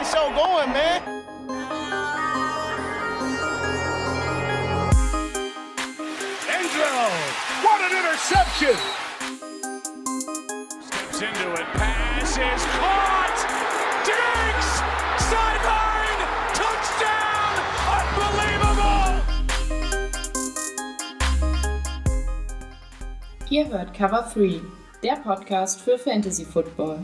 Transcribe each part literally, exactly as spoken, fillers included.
the show going, man. Angelo, what an interception! Steps into it, pass is caught! Diggs! Sideline! Touchdown! Unbelievable! Ihr hört Cover drei, der Podcast für Fantasy Football.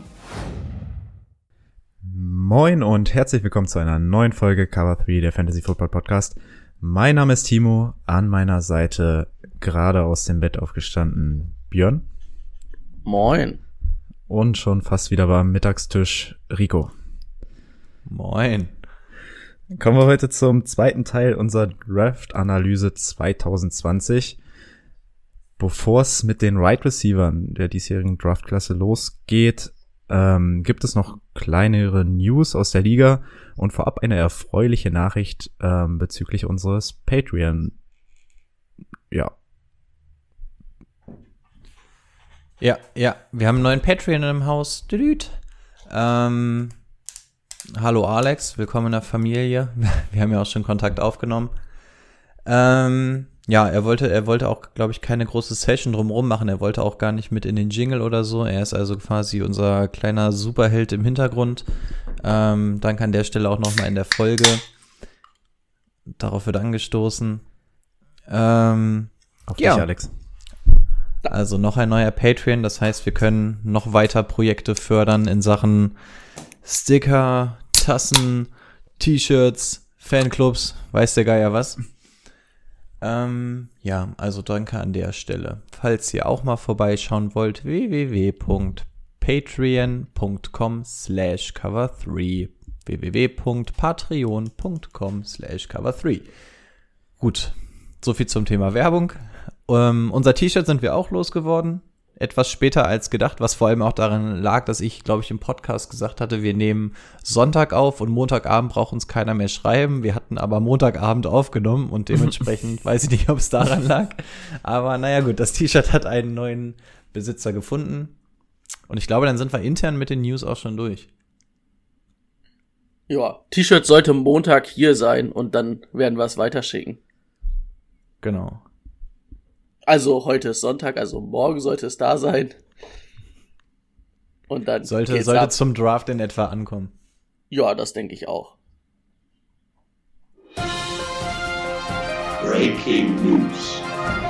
Moin und herzlich willkommen zu einer neuen Folge Cover drei, der Fantasy Football Podcast. Mein Name ist Timo, an meiner Seite gerade aus dem Bett aufgestanden Björn. Moin. Und schon fast wieder beim Mittagstisch Rico. Moin. Kommen wir heute zum zweiten Teil unserer Draft-Analyse zwanzig zwanzig. Bevor es mit den Wide Receivern der diesjährigen Draftklasse losgeht, ähm, gibt es noch kleinere News aus der Liga und vorab eine erfreuliche Nachricht ähm, bezüglich unseres Patreon. Ja. Ja, ja, wir haben einen neuen Patreon im Haus. Düdüt. Ähm, hallo Alex, willkommen in der Familie. Wir haben ja auch schon Kontakt aufgenommen. Ähm, ja, er wollte, er wollte auch, glaube ich, keine große Session drumherum machen. Er wollte auch gar nicht mit in den Jingle oder so. Er ist also quasi unser kleiner Superheld im Hintergrund. Ähm, danke an der Stelle auch nochmal in der Folge. Darauf wird angestoßen. Ähm, Auf ja. dich, Alex. Also noch ein neuer Patreon, das heißt, wir können noch weiter Projekte fördern in Sachen Sticker, Tassen, T-Shirts, Fanclubs, weiß der Geier was. Ähm, ja, also danke an der Stelle. Falls ihr auch mal vorbeischauen wollt, w w w punkt patreon punkt com slash cover drei w w w punkt patreon punkt com slash cover drei. Gut, soviel zum Thema Werbung. Ähm, unser T-Shirt sind wir auch losgeworden. Etwas später als gedacht, was vor allem auch daran lag, dass ich, glaube ich, im Podcast gesagt hatte, wir nehmen Sonntag auf und Montagabend braucht uns keiner mehr schreiben. Wir hatten aber Montagabend aufgenommen und dementsprechend weiß ich nicht, ob es daran lag. Aber naja gut, das T-Shirt hat einen neuen Besitzer gefunden. Und ich glaube, dann sind wir intern mit den News auch schon durch. Ja, T-Shirt sollte Montag hier sein und dann werden wir es weiterschicken. Genau. Also heute ist Sonntag, also morgen sollte es da sein. Und dann Sollte, geht's sollte ab. zum Draft in etwa ankommen. Ja, das denke ich auch. Breaking News.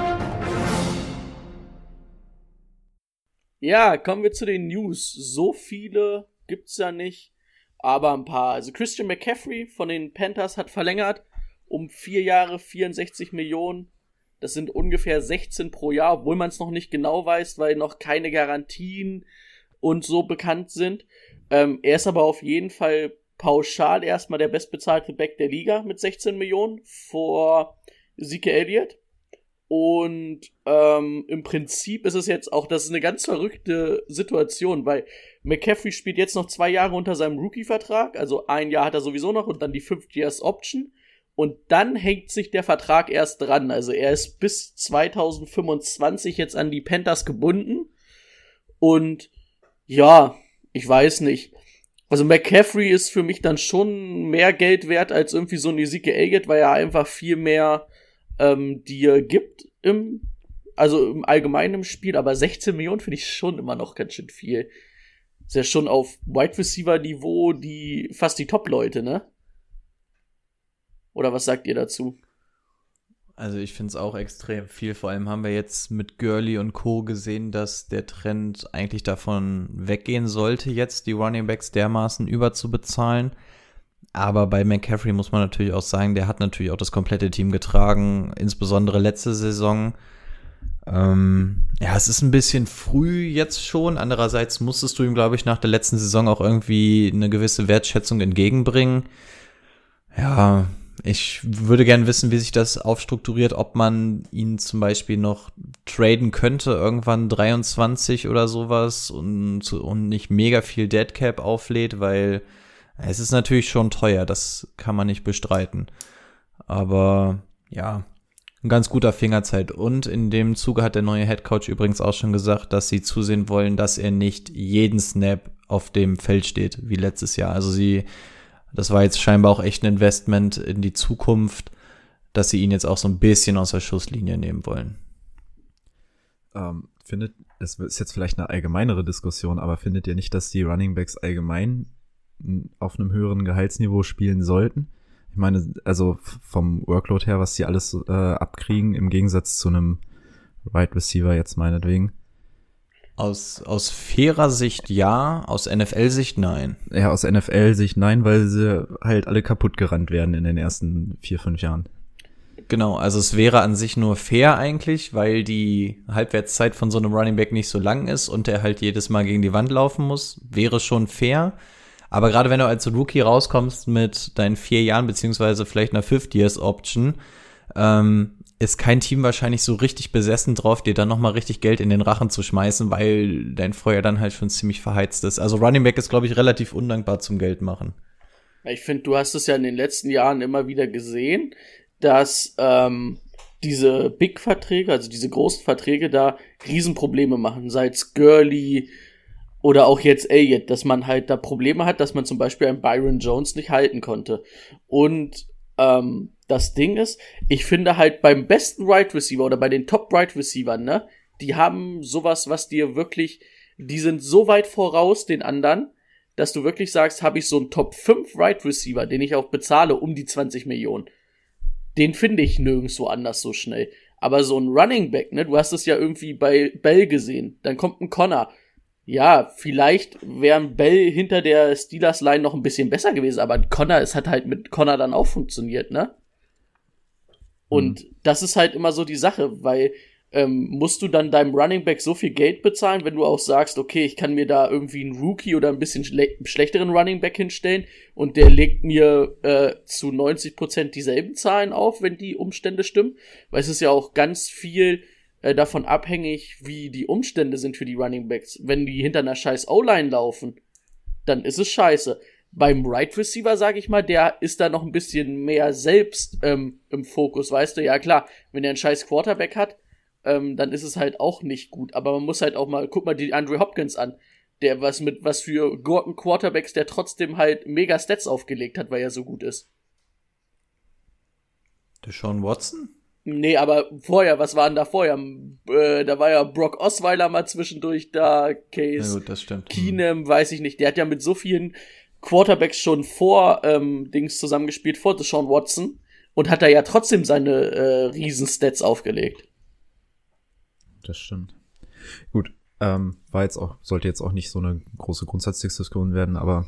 Ja, kommen wir zu den News. So viele gibt's ja nicht, aber ein paar. Also Christian McCaffrey von den Panthers hat verlängert um vier Jahre vierundsechzig Millionen. Das sind ungefähr sechzehn pro Jahr, obwohl man es noch nicht genau weiß, weil noch keine Garantien und so bekannt sind. Ähm, er ist aber auf jeden Fall pauschal erstmal der bestbezahlte Back der Liga mit sechzehn Millionen vor Zeke Elliott. Und ähm, im Prinzip ist es jetzt auch, das ist eine ganz verrückte Situation, weil McCaffrey spielt jetzt noch zwei Jahre unter seinem Rookie-Vertrag, also ein Jahr hat er sowieso noch und dann die Fifth Years Option. Und dann hängt sich der Vertrag erst dran. Also er ist bis zwanzig fünfundzwanzig jetzt an die Panthers gebunden. Und ja, ich weiß nicht. Also McCaffrey ist für mich dann schon mehr Geld wert als irgendwie so ein Zeke Elliott, weil er einfach viel mehr ähm, dir gibt im, also im allgemeinen im Spiel. Aber sechzehn Millionen finde ich schon immer noch ganz schön viel. Ist ja schon auf Wide Receiver Niveau die fast die Top-Leute, ne? Oder was sagt ihr dazu? Also ich finde es auch extrem viel. Vor allem haben wir jetzt mit Gurley und Co. gesehen, dass der Trend eigentlich davon weggehen sollte, jetzt die Running Backs dermaßen überzubezahlen. Aber bei McCaffrey muss man natürlich auch sagen, der hat natürlich auch das komplette Team getragen, insbesondere letzte Saison. Ähm, ja, es ist ein bisschen früh jetzt schon. Andererseits musstest du ihm, glaube ich, nach der letzten Saison auch irgendwie eine gewisse Wertschätzung entgegenbringen. Ja, ich würde gerne wissen, wie sich das aufstrukturiert, ob man ihn zum Beispiel noch traden könnte, irgendwann dreiundzwanzig oder sowas und, und nicht mega viel Deadcap auflädt, weil es ist natürlich schon teuer, das kann man nicht bestreiten. Aber ja, ein ganz guter Fingerzeit. Und in dem Zuge hat der neue Headcoach übrigens auch schon gesagt, dass sie zusehen wollen, dass er nicht jeden Snap auf dem Feld steht, wie letztes Jahr. Also sie Das war jetzt scheinbar auch echt ein Investment in die Zukunft, dass sie ihn jetzt auch so ein bisschen aus der Schusslinie nehmen wollen. Ähm, findet, es ist jetzt vielleicht eine allgemeinere Diskussion, aber findet ihr nicht, dass die Running Backs allgemein auf einem höheren Gehaltsniveau spielen sollten? Ich meine, also vom Workload her, was sie alles äh, abkriegen, im Gegensatz zu einem Wide Receiver jetzt meinetwegen. Aus, aus fairer Sicht ja, aus N F L-Sicht nein. Ja, aus N F L-Sicht nein, weil sie halt alle kaputt gerannt werden in den ersten vier, fünf Jahren. Genau, also es wäre an sich nur fair eigentlich, weil die Halbwertszeit von so einem Running Back nicht so lang ist und der halt jedes Mal gegen die Wand laufen muss. Wäre schon fair. Aber gerade wenn du als Rookie rauskommst mit deinen vier Jahren, beziehungsweise vielleicht einer Fifth-Years-Option, ähm, ist kein Team wahrscheinlich so richtig besessen drauf, dir dann nochmal richtig Geld in den Rachen zu schmeißen, weil dein Feuer dann halt schon ziemlich verheizt ist. Also Running Back ist, glaube ich, relativ undankbar zum Geld machen. Ich finde, du hast es ja in den letzten Jahren immer wieder gesehen, dass ähm, diese Big-Verträge, also diese großen Verträge da Riesenprobleme machen, sei es Gurley oder auch jetzt Elliott, dass man halt da Probleme hat, dass man zum Beispiel einen Byron Jones nicht halten konnte. Und ähm, das Ding ist, ich finde halt beim besten Wide Receiver oder bei den Top Wide Receivern, ne, die haben sowas, was dir wirklich, die sind so weit voraus den anderen, dass du wirklich sagst, habe ich so einen Top fünf Wide Receiver, den ich auch bezahle um die zwanzig Millionen. Den finde ich nirgendwo anders so schnell. Aber so ein Running Back, ne, du hast es ja irgendwie bei Bell gesehen, dann kommt ein Connor. Ja, vielleicht wäre ein Bell hinter der Steelers-Line noch ein bisschen besser gewesen, aber Connor, es hat halt mit Connor dann auch funktioniert, ne? Und mhm. das ist halt immer so die Sache, weil ähm, musst du dann deinem Running Back so viel Geld bezahlen, wenn du auch sagst, okay, ich kann mir da irgendwie einen Rookie oder ein bisschen schle- schlechteren Running Back hinstellen und der legt mir äh, zu neunzig Prozent dieselben Zahlen auf, wenn die Umstände stimmen, weil es ist ja auch ganz viel äh, davon abhängig, wie die Umstände sind für die Running Backs. Wenn die hinter einer scheiß O-Line laufen, dann ist es scheiße. Beim Right Receiver, sag ich mal, der ist da noch ein bisschen mehr selbst ähm, im Fokus, weißt du? Ja klar, wenn er einen scheiß Quarterback hat, ähm, dann ist es halt auch nicht gut. Aber man muss halt auch mal, guck mal die Andre Hopkins an, der was mit, was für Gurken Quarterbacks, der trotzdem halt mega Stats aufgelegt hat, weil er so gut ist. Deshaun Watson? Nee, aber vorher, was war denn da vorher? Äh, da war ja Brock Osweiler mal zwischendurch da, Case, ja, gut, das stimmt. Keenum, weiß ich nicht. Der hat ja mit so vielen Quarterbacks schon vor ähm, Dings zusammengespielt, vor Deshaun Watson, und hat da ja trotzdem seine äh, Riesen-Stats aufgelegt. Das stimmt. Gut, ähm, war jetzt auch, sollte jetzt auch nicht so eine große Grundsatzdiskussion werden, aber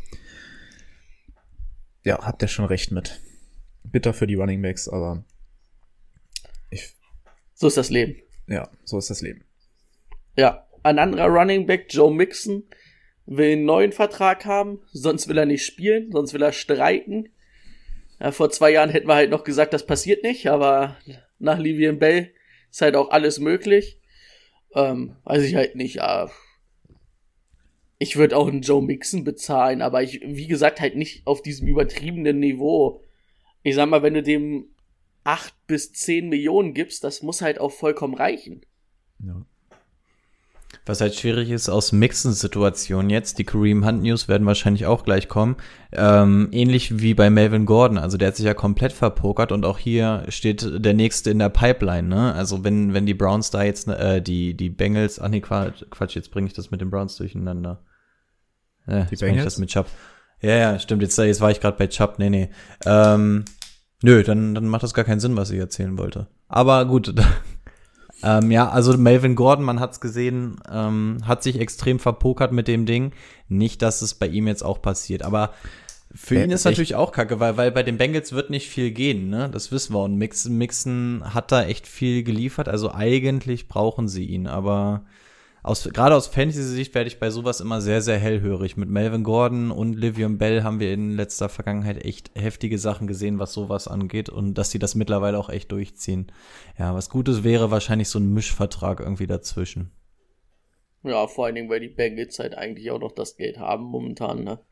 ja, habt ihr schon recht mit. Bitter für die Running Backs, aber ich, so ist das Leben. Ja, so ist das Leben. Ja, ein anderer Running Back, Joe Mixon, will einen neuen Vertrag haben, sonst will er nicht spielen, sonst will er streiken. Ja, vor zwei Jahren hätten wir halt noch gesagt, das passiert nicht, aber nach Le'Veon Bell ist halt auch alles möglich. Ähm, weiß ich halt nicht, ja. Ich würde auch einen Joe Mixon bezahlen, aber ich, wie gesagt, halt nicht auf diesem übertriebenen Niveau. Ich sag mal, wenn du dem acht bis zehn Millionen gibst, das muss halt auch vollkommen reichen. Ja. Was halt schwierig ist aus Mixon-Situationen jetzt, die Kareem Hunt News werden wahrscheinlich auch gleich kommen, ähm, ähnlich wie bei Melvin Gordon, also der hat sich ja komplett verpokert und auch hier steht der nächste in der Pipeline, ne, also wenn wenn die Browns da jetzt, äh, die die Bengals, ach nee, Quatsch, Quatsch jetzt bringe ich das mit den Browns durcheinander. Äh, die jetzt bringe ich das mit Chubb. Ja, ja, stimmt, jetzt, jetzt war ich gerade bei Chubb, nee, nee, ähm, nö, dann, dann macht das gar keinen Sinn, was ich erzählen wollte. Aber gut, Ähm, ja, also Melvin Gordon, man hat's gesehen, ähm, hat sich extrem verpokert mit dem Ding. Nicht, dass es bei ihm jetzt auch passiert, aber für äh, ihn ist echt? natürlich auch kacke, weil, weil bei den Bengals wird nicht viel gehen, ne? Das wissen wir. Und Mixon, Mixon hat da echt viel geliefert, also eigentlich brauchen sie ihn, aber aus, gerade aus Fantasy-Sicht werde ich bei sowas immer sehr, sehr hellhörig. Mit Melvin Gordon und Le'Veon Bell haben wir in letzter Vergangenheit echt heftige Sachen gesehen, was sowas angeht und dass sie das mittlerweile auch echt durchziehen. Ja, was Gutes wäre wahrscheinlich so ein Mischvertrag irgendwie dazwischen. Ja, vor allen Dingen, weil die Bengals halt eigentlich auch noch das Geld haben momentan, ne?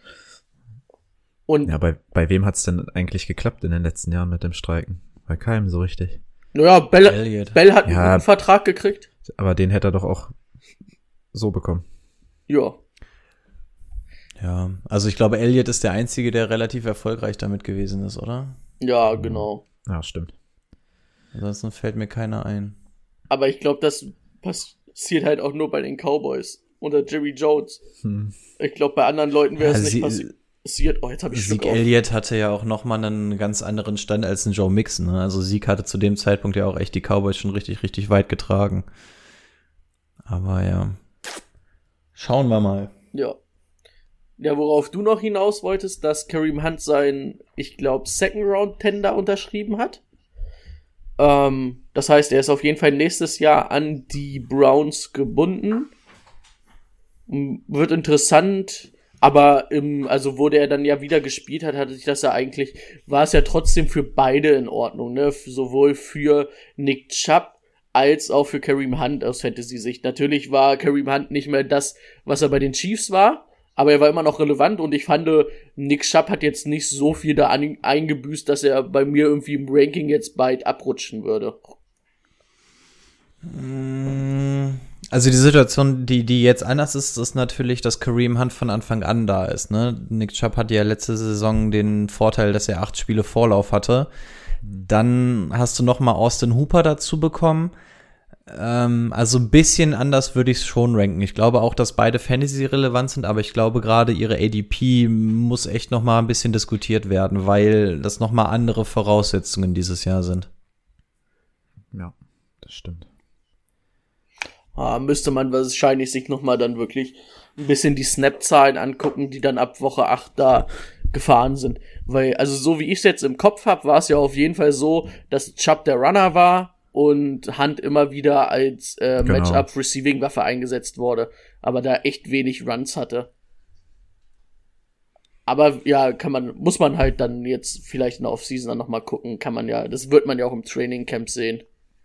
Und Ja, bei, bei wem hat's denn eigentlich geklappt in den letzten Jahren mit dem Streiken? Bei keinem so richtig. naja, Bell, Elliott. Bell hat einen Ja. guten Vertrag gekriegt. Aber den hätte er doch auch so bekommen. Ja. Ja, also ich glaube, Elliott ist der Einzige, der relativ erfolgreich damit gewesen ist, oder? Ja, genau. Ja, stimmt. Ansonsten fällt mir keiner ein. Aber ich glaube, das passiert halt auch nur bei den Cowboys unter Jerry Jones. Hm. Ich glaube, bei anderen Leuten wäre es Ja, nicht sie- passiert. Oh, jetzt habe ich Schluck Zeke auf. Elliott hatte ja auch nochmal einen ganz anderen Stand als ein Joe Mixon. Ne? Also Zeke hatte zu dem Zeitpunkt ja auch echt die Cowboys schon richtig, richtig weit getragen. Aber ja, schauen wir mal. Ja. Ja, worauf du noch hinaus wolltest, dass Kareem Hunt seinen, ich glaube, Second-Round-Tender unterschrieben hat. Ähm, das heißt, er ist auf jeden Fall nächstes Jahr an die Browns gebunden. M- Wird interessant, aber im, also wo der dann ja wieder gespielt hat, hatte sich das ja eigentlich, war es ja trotzdem für beide in Ordnung, ne? F- Sowohl für Nick Chubb als auch für Kareem Hunt aus Fantasy-Sicht. Natürlich war Kareem Hunt nicht mehr das, was er bei den Chiefs war, aber er war immer noch relevant und ich fand, Nick Chubb hat jetzt nicht so viel da an, eingebüßt, dass er bei mir irgendwie im Ranking jetzt bald abrutschen würde. Also die Situation, die, die jetzt anders ist, ist natürlich, dass Kareem Hunt von Anfang an da ist. Ne? Nick Chubb hatte ja letzte Saison den Vorteil, dass er acht Spiele Vorlauf hatte. Dann hast du noch mal Austin Hooper dazu bekommen. Ähm, also ein bisschen anders würde ich es schon ranken. Ich glaube auch, dass beide Fantasy-relevant sind, aber ich glaube gerade ihre A D P muss echt noch mal ein bisschen diskutiert werden, weil das noch mal andere Voraussetzungen dieses Jahr sind. Ja, das stimmt. Ah, müsste man wahrscheinlich sich nochmal dann wirklich ein bisschen die Snap-Zahlen angucken, die dann ab Woche acht da gefahren sind. Weil, also so wie ich es jetzt im Kopf habe, war es ja auf jeden Fall so, dass Chubb der Runner war und Hunt immer wieder als äh, Genau. Matchup-Receiving-Waffe eingesetzt wurde, aber da echt wenig Runs hatte. Aber ja, kann man, muss man halt dann jetzt vielleicht in der Offseason dann nochmal gucken, kann man ja, das wird man ja auch im Training Camp sehen.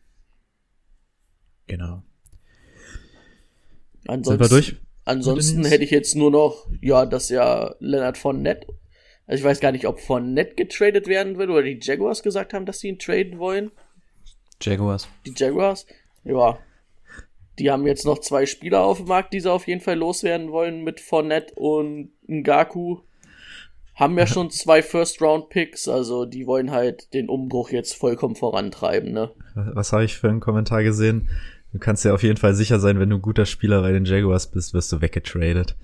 Genau. Ansonsten, Sind wir durch? Ansonsten News? hätte ich jetzt nur noch, ja, dass ja Leonard Fournette, also ich weiß gar nicht, ob Fournette getradet werden will oder die Jaguars gesagt haben, dass sie ihn traden wollen. Jaguars. Die Jaguars, ja, die haben jetzt noch zwei Spieler auf dem Markt, die sie auf jeden Fall loswerden wollen mit Fournette und Ngaku. Haben ja schon zwei First-Round-Picks, also die wollen halt den Umbruch jetzt vollkommen vorantreiben, ne? Was habe ich für einen Kommentar gesehen? Du kannst ja auf jeden Fall sicher sein, wenn du ein guter Spieler bei den Jaguars bist, wirst du weggetradet.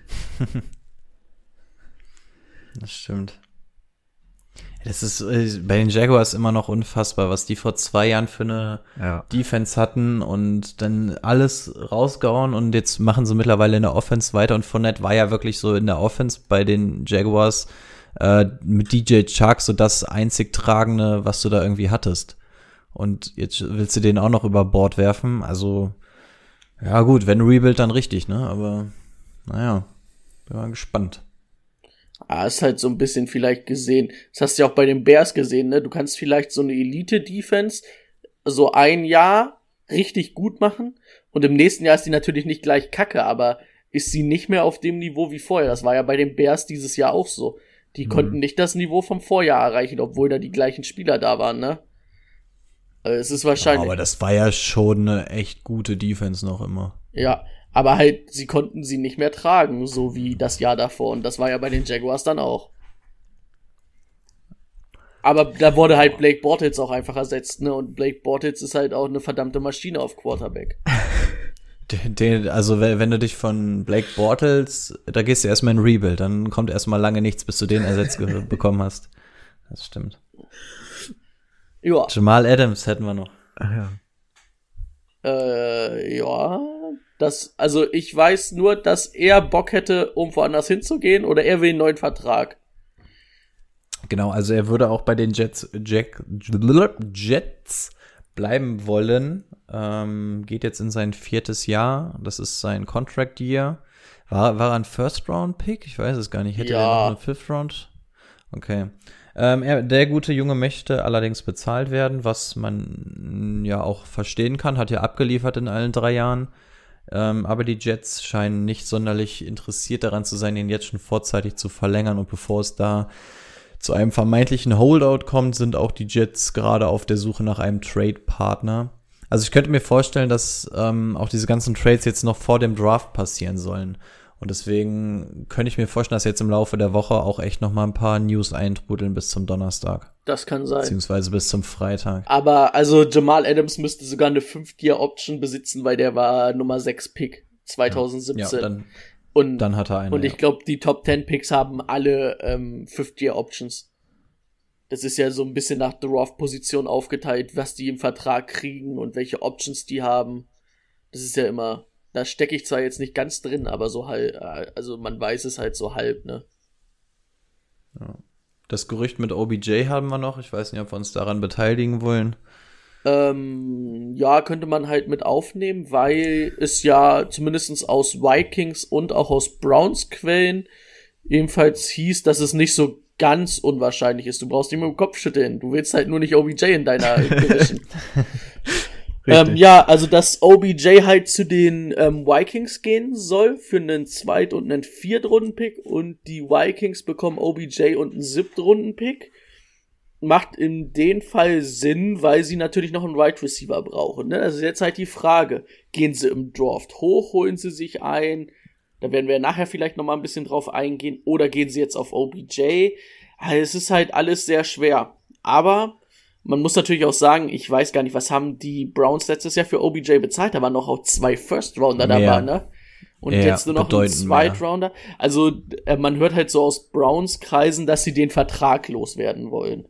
Das stimmt. Das ist äh, bei den Jaguars immer noch unfassbar, was die vor zwei Jahren für eine Ja. Defense hatten und dann alles rausgehauen und jetzt machen sie mittlerweile in der Offense weiter und Fournette war ja wirklich so in der Offense bei den Jaguars äh, mit D J Chark so das einzig Tragende, was du da irgendwie hattest. Und jetzt willst du den auch noch über Bord werfen, also ja gut, wenn Rebuild, dann richtig, ne, aber naja, bin mal gespannt. Ah, ist halt so ein bisschen vielleicht gesehen. Das hast du ja auch bei den Bears gesehen, ne? Du kannst vielleicht so eine Elite-Defense so ein Jahr richtig gut machen und im nächsten Jahr ist die natürlich nicht gleich kacke, aber ist sie nicht mehr auf dem Niveau wie vorher. Das war ja bei den Bears dieses Jahr auch so. Die Mhm. konnten nicht das Niveau vom Vorjahr erreichen, obwohl da die gleichen Spieler da waren, ne? Also es ist wahrscheinlich. Aber das war ja schon eine echt gute Defense noch immer. Ja, aber halt, sie konnten sie nicht mehr tragen, so wie das Jahr davor. Und das war ja bei den Jaguars dann auch. Aber da wurde halt Blake Bortles auch einfach ersetzt, ne? Und Blake Bortles ist halt auch eine verdammte Maschine auf Quarterback. Den, den, also wenn, wenn du dich von Blake Bortles, da gehst du erstmal in Rebuild, dann kommt erstmal lange nichts, bis du den ersetzt ge- bekommen hast. Das stimmt. Ja, Jamal Adams hätten wir noch. Ach ja. äh, ja, das, also ich weiß nur, dass er Bock hätte, um woanders hinzugehen, oder er will einen neuen Vertrag. Genau, also er würde auch bei den Jets, Jack, Jets bleiben wollen. Ähm, geht jetzt in sein viertes Jahr. Das ist sein Contract Year. War, war er ein First-Round-Pick? Ich weiß es gar nicht. Hätte Ja. er noch eine Fifth-Round? Okay. Ähm, er, der gute Junge möchte allerdings bezahlt werden, was man mm, ja auch verstehen kann. Hat ja abgeliefert in allen drei Jahren. Ähm, aber die Jets scheinen nicht sonderlich interessiert daran zu sein, ihn jetzt schon vorzeitig zu verlängern. Und bevor es da zu einem vermeintlichen Holdout kommt, sind auch die Jets gerade auf der Suche nach einem Trade-Partner. Also ich könnte mir vorstellen, dass ähm, auch diese ganzen Trades jetzt noch vor dem Draft passieren sollen. Und deswegen könnte ich mir vorstellen, dass jetzt im Laufe der Woche auch echt noch mal ein paar News eintrudeln bis zum Donnerstag. Das kann sein. Beziehungsweise bis zum Freitag. Aber also Jamal Adams müsste sogar eine Fifth-Year-Option besitzen, weil der war Nummer sechs Pick zwanzig siebzehn. Ja, dann, und, dann hat er eine. Und ich ja. glaube, die Top zehn Picks haben alle ähm, Fifth-Year-Options. Das ist ja so ein bisschen nach Draft-Position aufgeteilt, was die im Vertrag kriegen und welche Options die haben. Das ist ja immer, da stecke ich zwar jetzt nicht ganz drin, aber so halb, also man weiß es halt so halb, ne? Ja. Das Gerücht mit O B J haben wir noch. Ich weiß nicht, ob wir uns daran beteiligen wollen. Ähm, ja, könnte man halt mit aufnehmen, weil es ja zumindest aus Vikings und auch aus Browns Quellen ebenfalls hieß, dass es nicht so ganz unwahrscheinlich ist. Du brauchst nicht mit dem Kopf schütteln. Du willst halt nur nicht O B J in deiner Division. ähm, ja, also dass O B J halt zu den ähm, Vikings gehen soll für einen Zweit- und einen Viertrunden-Pick und die Vikings bekommen O B J und einen Siebtrunden-Pick. Macht in dem Fall Sinn, weil sie natürlich noch einen Wide Receiver brauchen. Ne? Also jetzt halt die Frage, gehen sie im Draft hoch, holen sie sich ein? Da werden wir nachher vielleicht noch mal ein bisschen drauf eingehen. Oder gehen sie jetzt auf O B J? Also es ist halt alles sehr schwer. Aber man muss natürlich auch sagen, ich weiß gar nicht, was haben die Browns letztes Jahr für O B J bezahlt? Da waren noch auch zwei First-Rounder dabei, ne? Und ja, jetzt nur noch ein Zweit-Rounder. Also äh, man hört halt so aus Browns-Kreisen, dass sie den Vertrag loswerden wollen.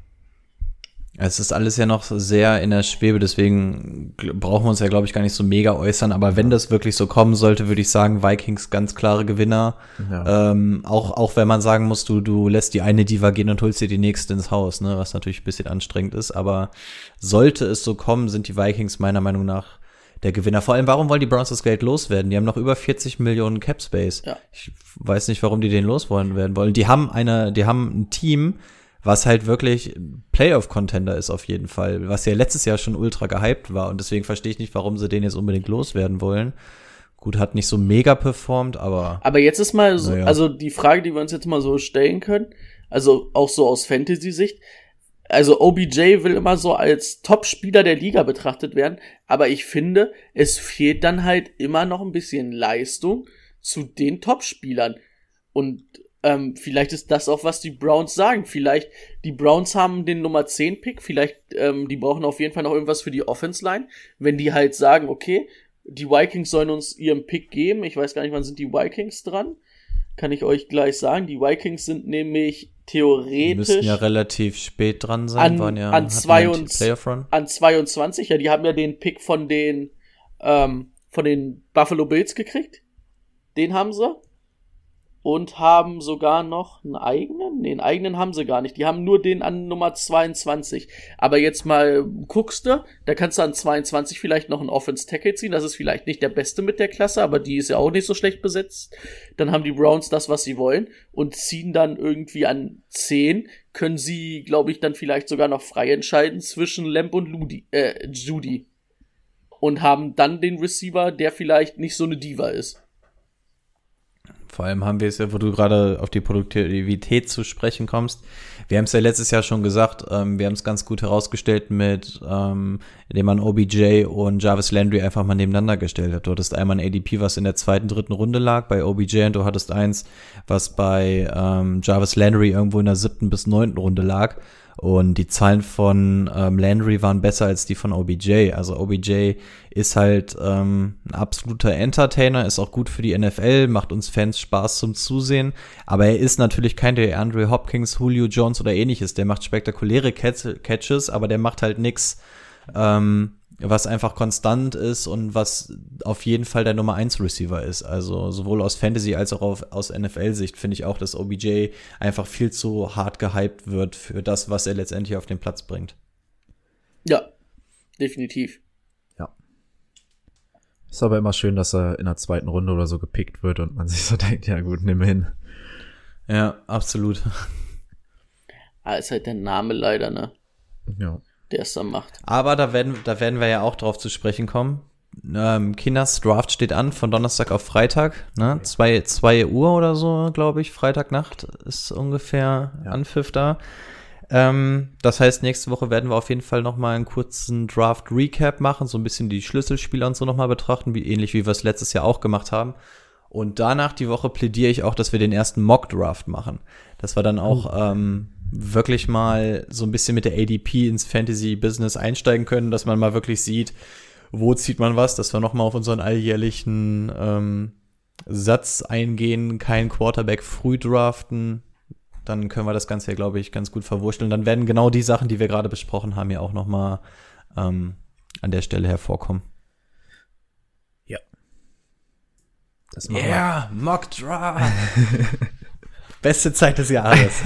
Es ist alles ja noch sehr in der Schwebe, deswegen brauchen wir uns ja, glaube ich, gar nicht so mega äußern. Aber wenn das wirklich so kommen sollte, würde ich sagen, Vikings ganz klare Gewinner. Ja. Ähm, auch, auch wenn man sagen muss, du, du lässt die eine Diva gehen und holst dir die nächste ins Haus, ne, was natürlich ein bisschen anstrengend ist. Aber sollte es so kommen, sind die Vikings meiner Meinung nach der Gewinner. Vor allem, warum wollen die Browns das Geld loswerden? Die haben noch über vierzig Millionen Cap Space. Ja. Ich weiß nicht, warum die den loswerden werden wollen. Die haben eine, die haben ein Team, was halt wirklich Playoff-Contender ist auf jeden Fall, was ja letztes Jahr schon ultra gehypt war und deswegen verstehe ich nicht, warum sie den jetzt unbedingt loswerden wollen. Gut, hat nicht so mega performt, aber Aber jetzt ist mal so, ja. also die Frage, die wir uns jetzt mal so stellen können, also auch so aus Fantasy-Sicht, also O B J will immer so als Top-Spieler der Liga betrachtet werden, aber ich finde, es fehlt dann halt immer noch ein bisschen Leistung zu den Top-Spielern und Ähm, vielleicht ist das auch, was die Browns sagen. Vielleicht, die Browns haben den Nummer zehn Pick, vielleicht, ähm, die brauchen auf jeden Fall noch irgendwas für die Offense-Line. Wenn die halt sagen, okay, die Vikings sollen uns ihren Pick geben, ich weiß gar nicht, wann sind die Vikings dran, kann ich euch gleich sagen. Die Vikings sind nämlich theoretisch... Die müssen ja relativ spät dran sein, an, waren ja... An, zweiundzwanzig, an zweiundzwanzig, ja, die haben ja den Pick von den, ähm, von den Buffalo Bills gekriegt. Den haben sie. Und haben sogar noch einen eigenen? Nee, einen eigenen haben sie gar nicht. Die haben nur den an Nummer zweiundzwanzig. Aber jetzt mal guckst du, da kannst du an zweiundzwanzig vielleicht noch einen Offense-Tackle ziehen. Das ist vielleicht nicht der Beste mit der Klasse, aber die ist ja auch nicht so schlecht besetzt. Dann haben die Browns das, was sie wollen und ziehen dann irgendwie an zehn. Können sie, glaube ich, dann vielleicht sogar noch frei entscheiden zwischen Lamb und Ludi, äh, Judy. Und haben dann den Receiver, der vielleicht nicht so eine Diva ist. Vor allem haben wir es ja, wo du gerade auf die Produktivität zu sprechen kommst. Wir haben es ja letztes Jahr schon gesagt, ähm, wir haben es ganz gut herausgestellt mit, ähm, indem man O B J und Jarvis Landry einfach mal nebeneinander gestellt hat. Du hattest einmal ein A D P, was in der zweiten, dritten Runde lag bei O B J und du hattest eins, was bei ähm, Jarvis Landry irgendwo in der siebten bis neunten Runde lag. Und die Zahlen von ähm, Landry waren besser als die von O B J. Also O B J ist halt ähm, ein absoluter Entertainer, ist auch gut für die N F L, macht uns Fans Spaß zum Zusehen. Aber er ist natürlich kein der Andre Hopkins, Julio Jones oder ähnliches. Der macht spektakuläre Catches, aber der macht halt nix, ähm, was einfach konstant ist und was auf jeden Fall der Nummer eins Receiver ist. Also sowohl aus Fantasy als auch auf, aus N F L-Sicht finde ich auch, dass O B J einfach viel zu hart gehypt wird für das, was er letztendlich auf den Platz bringt. Ja, definitiv. Ja. Ist aber immer schön, dass er in der zweiten Runde oder so gepickt wird und man sich so denkt, ja gut, nimm hin. Ja, absolut. Ah, ist halt der Name leider, ne? Ja. Der es dann macht. Aber da werden, da werden wir ja auch drauf zu sprechen kommen. Ähm, Kinders Draft steht an von Donnerstag auf Freitag, ne? Zwei, zwei Uhr oder so, glaube ich. Freitagnacht ist ungefähr ja. Anpfiff da. Ähm, das heißt, nächste Woche werden wir auf jeden Fall nochmal einen kurzen Draft-Recap machen, so ein bisschen die Schlüsselspieler und so nochmal betrachten, wie ähnlich wie wir es letztes Jahr auch gemacht haben. Und danach die Woche plädiere ich auch, dass wir den ersten Mock-Draft machen. Dass wir dann auch oh. ähm, wirklich mal so ein bisschen mit der A D P ins Fantasy-Business einsteigen können, dass man mal wirklich sieht, wo zieht man was, dass wir noch mal auf unseren alljährlichen ähm, Satz eingehen, kein Quarterback früh draften. Dann können wir das Ganze ja, glaube ich, ganz gut verwurschteln. Dann werden genau die Sachen, die wir gerade besprochen haben, ja auch noch mal ähm, an der Stelle hervorkommen. Ja. Das machen yeah, wir. Mock Draft. Beste Zeit des Jahres.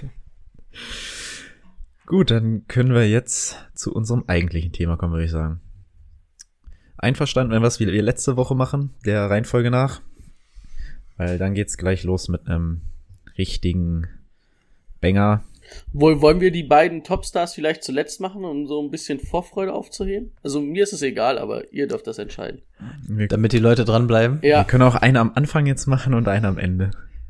Gut, dann können wir jetzt zu unserem eigentlichen Thema kommen, würde ich sagen. Einverstanden, wenn wir es wie wir letzte Woche machen, der Reihenfolge nach. Weil dann geht's gleich los mit einem richtigen Banger. Wohl, wollen wir die beiden Topstars vielleicht zuletzt machen, um so ein bisschen Vorfreude aufzuheben? Also mir ist es egal, aber ihr dürft das entscheiden. Wir, Damit die Leute dranbleiben? Ja. Wir können auch einen am Anfang jetzt machen und einen am Ende.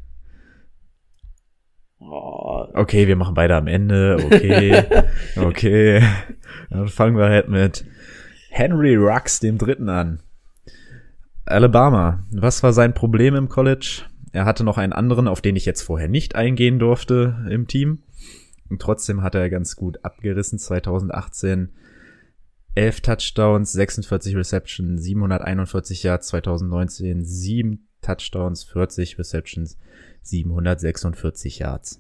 Oh. Okay, wir machen beide am Ende. Okay, okay. Dann fangen wir halt mit Henry Ruggs, dem Dritten, an. Alabama. Was war sein Problem im College? Er hatte noch einen anderen, auf den ich jetzt vorher nicht eingehen durfte im Team. Und trotzdem hat er ganz gut abgerissen. zwanzig achtzehn elf Touchdowns, sechsundvierzig Receptions, siebenhunderteinundvierzig Yards. zwanzig neunzehn sieben Touchdowns, vierzig Receptions, siebenhundertsechsundvierzig Yards.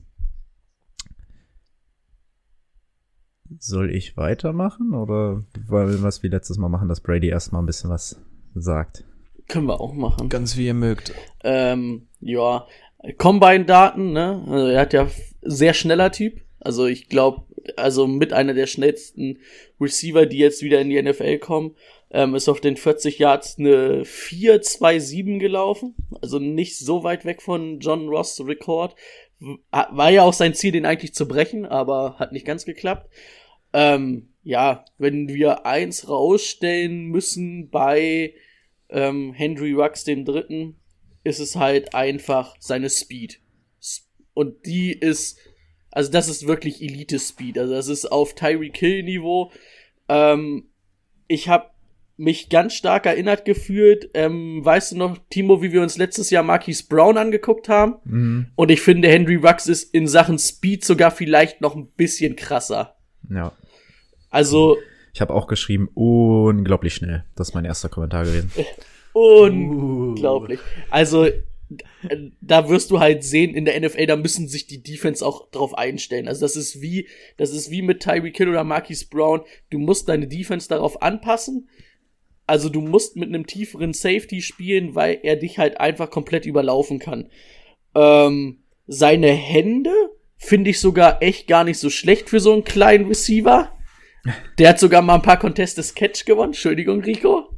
Soll ich weitermachen oder wollen wir es wie letztes Mal machen, dass Brady erstmal ein bisschen was sagt? Können wir auch machen. Ganz wie ihr mögt. Ähm, ja, Combine-Daten, ne? Also er hat ja sehr schneller Typ. Also ich glaube, also mit einer der schnellsten Receiver, die jetzt wieder in die N F L kommen, ähm, ist auf den vierzig Yards eine vier zwei sieben gelaufen. Also nicht so weit weg von John Ross' Rekord. War ja auch sein Ziel, den eigentlich zu brechen, aber hat nicht ganz geklappt. Ähm, ja, wenn wir eins rausstellen müssen bei ähm, Henry Ruggs dem Dritten, ist es halt einfach seine Speed. Und die ist, also das ist wirklich Elite-Speed. Also das ist auf Tyreek Hill-Niveau. Ähm, ich habe mich ganz stark erinnert gefühlt, ähm, weißt du noch, Timo, wie wir uns letztes Jahr Marquise Brown angeguckt haben? Mhm. Und ich finde, Henry Ruggs ist in Sachen Speed sogar vielleicht noch ein bisschen krasser. Ja. Also ich habe auch geschrieben, unglaublich schnell. Das ist mein erster Kommentar gewesen. Unglaublich. Also da wirst du halt sehen, in der N F L, da müssen sich die Defense auch drauf einstellen. Also das ist wie, das ist wie mit Tyreek Hill oder Marquise Brown. Du musst deine Defense darauf anpassen. Also du musst mit einem tieferen Safety spielen, weil er dich halt einfach komplett überlaufen kann. Ähm, seine Hände finde ich sogar echt gar nicht so schlecht für so einen kleinen Receiver. Der hat sogar mal ein paar Contested Catch gewonnen. Entschuldigung, Rico.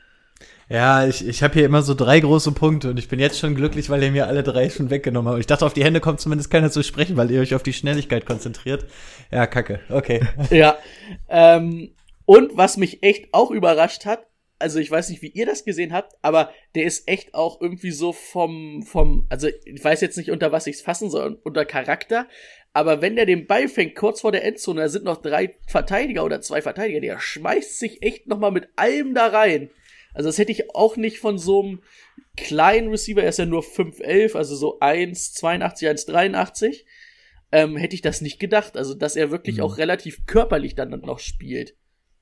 Ja, ich, ich habe hier immer so drei große Punkte und ich bin jetzt schon glücklich, weil ihr mir alle drei schon weggenommen habt. Ich dachte, auf die Hände kommt zumindest keiner zu sprechen, weil ihr euch auf die Schnelligkeit konzentriert. Ja, kacke. Okay. Ja. Ähm, und was mich echt auch überrascht hat, also ich weiß nicht, wie ihr das gesehen habt, aber der ist echt auch irgendwie so vom, vom, also ich weiß jetzt nicht, unter was ich es fassen soll, unter Charakter, aber wenn der den Ball fängt, kurz vor der Endzone, da sind noch drei Verteidiger oder zwei Verteidiger, der schmeißt sich echt nochmal mit allem da rein. Also das hätte ich auch nicht von so einem kleinen Receiver, er ist ja nur fünf elf, also so eins zweiundachtzig, eins dreiundachtzig, ähm, hätte ich das nicht gedacht. Also dass er wirklich mhm. auch relativ körperlich dann noch spielt.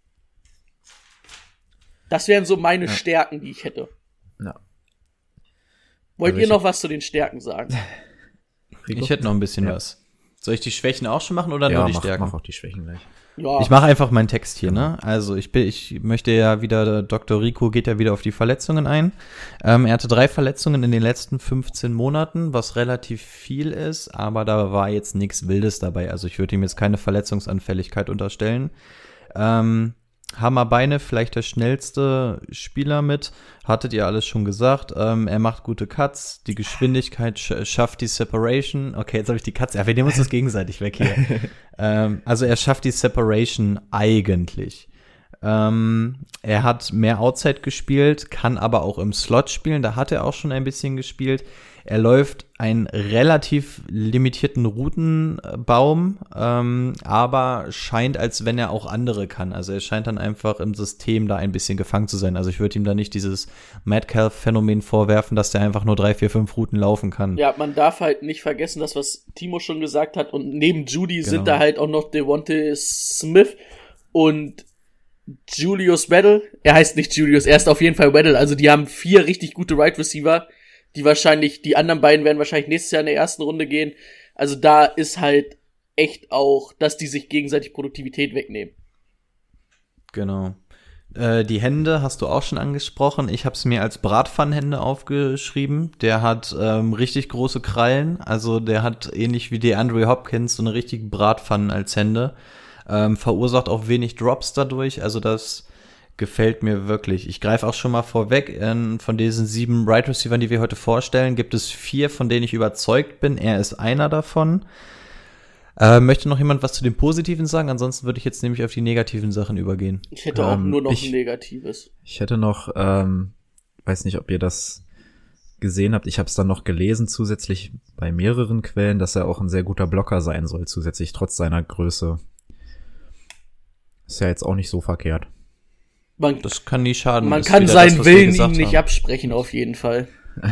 Das wären so meine ja. Stärken, die ich hätte. Ja. Wollt also ihr noch was zu den Stärken sagen? Ich hätte noch ein bisschen ja. was. Soll ich die Schwächen auch schon machen oder ja, nur die mach, Stärken? mach auch die Schwächen gleich. Ja. Ich mache einfach meinen Text hier, ne? Also ich bin, ich möchte ja wieder, Doktor Rico geht ja wieder auf die Verletzungen ein. Ähm, er hatte drei Verletzungen in den letzten fünfzehn Monaten, was relativ viel ist, aber da war jetzt nichts Wildes dabei. Also ich würde ihm jetzt keine Verletzungsanfälligkeit unterstellen. Ähm, Hammerbeine, vielleicht der schnellste Spieler mit, hattet ihr alles schon gesagt. Ähm, er macht gute Cuts, die Geschwindigkeit sch- schafft die Separation. Okay, jetzt habe ich die Cuts. Ja, wir nehmen uns das gegenseitig weg hier. ähm, also er schafft die Separation eigentlich. Ähm, er hat mehr Outside gespielt, kann aber auch im Slot spielen. Da hat er auch schon ein bisschen gespielt. Er läuft einen relativ limitierten Routenbaum, ähm, aber scheint, als wenn er auch andere kann. Also er scheint dann einfach im System da ein bisschen gefangen zu sein. Also ich würde ihm da nicht dieses Metcalf-Phänomen vorwerfen, dass der einfach nur drei, vier, fünf Routen laufen kann. Ja, man darf halt nicht vergessen, das, was Timo schon gesagt hat. Und neben Judy Genau. sind da halt auch noch Devontae Smith und Julius Weddle. Er heißt nicht Julius, er ist auf jeden Fall Weddle. Also die haben vier richtig gute Wide Receiver, die wahrscheinlich, die anderen beiden werden wahrscheinlich nächstes Jahr in der ersten Runde gehen. Also da ist halt echt auch, dass die sich gegenseitig Produktivität wegnehmen. Genau. Äh, die Hände hast du auch schon angesprochen. Ich habe es mir als Bratpfannenhände aufgeschrieben. Der hat ähm, richtig große Krallen. Also der hat ähnlich wie DeAndre Hopkins so eine richtige Bratpfannen als Hände. Ähm, verursacht auch wenig Drops dadurch. Also das gefällt mir wirklich. Ich greife auch schon mal vorweg, äh, von diesen sieben Wide Receivern, die wir heute vorstellen, gibt es vier, von denen ich überzeugt bin. Er ist einer davon. Äh, möchte noch jemand was zu den Positiven sagen? Ansonsten würde ich jetzt nämlich auf die negativen Sachen übergehen. Ich hätte auch Ähm, nur noch ich- ein Negatives. Ich hätte noch, ähm, weiß nicht, ob ihr das gesehen habt, ich habe es dann noch gelesen, zusätzlich bei mehreren Quellen, dass er auch ein sehr guter Blocker sein soll, zusätzlich trotz seiner Größe. Ist ja jetzt auch nicht so verkehrt. Man, Das kann nie schaden. man Ist kann wieder seinen das, was wir Willen ihm gesagt nicht haben. absprechen, auf jeden Fall.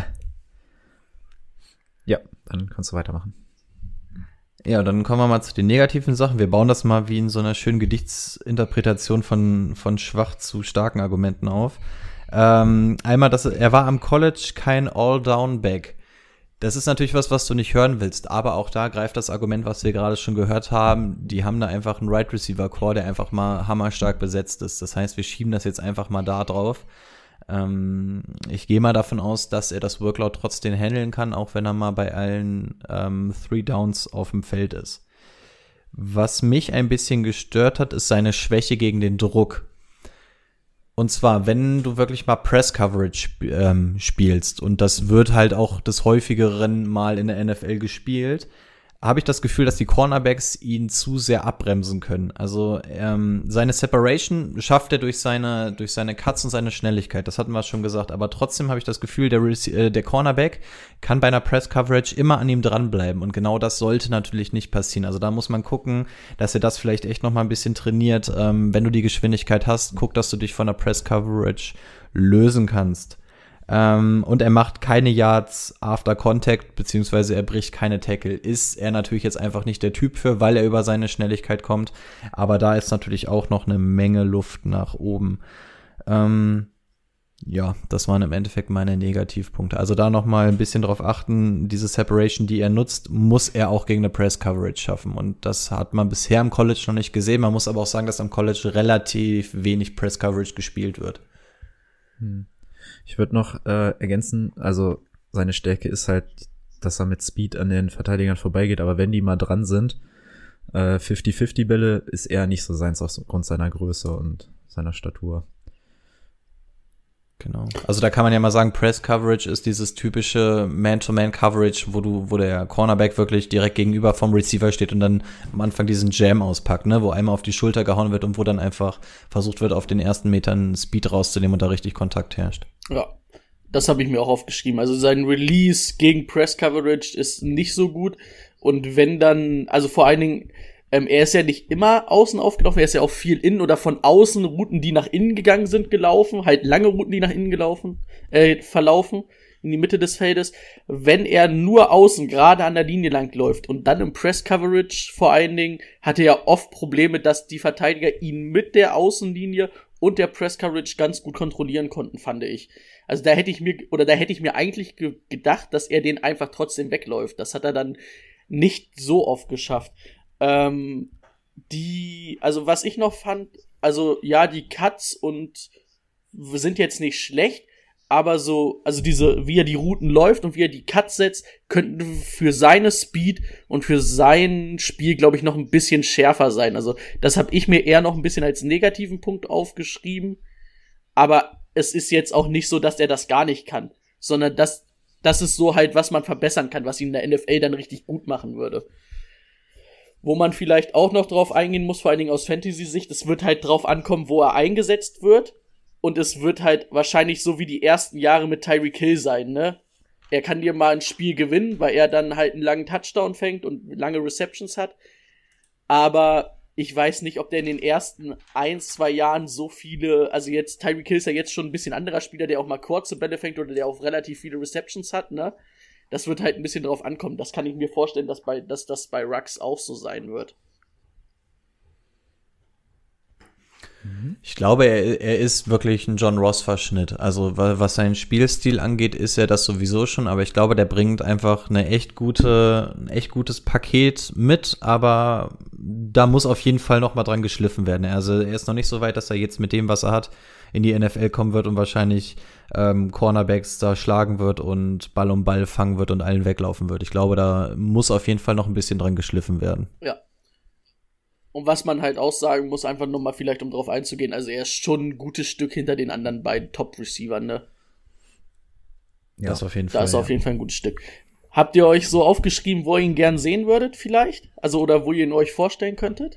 Ja, dann kannst du weitermachen. Ja, dann kommen wir mal zu den negativen Sachen. Wir bauen das mal wie in so einer schönen Gedichtsinterpretation von, von schwach zu starken Argumenten auf. Ähm, einmal, dass er war am College kein All-Down-Back. Das ist natürlich was, was du nicht hören willst, aber auch da greift das Argument, was wir gerade schon gehört haben. Die haben da einfach einen Right Receiver Core, der einfach mal hammerstark besetzt ist. Das heißt, wir schieben das jetzt einfach mal da drauf. Ähm, ich gehe mal davon aus, dass er das Workload trotzdem handeln kann, auch wenn er mal bei allen ähm, Three Downs auf dem Feld ist. Was mich ein bisschen gestört hat, ist seine Schwäche gegen den Druck. Und zwar, wenn du wirklich mal Press-Coverage sp- ähm, spielst, und das wird halt auch des häufigeren Mal in der N F L gespielt, habe ich das Gefühl, dass die Cornerbacks ihn zu sehr abbremsen können. Also ähm, seine Separation schafft er durch seine durch seine Cuts und seine Schnelligkeit. Das hatten wir schon gesagt. Aber trotzdem habe ich das Gefühl, der, Rece- äh, der Cornerback kann bei einer Press-Coverage immer an ihm dranbleiben. Und genau das sollte natürlich nicht passieren. Also da muss man gucken, dass er das vielleicht echt noch mal ein bisschen trainiert. Ähm, wenn du die Geschwindigkeit hast, guck, dass du dich von der Press-Coverage lösen kannst. Ähm, und er macht keine Yards after Contact, beziehungsweise er bricht keine Tackle. Ist er natürlich jetzt einfach nicht der Typ für, weil er über seine Schnelligkeit kommt. Aber da ist natürlich auch noch eine Menge Luft nach oben. Ähm, ja, das waren im Endeffekt meine Negativpunkte. Also da noch mal ein bisschen drauf achten, diese Separation, die er nutzt, muss er auch gegen eine Press-Coverage schaffen. Und das hat man bisher im College noch nicht gesehen. Man muss aber auch sagen, dass am College relativ wenig Press-Coverage gespielt wird. Hm. Ich würde noch äh, ergänzen, also seine Stärke ist halt, dass er mit Speed an den Verteidigern vorbeigeht, aber wenn die mal dran sind, äh, fünfzig fünfzig Bälle ist eher nicht so seins aufgrund seiner Größe und seiner Statur. Genau. Also da kann man ja mal sagen, Press Coverage ist dieses typische Man-to-Man-Coverage, wo du, wo der Cornerback wirklich direkt gegenüber vom Receiver steht und dann am Anfang diesen Jam auspackt, ne, wo einmal auf die Schulter gehauen wird und wo dann einfach versucht wird, auf den ersten Metern Speed rauszunehmen und da richtig Kontakt herrscht. Ja, das habe ich mir auch aufgeschrieben. Also sein Release gegen Press Coverage ist nicht so gut. Und wenn dann, also vor allen Dingen, ähm, er ist ja nicht immer außen aufgelaufen, er ist ja auch viel innen oder von außen Routen, die nach innen gegangen sind, gelaufen, halt lange Routen, die nach innen gelaufen, äh, verlaufen, in die Mitte des Feldes. Wenn er nur außen gerade an der Linie lang läuft und dann im Press Coverage vor allen Dingen, hat er ja oft Probleme, dass die Verteidiger ihn mit der Außenlinie und der Press Coverage ganz gut kontrollieren konnten, fand ich. Also da hätte ich mir, oder da hätte ich mir eigentlich ge- gedacht, dass er den einfach trotzdem wegläuft. Das hat er dann nicht so oft geschafft. Ähm, die, also was ich noch fand, also ja, die Cuts und sind jetzt nicht schlecht, aber so, also diese, wie er die Routen läuft und wie er die Cuts setzt, könnten für seine Speed und für sein Spiel, glaube ich, noch ein bisschen schärfer sein. Also das habe ich mir eher noch ein bisschen als negativen Punkt aufgeschrieben, aber es ist jetzt auch nicht so, dass er das gar nicht kann, sondern das, das ist so halt, was man verbessern kann, was ihn in der N F L dann richtig gut machen würde. Wo man vielleicht auch noch drauf eingehen muss, vor allen Dingen aus Fantasy-Sicht, es wird halt drauf ankommen, wo er eingesetzt wird. Und es wird halt wahrscheinlich so wie die ersten Jahre mit Tyreek Hill sein, ne? er kann dir mal ein Spiel gewinnen, weil er dann halt einen langen Touchdown fängt und lange Receptions hat. Aber ich weiß nicht, ob der in den ersten ein, zwei Jahren so viele, also jetzt, Tyreek Hill ist ja jetzt schon ein bisschen anderer Spieler, der auch mal kurze Bälle fängt oder der auch relativ viele Receptions hat, ne? Das wird halt ein bisschen drauf ankommen. Das kann ich mir vorstellen, dass, bei, dass das bei Ruggs auch so sein wird. Ich glaube, er, er ist wirklich ein John Ross-Verschnitt. Also was seinen Spielstil angeht, ist er das sowieso schon, aber ich glaube, der bringt einfach eine echt gute, ein echt gutes Paket mit, aber da muss auf jeden Fall noch mal dran geschliffen werden. Also er ist noch nicht so weit, dass er jetzt mit dem, was er hat, in die N F L kommen wird und wahrscheinlich ähm, Cornerbacks da schlagen wird und Ball um Ball fangen wird und allen weglaufen wird. Ich glaube, da muss auf jeden Fall noch ein bisschen dran geschliffen werden. Ja. Und was man halt auch sagen muss, einfach nur mal vielleicht, um drauf einzugehen, also er ist schon ein gutes Stück hinter den anderen beiden Top-Receivern, ne? Ja, das auf jeden Da Fall. Da ist auf jeden Fall ein gutes Stück. Habt ihr euch so aufgeschrieben, wo ihr ihn gern sehen würdet, vielleicht? Also, oder wo ihr ihn euch vorstellen könntet?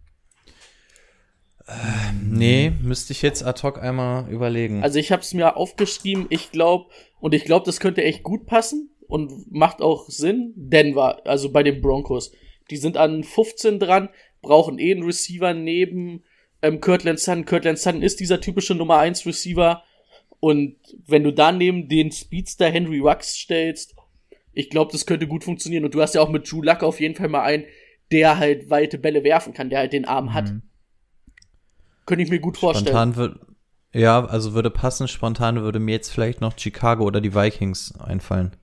Ähm, nee, müsste ich jetzt ad hoc einmal überlegen. Also, ich hab's mir aufgeschrieben, ich glaube, und ich glaube, das könnte echt gut passen und macht auch Sinn. Denver, also bei den Broncos. Die sind an fünfzehn dran, brauchen eh einen Receiver neben ähm, Courtland Sutton. Courtland Sutton ist dieser typische Nummer eins Receiver. Und wenn du dann neben den Speedster Henry Ruggs stellst, ich glaube, das könnte gut funktionieren. Und du hast ja auch mit Drew Luck auf jeden Fall mal einen, der halt weite Bälle werfen kann, der halt den Arm hat. Mhm. Könnte ich mir gut vorstellen. Spontan wird, ja, also würde passen. Spontan würde mir jetzt vielleicht noch Chicago oder die Vikings einfallen.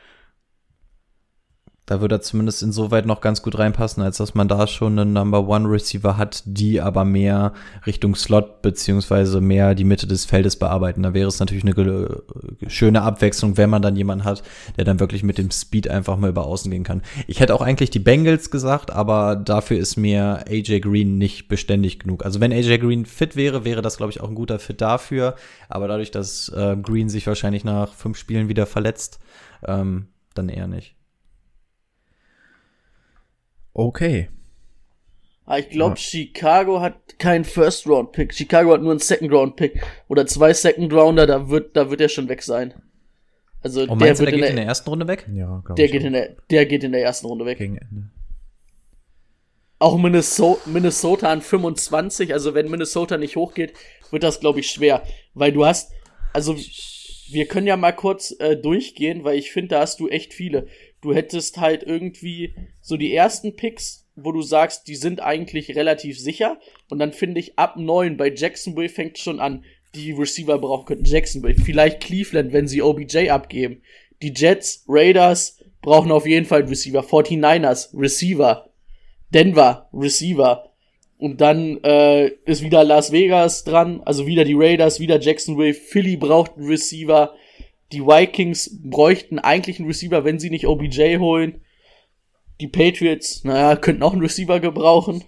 Da würde er zumindest insoweit noch ganz gut reinpassen, als dass man da schon einen Number One Receiver hat, die aber mehr Richtung Slot beziehungsweise mehr die Mitte des Feldes bearbeiten. Da wäre es natürlich eine ge- schöne Abwechslung, wenn man dann jemanden hat, der dann wirklich mit dem Speed einfach mal über außen gehen kann. Ich hätte auch eigentlich die Bengals gesagt, aber dafür ist mir A J Green nicht beständig genug. Also wenn A J Green fit wäre, wäre das, glaube ich, auch ein guter Fit dafür. Aber dadurch, dass äh, Green sich wahrscheinlich nach fünf Spielen wieder verletzt, ähm, dann eher nicht. Okay. Ich glaube, ja. Chicago hat keinen First-Round-Pick. Chicago hat nur einen Second-Round-Pick. Oder zwei Second-Rounder, da wird, da wird er schon weg sein. Also, Und der meinst du, wird der in geht der, in der ersten Runde weg? Ja, glaube der ich. Geht in der, der geht in der ersten Runde weg. Gegen Ende. Auch Minnesota, Minnesota an fünfundzwanzig, also wenn Minnesota nicht hochgeht, wird das, glaube ich, schwer. Weil du hast, also wir können ja mal kurz äh, durchgehen, weil ich finde, da hast du echt viele. Du hättest halt irgendwie so die ersten Picks, wo du sagst, die sind eigentlich relativ sicher. Und dann finde ich, ab neun bei Jacksonville fängt schon an, die Receiver brauchen könnten. Jacksonville, vielleicht Cleveland, wenn sie O B J abgeben. Die Jets, Raiders brauchen auf jeden Fall einen Receiver. forty-niners, Receiver. Denver, Receiver. Und dann äh, ist wieder Las Vegas dran, also wieder die Raiders, wieder Jacksonville. Philly braucht einen Receiver. Die Vikings bräuchten eigentlich einen Receiver, wenn sie nicht O B J holen. Die Patriots, naja, könnten auch einen Receiver gebrauchen.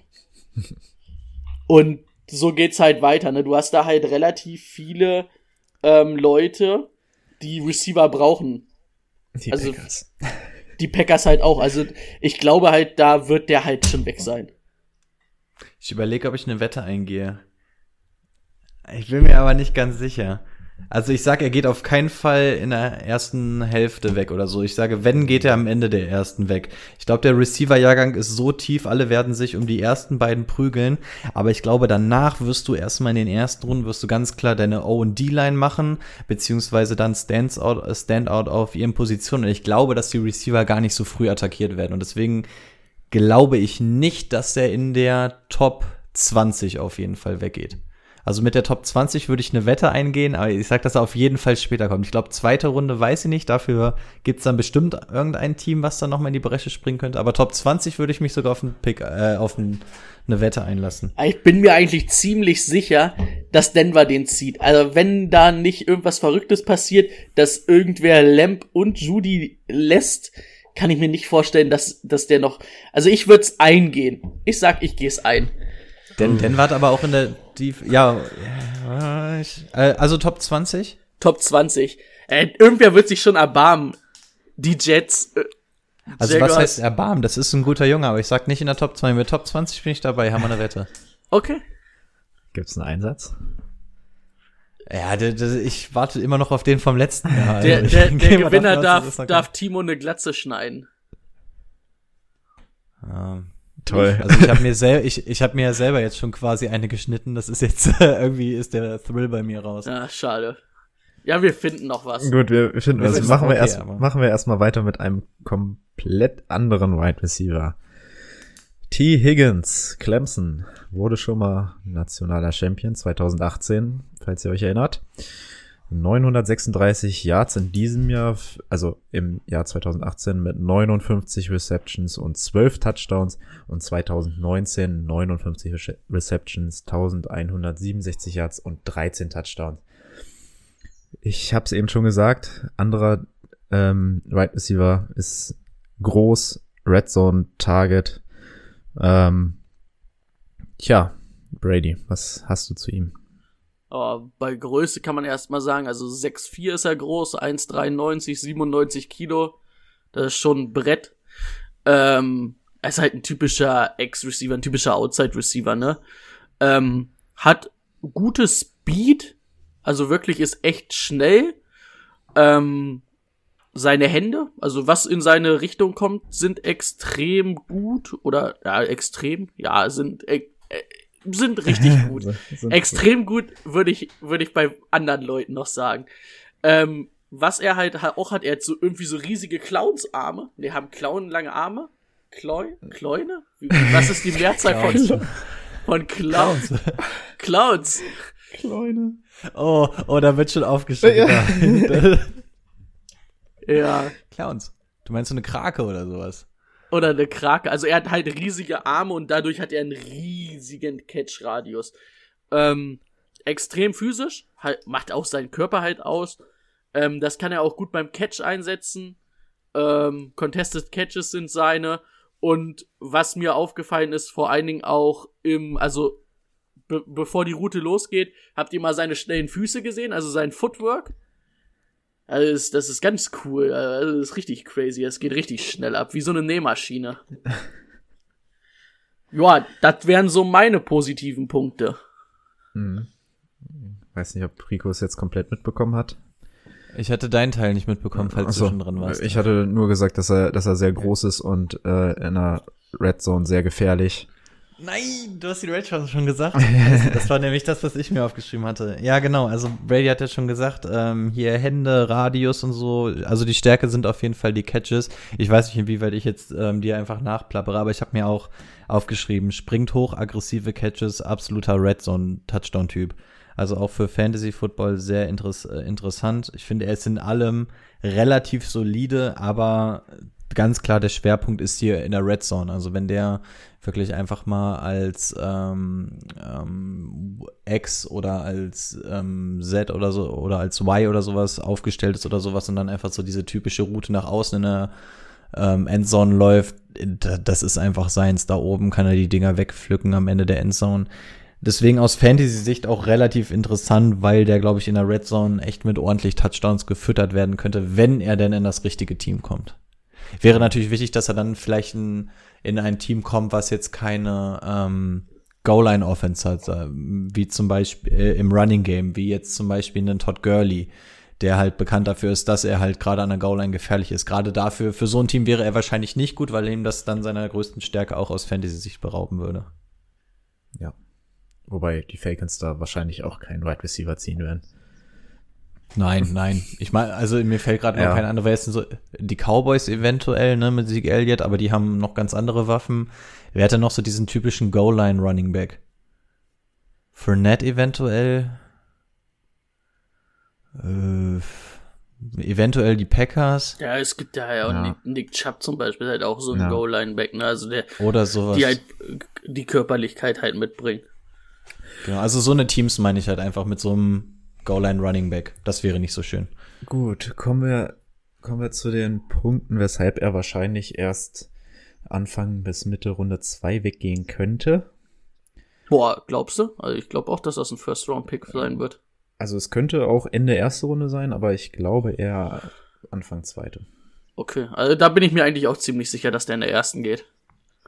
Und so geht's halt weiter, ne? Du hast da halt relativ viele ähm, Leute, die Receiver brauchen. Die also, Packers. Die Packers halt auch. Also ich glaube halt, da wird der halt schon weg sein. Ich überlege, ob ich eine Wette eingehe. Ich bin mir aber nicht ganz sicher. Also ich sage, er geht auf keinen Fall in der ersten Hälfte weg oder so. Ich sage, wenn, geht er am Ende der ersten weg. Ich glaube, der Receiver-Jahrgang ist so tief, alle werden sich um die ersten beiden prügeln. Aber ich glaube, danach wirst du erstmal in den ersten Runden, wirst du ganz klar deine O und D-Line machen, beziehungsweise dann Standout, Standout auf ihren Positionen. Und ich glaube, dass die Receiver gar nicht so früh attackiert werden. Und deswegen glaube ich nicht, dass er in der Top zwanzig auf jeden Fall weggeht. Also mit der Top zwanzig würde ich eine Wette eingehen, aber ich sag, dass er auf jeden Fall später kommt. Ich glaube, zweite Runde weiß ich nicht, dafür gibt's dann bestimmt irgendein Team, was dann nochmal in die Bresche springen könnte. Aber Top zwanzig würde ich mich sogar auf einen Pick, äh, auf ein, eine Wette einlassen. Ich bin mir eigentlich ziemlich sicher, dass Denver den zieht. Also wenn da nicht irgendwas Verrücktes passiert, dass irgendwer Lamb und Judy lässt, kann ich mir nicht vorstellen, dass, dass der noch, also ich würde es eingehen. Ich sag, ich gehe es ein. Denn Denver hat aber auch in der, die, ja, äh, also Top zwanzig? Top zwanzig. Äh, irgendwer wird sich schon erbarmen. Die Jets. Äh, also Jaguars. Was heißt erbarmen? Das ist ein guter Junge, aber ich sag nicht in der Top zwanzig. Mit Top zwanzig bin ich dabei, haben wir eine Wette. Okay. Gibt's einen Einsatz? Ja, der, der, ich warte immer noch auf den vom letzten Jahr. Der, Also der, ich der gehe mal Gewinner davon aus, darf, dass es noch darf Timo eine Glatze schneiden. kommt. Ja. Toll. Also ich habe mir selber, ich, ich habe mir ja selber jetzt schon quasi eine geschnitten. Das ist jetzt irgendwie ist der Thrill bei mir raus. Ja, schade. Ja, wir finden noch was. Gut, wir wir finden Das was. ist Machen wir okay, erst, aber- machen wir erstmal weiter mit einem komplett anderen Wide Receiver. T. Higgins, Clemson, wurde schon mal nationaler Champion zwanzig achtzehn, falls ihr euch erinnert. neunhundertsechsunddreißig Yards in diesem Jahr, also im Jahr zwanzig achtzehn mit neunundfünfzig Receptions und zwölf Touchdowns und zwanzig neunzehn neunundfünfzig Re- Receptions, elfhundertsiebenundsechzig Yards und dreizehn Touchdowns. Ich habe es eben schon gesagt, anderer ähm, Wide Receiver ist groß, Red Zone Target. Ähm, tja, Brady, was hast du zu ihm? Aber bei Größe kann man erstmal sagen, also sechs Komma vier ist er groß, eins Komma dreiundneunzig, siebenundneunzig Kilo. Das ist schon ein Brett. Ähm, er ist halt ein typischer Ex-Receiver, ein typischer Outside-Receiver, ne? Ähm, hat gute Speed, also wirklich ist echt schnell. Ähm, seine Hände, also was in seine Richtung kommt, sind extrem gut oder, ja, extrem, ja, sind, äh, sind richtig gut. Sind- Extrem gut würde ich, würde ich bei anderen Leuten noch sagen. Ähm, was er halt ha- auch hat, er hat so irgendwie so riesige Clownsarme. Die haben Clownlange Arme. Kloi? Kleune? Wie- Was ist die Mehrzahl von, von Clowns? Clowns. Kleine. Oh, oh, da wird schon aufgeschrieben. Ja. Ja. Clowns. Du meinst so eine Krake oder sowas? Oder eine Krake. Also er hat halt riesige Arme und dadurch hat er einen riesigen Catch-Radius. Ähm, extrem physisch, halt, macht auch seinen Körper halt aus. Ähm, das kann er auch gut beim Catch einsetzen. Ähm, Contested Catches sind seine. Und was mir aufgefallen ist, vor allen Dingen auch im, also be- bevor die Route losgeht, habt ihr mal seine schnellen Füße gesehen, also sein Footwork? Also das, das ist ganz cool, also das ist richtig crazy, es geht richtig schnell ab, wie so eine Nähmaschine. Ja, das wären so meine positiven Punkte. Hm. Weiß nicht, ob Rico es jetzt komplett mitbekommen hat. Ich hatte deinen Teil nicht mitbekommen, falls Ach so, du schon drin warst. Ich hatte nur gesagt, dass er, dass er sehr groß ist und äh, in der Red Zone sehr gefährlich. Nein, du hast die Red Zone schon gesagt. Das war nämlich das, was ich mir aufgeschrieben hatte. Ja, genau. Also Brady hat ja schon gesagt, ähm, hier Hände, Radius und so. Also die Stärke sind auf jeden Fall die Catches. Ich weiß nicht, inwieweit ich jetzt ähm, dir einfach nachplappere, aber ich habe mir auch aufgeschrieben, springt hoch, aggressive Catches, absoluter Red Zone Touchdown-Typ. Also auch für Fantasy Football sehr interess- äh, interessant. Ich finde, er ist in allem relativ solide, aber ganz klar, der Schwerpunkt ist hier in der Red Zone. Also wenn der wirklich einfach mal als ähm, ähm, X oder als ähm, Z oder so oder als Y oder sowas aufgestellt ist oder sowas und dann einfach so diese typische Route nach außen in der ähm, Endzone läuft, das ist einfach seins. Da oben kann er die Dinger wegpflücken am Ende der Endzone. Deswegen aus Fantasy-Sicht auch relativ interessant, weil der, glaube ich, in der Red Zone echt mit ordentlich Touchdowns gefüttert werden könnte, wenn er denn in das richtige Team kommt. Wäre natürlich wichtig, dass er dann vielleicht in, in ein Team kommt, was jetzt keine ähm, Goal-Line-Offense hat, äh, wie zum Beispiel äh, im Running-Game, wie jetzt zum Beispiel einen Todd Gurley, der halt bekannt dafür ist, dass er halt gerade an der Goal-Line gefährlich ist. Gerade dafür, für so ein Team wäre er wahrscheinlich nicht gut, weil ihm das dann seiner größten Stärke auch aus Fantasy-Sicht berauben würde. Ja. Wobei die Falcons da wahrscheinlich auch keinen Wide Receiver ziehen werden. Nein, nein. Ich meine, also mir fällt gerade Ja. noch kein anderer, wer ist denn so, die Cowboys eventuell, ne, mit Zeke Elliott, aber die haben noch ganz andere Waffen. Wer hat denn noch so diesen typischen Goal-Line-Running-Back? Fournette eventuell? Äh, eventuell die Packers? Ja, es gibt ja, ja auch Ja. Nick, Nick Chubb zum Beispiel, halt auch so ein Ja. Goal-Line-Back, ne, also der, Oder sowas. die halt äh, die Körperlichkeit halt mitbringt. Genau, also so eine Teams meine ich halt einfach mit so einem Goal-Line-Running-Back. Das wäre nicht so schön. Gut, kommen wir, kommen wir zu den Punkten, weshalb er wahrscheinlich erst Anfang bis Mitte Runde zwei weggehen könnte. Boah, glaubst du? Also ich glaube auch, dass das ein First-Round-Pick sein wird. Also es könnte auch Ende erste Runde sein, aber ich glaube eher Anfang zweite. Okay, also da bin ich mir eigentlich auch ziemlich sicher, dass der in der ersten geht.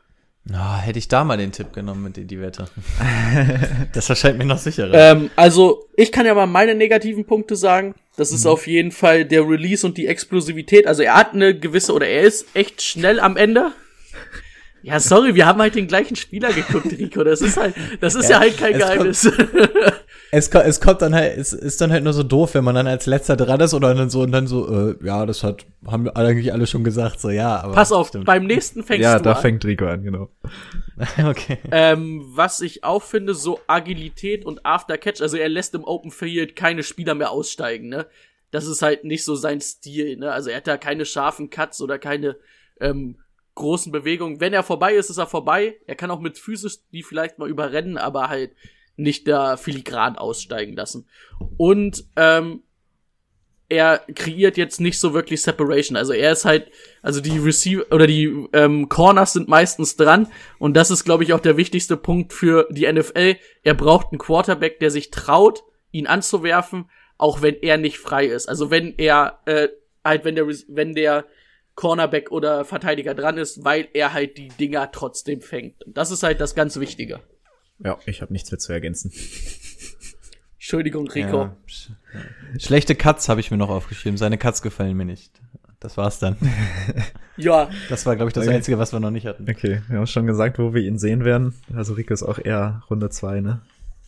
Oh, hätte ich da mal den Tipp genommen mit in die Wette. Das erscheint mir noch sicherer. Ähm, also, ich kann ja mal meine negativen Punkte sagen. Das ist mhm. auf jeden Fall der Release und die Explosivität. Also, er hat eine gewisse, oder er ist echt schnell am Ende. Ja, sorry, wir haben halt den gleichen Spieler geguckt, Rico. Das ist halt, das ist ja, ja halt kein Geheimnis. Kommt, es, es kommt dann halt, es ist dann halt nur so doof, wenn man dann als letzter dran ist oder dann so und dann so, äh, ja, das hat, haben wir eigentlich alle schon gesagt, so, ja, aber. Pass auf, stimmt. Beim nächsten fängst ja, du an. Ja, da an. fängt Rico an, genau. Okay. Ähm, was ich auch finde, so Agilität und Aftercatch, also er lässt im Open Field keine Spieler mehr aussteigen, ne? Das ist halt nicht so sein Stil, ne? Also er hat da keine scharfen Cuts oder keine, ähm, großen Bewegungen. Wenn er vorbei ist, ist er vorbei. Er kann auch mit Physis die vielleicht mal überrennen, aber halt nicht da filigran aussteigen lassen. Und ähm, er kreiert jetzt nicht so wirklich Separation. Also er ist halt, also die Receiver oder die ähm, Corners sind meistens dran und das ist, glaube ich, auch der wichtigste Punkt für die N F L. Er braucht einen Quarterback, der sich traut, ihn anzuwerfen, auch wenn er nicht frei ist. Also wenn er äh, halt, wenn der wenn der Cornerback oder Verteidiger dran ist, weil er halt die Dinger trotzdem fängt. Und das ist halt das ganz Wichtige. Ja, ich habe nichts mehr zu ergänzen. Entschuldigung, Rico. Ja. Schlechte Cuts habe ich mir noch aufgeschrieben. Seine Cuts gefallen mir nicht. Das war's dann. Ja. Das war, glaube ich, das okay. Einzige, was wir noch nicht hatten. Okay, wir haben schon gesagt, wo wir ihn sehen werden. Also Rico ist auch eher Runde zwei, ne?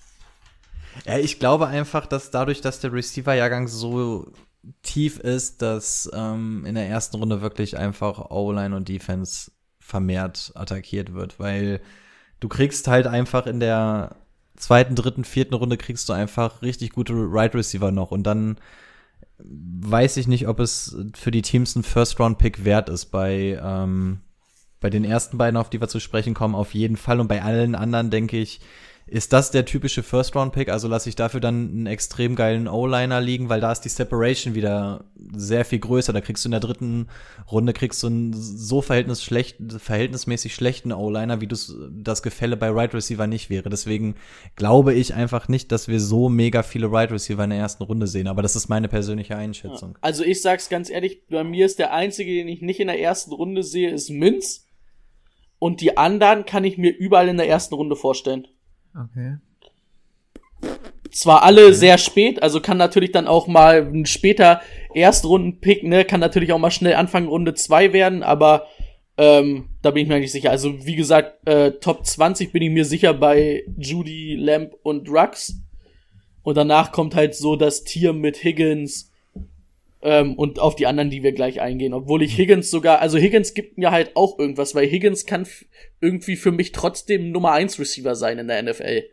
Ja, ich glaube einfach, dass dadurch, dass der Receiver-Jahrgang so tief ist, dass ähm, in der ersten Runde wirklich einfach O-Line und Defense vermehrt attackiert wird, weil du kriegst halt einfach in der zweiten, dritten, vierten Runde kriegst du einfach richtig gute Right Receiver noch und dann weiß ich nicht, ob es für die Teams ein First-Round-Pick wert ist. Bei ähm, bei den ersten beiden, auf die wir zu sprechen kommen, auf jeden Fall und bei allen anderen denke ich, ist das der typische First-Round-Pick? Also lasse ich dafür dann einen extrem geilen O-Liner liegen, weil da ist die Separation wieder sehr viel größer. Da kriegst du in der dritten Runde kriegst du einen so verhältnis schlecht, verhältnismäßig schlechten O-Liner, wie das, das Gefälle bei Right Receiver nicht wäre. Deswegen glaube ich einfach nicht, dass wir so mega viele Right Receiver in der ersten Runde sehen. Aber das ist meine persönliche Einschätzung. Also ich sag's ganz ehrlich, bei mir ist der einzige, den ich nicht in der ersten Runde sehe, ist Minz. Und die anderen kann ich mir überall in der ersten Runde vorstellen. Okay. Zwar alle okay. sehr spät, also kann natürlich dann auch mal ein später Erstrunden-Pick, ne, kann natürlich auch mal schnell Anfang Runde zwei werden, aber ähm, da bin ich mir nicht sicher. Also wie gesagt, äh, Top zwanzig bin ich mir sicher bei Judy, Lamb und Rux. Und danach kommt halt so das Tier mit Higgins ähm, und auf die anderen, die wir gleich eingehen. Obwohl ich Higgins sogar, also Higgins gibt mir halt auch irgendwas, weil Higgins kann f- irgendwie für mich trotzdem Nummer eins Receiver sein in der N F L.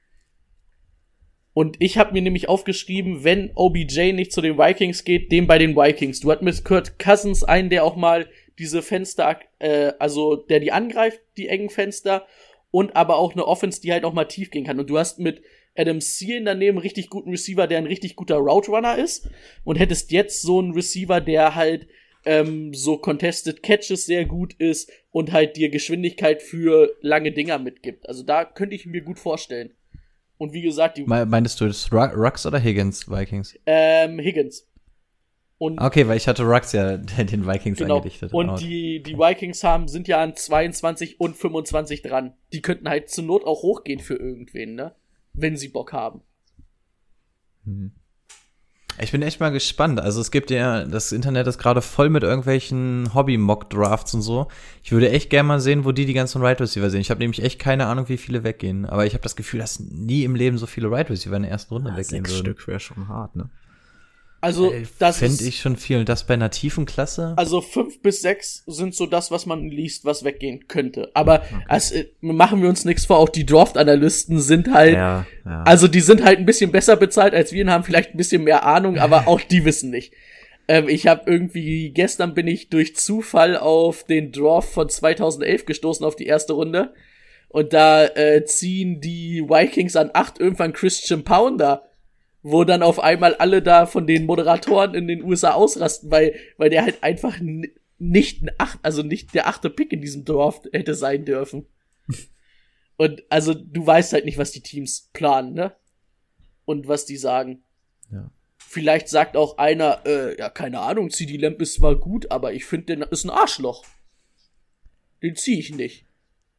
Und ich habe mir nämlich aufgeschrieben, wenn O B J nicht zu den Vikings geht, dem bei den Vikings. Du hattest mit Kirk Cousins einen, der auch mal diese Fenster, äh, also der die angreift, die engen Fenster, und aber auch eine Offense, die halt auch mal tief gehen kann. Und du hast mit Adam Thielen daneben einen richtig guten Receiver, der ein richtig guter Route Runner ist, und hättest jetzt so einen Receiver, der halt ähm, so Contested Catches sehr gut ist und halt dir Geschwindigkeit für lange Dinger mitgibt. Also da könnte ich mir gut vorstellen. Und wie gesagt, die Meinst du das Rux oder Higgins Vikings? Ähm, Higgins. Und okay, weil ich hatte Rux ja den Vikings genau. angedichtet. Und oh. die, die Vikings haben, sind ja an zweiundzwanzig und fünfundzwanzig dran. Die könnten halt zur Not auch hochgehen für irgendwen, ne? Wenn sie Bock haben. Hm. Ich bin echt mal gespannt. Also es gibt ja, das Internet ist gerade voll mit irgendwelchen Hobby-Mock-Drafts und so. Ich würde echt gerne mal sehen, wo die die ganzen Right Receiver sehen. Ich habe nämlich echt keine Ahnung, wie viele weggehen. Aber ich habe das Gefühl, dass nie im Leben so viele Right Receiver in der ersten Runde ja, weggehen sechs würden. Stück wäre schon hart, ne? Also, äh, das Fände ich schon viel. Und das bei einer tiefen Klasse? Also fünf bis sechs sind so das, was man liest, was weggehen könnte. Aber okay. also, machen wir uns nichts vor, auch die Draft-Analysten sind halt, ja, ja. also die sind halt ein bisschen besser bezahlt als wir und haben vielleicht ein bisschen mehr Ahnung, aber auch die wissen nicht. Ähm, ich habe irgendwie, gestern bin ich durch Zufall auf den Draft von zweitausendelf gestoßen, auf die erste Runde. Und da äh, ziehen die Vikings an acht irgendwann Christian Pounder, wo dann auf einmal alle da von den Moderatoren in den U S A ausrasten, weil weil der halt einfach n- nicht ein acht, also nicht der achte Pick in diesem Draft hätte sein dürfen. Und also du weißt halt nicht, was die Teams planen, ne? Und was die sagen. Ja. Vielleicht sagt auch einer, äh, ja, keine Ahnung, C D Lamb ist zwar gut, aber ich finde, der ist ein Arschloch. Den zieh ich nicht.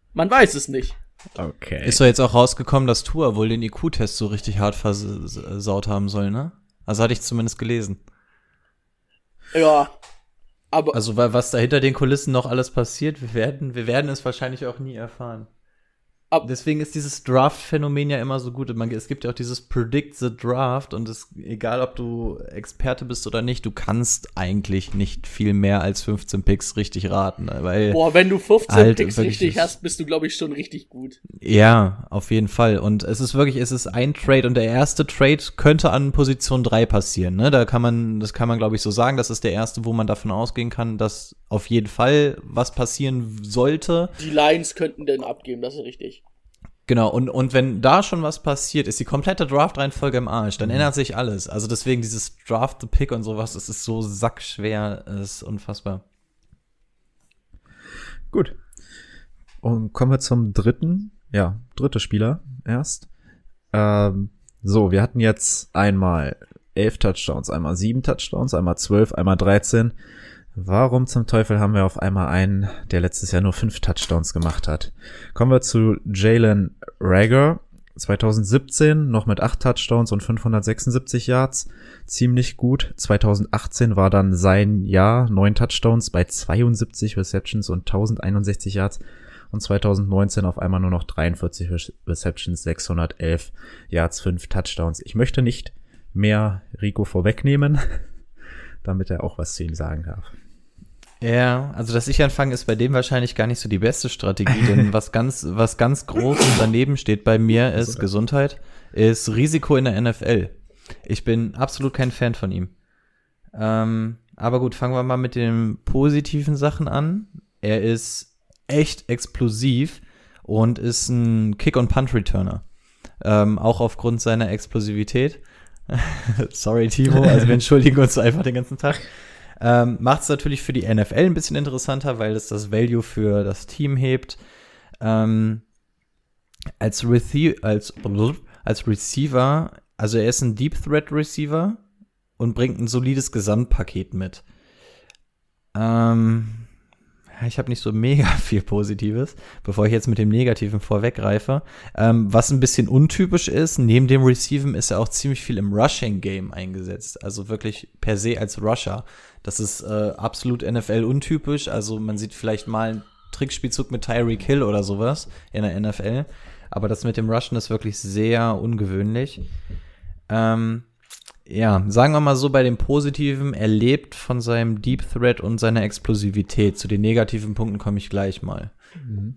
Man weiß es nicht. Okay. Ist doch jetzt auch rausgekommen, dass Tua wohl den I Q-Test so richtig hart versaut haben soll, ne? Also hatte ich zumindest gelesen. Ja, aber... Also weil was da hinter den Kulissen noch alles passiert, wir werden, wir werden es wahrscheinlich auch nie erfahren. Ab- Deswegen ist dieses Draft-Phänomen ja immer so gut. Man, es gibt ja auch dieses Predict the Draft und es, egal ob du Experte bist oder nicht, du kannst eigentlich nicht viel mehr als fünfzehn Picks richtig raten. Weil Boah, wenn du fünfzehn halt Picks wirklich richtig ist- hast, bist du, glaube ich, schon richtig gut. Ja, auf jeden Fall. Und es ist wirklich, es ist ein Trade und der erste Trade könnte an Position drei passieren, ne? Da kann man, das kann man, glaube ich, so sagen. Das ist der erste, wo man davon ausgehen kann, dass auf jeden Fall was passieren sollte. Die Lions könnten den abgeben, das ist richtig. Genau, und, und wenn da schon was passiert, ist die komplette Draft-Reihenfolge im Arsch, dann ändert sich alles. Also deswegen dieses Draft the Pick und sowas, das ist so sackschwer, das ist unfassbar. Gut. Und kommen wir zum dritten, ja, dritte Spieler erst. Ähm, so, wir hatten jetzt einmal elf Touchdowns, einmal sieben Touchdowns, einmal zwölf, einmal dreizehn. Warum zum Teufel haben wir auf einmal einen, der letztes Jahr nur fünf Touchdowns gemacht hat? Kommen wir zu Jalen Reagor, zwanzig siebzehn noch mit acht Touchdowns und fünfhundertsechsundsiebzig Yards, ziemlich gut. zwanzig achtzehn war dann sein Jahr, neun Touchdowns bei zweiundsiebzig Receptions und tausendeinundsechzig Yards. Und zwanzig neunzehn auf einmal nur noch dreiundvierzig Receptions, sechshundertelf Yards, fünf Touchdowns. Ich möchte nicht mehr Rico vorwegnehmen, damit er auch was zu ihm sagen darf. Ja, also dass ich anfange, ist bei dem wahrscheinlich gar nicht so die beste Strategie, denn was ganz, was ganz groß daneben steht bei mir ist Gesundheit, ist Risiko in der N F L. Ich bin absolut kein Fan von ihm. Ähm, aber gut, fangen wir mal mit den positiven Sachen an. Er ist echt explosiv und ist ein Kick- und Punt-Returner. Ähm, auch aufgrund seiner Explosivität. Sorry, Timo, also wir entschuldigen uns einfach den ganzen Tag. Ähm, macht es natürlich für die N F L ein bisschen interessanter, weil es das Value für das Team hebt. Ähm, als, Rece- als, als Receiver, also er ist ein Deep Threat Receiver und bringt ein solides Gesamtpaket mit. Ähm, ich habe nicht so mega viel Positives, bevor ich jetzt mit dem Negativen vorweggreife. Ähm, was ein bisschen untypisch ist, neben dem Receiven ist er auch ziemlich viel im Rushing-Game eingesetzt. Also wirklich per se als Rusher. Das ist äh, absolut N F L-untypisch. Also man sieht vielleicht mal einen Trickspielzug mit Tyreek Hill oder sowas in der N F L. Aber das mit dem Rushen ist wirklich sehr ungewöhnlich. Ähm, ja, sagen wir mal so, bei dem Positiven, er lebt von seinem Deep Threat und seiner Explosivität. Zu den negativen Punkten komme ich gleich mal. Mhm.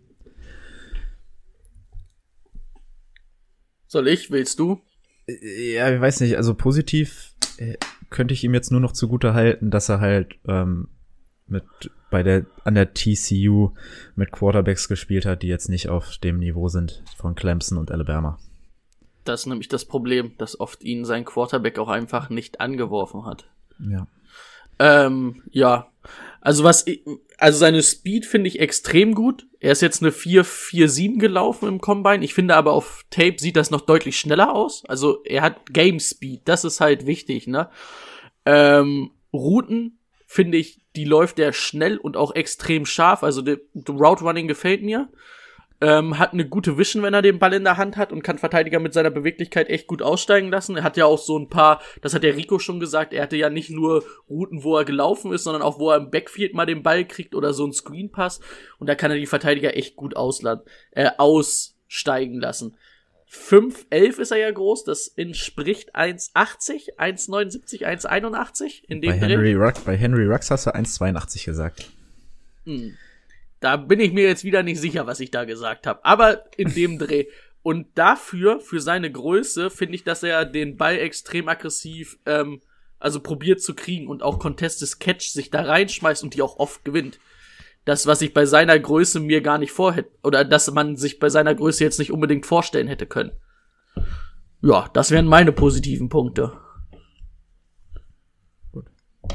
Soll ich? Willst du? Ja, ich weiß nicht, also positiv äh, könnte ich ihm jetzt nur noch zugute halten, dass er halt ähm, mit bei der an der T C U mit Quarterbacks gespielt hat, die jetzt nicht auf dem Niveau sind von Clemson und Alabama. Das ist nämlich das Problem, dass oft ihn sein Quarterback auch einfach nicht angeworfen hat. Ja. Ähm, ja. Also was, ich, also seine Speed finde ich extrem gut. Er ist jetzt eine vier vier sieben gelaufen im Combine. Ich finde aber auf Tape sieht das noch deutlich schneller aus. Also er hat Game Speed. Das ist halt wichtig, ne? Ähm, Routen finde ich, die läuft er schnell und auch extrem scharf. Also der Route Running gefällt mir. Ähm, hat eine gute Vision, wenn er den Ball in der Hand hat und kann Verteidiger mit seiner Beweglichkeit echt gut aussteigen lassen. Er hat ja auch so ein paar, das hat der Rico schon gesagt, er hatte ja nicht nur Routen, wo er gelaufen ist, sondern auch, wo er im Backfield mal den Ball kriegt oder so einen Screenpass. Und da kann er die Verteidiger echt gut ausland, äh, aussteigen lassen. fünf elf ist er ja groß, das entspricht eins achtzig, eins neunundsiebzig, eins einundachtzig in dem Bei Henry, Ruck, bei Henry Rux hast du eins zweiundachtzig gesagt. Hm. Da bin ich mir jetzt wieder nicht sicher, was ich da gesagt habe. Aber in dem Dreh. Und dafür, für seine Größe, finde ich, dass er den Ball extrem aggressiv, ähm, also probiert zu kriegen und auch Contested Catch sich da reinschmeißt und die auch oft gewinnt. Das, was ich bei seiner Größe mir gar nicht vorhätte, oder dass man sich bei seiner Größe jetzt nicht unbedingt vorstellen hätte können. Ja, das wären meine positiven Punkte. Gut.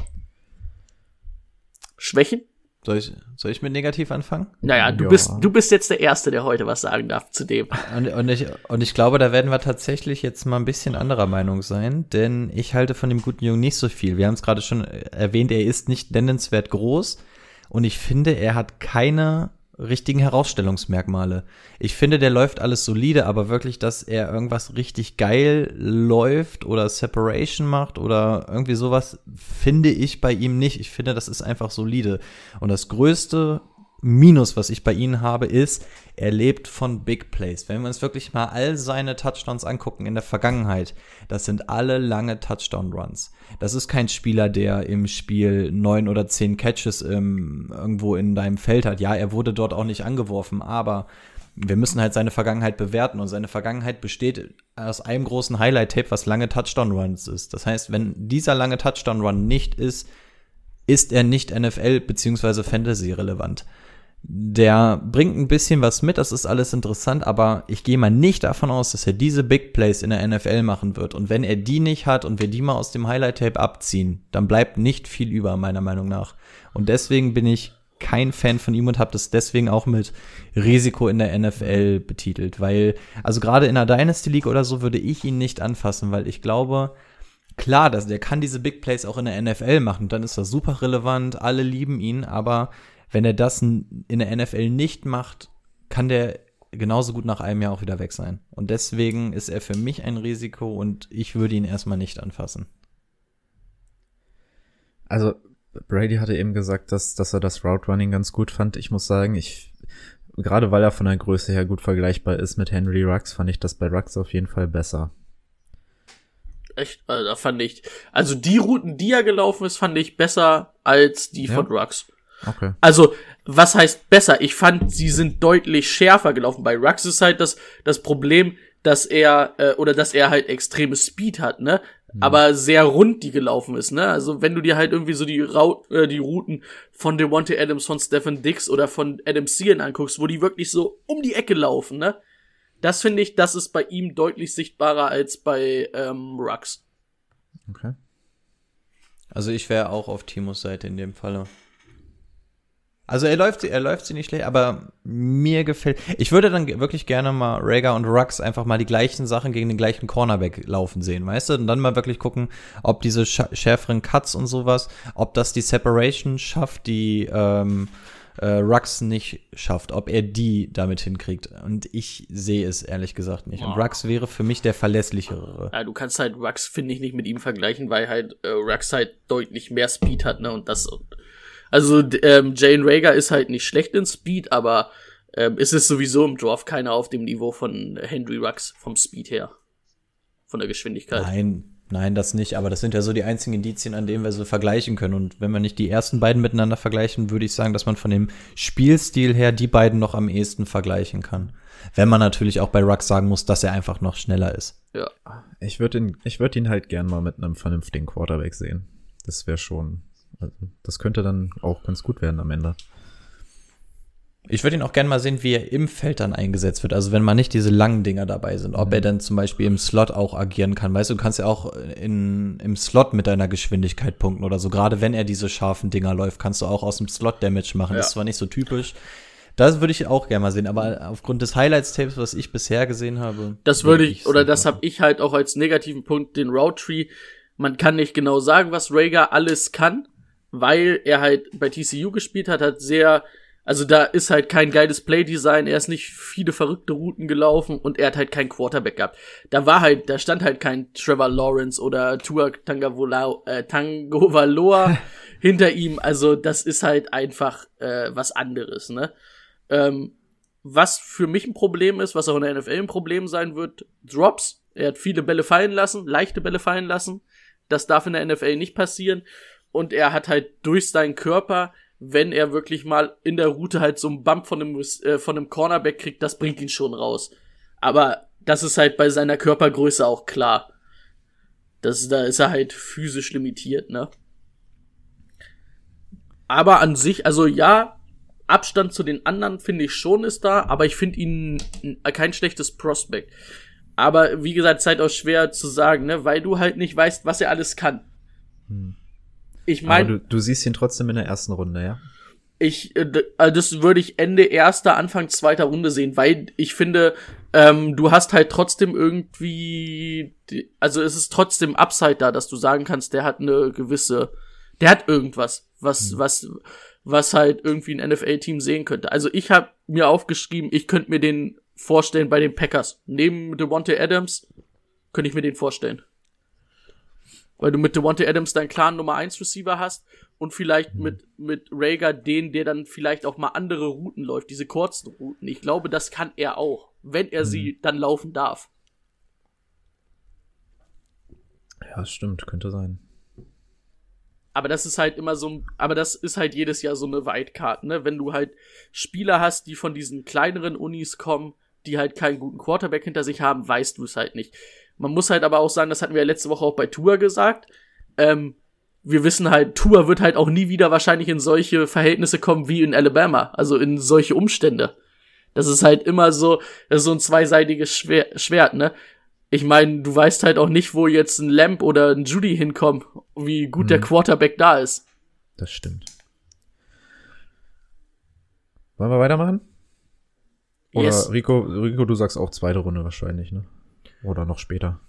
Schwächen? Soll ich, soll ich mit negativ anfangen? Naja, du Ja. bist, du bist jetzt der Erste, der heute was sagen darf zu dem. Und, und, ich, und ich glaube, da werden wir tatsächlich jetzt mal ein bisschen anderer Meinung sein, denn ich halte von dem guten Jungen nicht so viel. Wir haben es gerade schon erwähnt, er ist nicht nennenswert groß und ich finde, er hat keine richtigen Herausstellungsmerkmale. Ich finde, der läuft alles solide, aber wirklich, dass er irgendwas richtig geil läuft oder Separation macht oder irgendwie sowas, finde ich bei ihm nicht. Ich finde, das ist einfach solide. Und das größte Minus, was ich bei ihm habe, ist, er lebt von Big Plays. Wenn wir uns wirklich mal all seine Touchdowns angucken in der Vergangenheit, das sind alle lange Touchdown-Runs. Das ist kein Spieler, der im Spiel neun oder zehn Catches im, irgendwo in deinem Feld hat. Ja, er wurde dort auch nicht angeworfen, aber wir müssen halt seine Vergangenheit bewerten und seine Vergangenheit besteht aus einem großen Highlight-Tape, was lange Touchdown-Runs ist. Das heißt, wenn dieser lange Touchdown-Run nicht ist, ist er nicht N F L- bzw. Fantasy-relevant. Der bringt ein bisschen was mit, das ist alles interessant, aber ich gehe mal nicht davon aus, dass er diese Big Plays in der N F L machen wird. Und wenn er die nicht hat und wir die mal aus dem Highlight-Tape abziehen, dann bleibt nicht viel über, meiner Meinung nach. Und deswegen bin ich kein Fan von ihm und habe das deswegen auch mit Risiko in der N F L betitelt. Weil, also gerade in einer Dynasty League oder so würde ich ihn nicht anfassen, weil ich glaube, klar, dass der kann diese Big Plays auch in der N F L machen, dann ist das super relevant, alle lieben ihn, aber wenn er das in der N F L nicht macht, kann der genauso gut nach einem Jahr auch wieder weg sein. Und deswegen ist er für mich ein Risiko und ich würde ihn erstmal nicht anfassen. Also Brady hatte eben gesagt, dass, dass er das Route Running ganz gut fand. Ich muss sagen, ich gerade weil er von der Größe her gut vergleichbar ist mit Henry Ruggs, fand ich das bei Ruggs auf jeden Fall besser. Echt? Also, da fand ich, also die Routen, die er gelaufen ist, fand ich besser als die ja? von Ruggs. Okay. Also, was heißt besser? Ich fand, sie sind deutlich schärfer gelaufen. Bei Ruggs ist halt das, das Problem, dass er, äh, oder dass er halt extreme Speed hat, ne? Mhm. Aber sehr rund die gelaufen ist, ne? Also, wenn du dir halt irgendwie so die, Ra- äh, die Routen von Devontae Adams, von Stefan Diggs oder von Adam Thielen anguckst, wo die wirklich so um die Ecke laufen, ne? Das finde ich, das ist bei ihm deutlich sichtbarer als bei ähm, Ruggs. Okay. Also ich wäre auch auf Timos Seite in dem Falle. Also er läuft, er läuft sie nicht schlecht, aber mir gefällt. Ich würde dann wirklich gerne mal Reagor und Ruggs einfach mal die gleichen Sachen gegen den gleichen Cornerback laufen sehen, weißt du? Und dann mal wirklich gucken, ob diese sch- schärferen Cuts und sowas, ob das die Separation schafft, die ähm, äh, Ruggs nicht schafft, ob er die damit hinkriegt. Und ich sehe es ehrlich gesagt nicht. Und Ruggs wäre für mich der verlässlichere. Ja, du kannst halt Ruggs, finde ich, nicht mit ihm vergleichen, weil halt äh, Ruggs halt deutlich mehr Speed hat, ne? Und das. Also ähm, Jalen Reagor ist halt nicht schlecht in Speed, aber ähm, es ist sowieso im Draft keiner auf dem Niveau von Henry Ruggs vom Speed her. Von der Geschwindigkeit. Nein, nein, das nicht. Aber das sind ja so die einzigen Indizien, an denen wir so vergleichen können. Und wenn wir nicht die ersten beiden miteinander vergleichen, würde ich sagen, dass man von dem Spielstil her die beiden noch am ehesten vergleichen kann. Wenn man natürlich auch bei Ruggs sagen muss, dass er einfach noch schneller ist. Ja. Ich würde ihn, ich würde ihn halt gern mal mit einem vernünftigen Quarterback sehen. Das wäre schon, also das könnte dann auch ganz gut werden am Ende. Ich würde ihn auch gerne mal sehen, wie er im Feld dann eingesetzt wird. Also wenn mal nicht diese langen Dinger dabei sind. Ob mhm. er dann zum Beispiel im Slot auch agieren kann. Weißt du, du kannst ja auch in, im Slot mit deiner Geschwindigkeit punkten oder so. Gerade wenn er diese scharfen Dinger läuft, kannst du auch aus dem Slot Damage machen. Ja. Ist zwar nicht so typisch. Das würde ich auch gerne mal sehen. Aber aufgrund des Highlights-Tapes, was ich bisher gesehen habe. Das würde ich, oder das habe ich halt auch als negativen Punkt, den Route Tree. Man kann nicht genau sagen, was Reagor alles kann, weil er halt bei T C U gespielt hat, hat sehr, also da ist halt kein geiles Playdesign, er ist nicht viele verrückte Routen gelaufen und er hat halt keinen Quarterback gehabt. Da war halt, da stand halt kein Trevor Lawrence oder Tua Tagovailoa äh, Tagovailoa hinter ihm, also das ist halt einfach äh, was anderes, ne? Ähm, was für mich ein Problem ist, was auch in der N F L ein Problem sein wird, Drops. Er hat viele Bälle fallen lassen, leichte Bälle fallen lassen. Das darf in der N F L nicht passieren. Und er hat halt durch seinen Körper, wenn er wirklich mal in der Route halt so einen Bump von einem, äh, von einem Cornerback kriegt, das bringt ihn schon raus. Aber das ist halt bei seiner Körpergröße auch klar. Das, da ist er halt physisch limitiert, ne? Aber an sich, also ja, Abstand zu den anderen finde ich schon ist da, aber ich finde ihn kein schlechtes Prospect. Aber wie gesagt, es ist halt auch schwer zu sagen, ne, weil du halt nicht weißt, was er alles kann. Hm. Ich meine, du, du siehst ihn trotzdem in der ersten Runde, ja? Ich, äh, das würde ich Ende erster, Anfang zweiter Runde sehen, weil ich finde, ähm, du hast halt trotzdem irgendwie, also es ist trotzdem Upside da, dass du sagen kannst, der hat eine gewisse, der hat irgendwas, was, hm. was, was halt irgendwie ein N F L-Team sehen könnte. Also ich habe mir aufgeschrieben, ich könnte mir den vorstellen bei den Packers. Neben Devontae Adams könnte ich mir den vorstellen. Weil du mit Devontae Adams deinen klaren Nummer eins Receiver hast und vielleicht mhm. mit mit Rager den, der dann vielleicht auch mal andere Routen läuft, diese kurzen Routen. Ich glaube, das kann er auch, wenn er mhm. sie dann laufen darf. Ja, das stimmt, könnte sein. Aber das ist halt immer so, aber das ist halt jedes Jahr so eine Wildcard, ne? Wenn du halt Spieler hast, die von diesen kleineren Unis kommen, die halt keinen guten Quarterback hinter sich haben, weißt du es halt nicht. Man muss halt aber auch sagen, das hatten wir ja letzte Woche auch bei Tua gesagt, ähm, wir wissen halt, Tua wird halt auch nie wieder wahrscheinlich in solche Verhältnisse kommen wie in Alabama, also in solche Umstände. Das ist halt immer so, das ist so ein zweiseitiges Schwer- Schwert, ne? Ich meine, du weißt halt auch nicht, wo jetzt ein Lamb oder ein Judy hinkommen, wie gut mhm. der Quarterback da ist. Das stimmt. Wollen wir weitermachen? Oder yes. Rico, Rico, du sagst auch zweite Runde wahrscheinlich, ne? Oder noch später.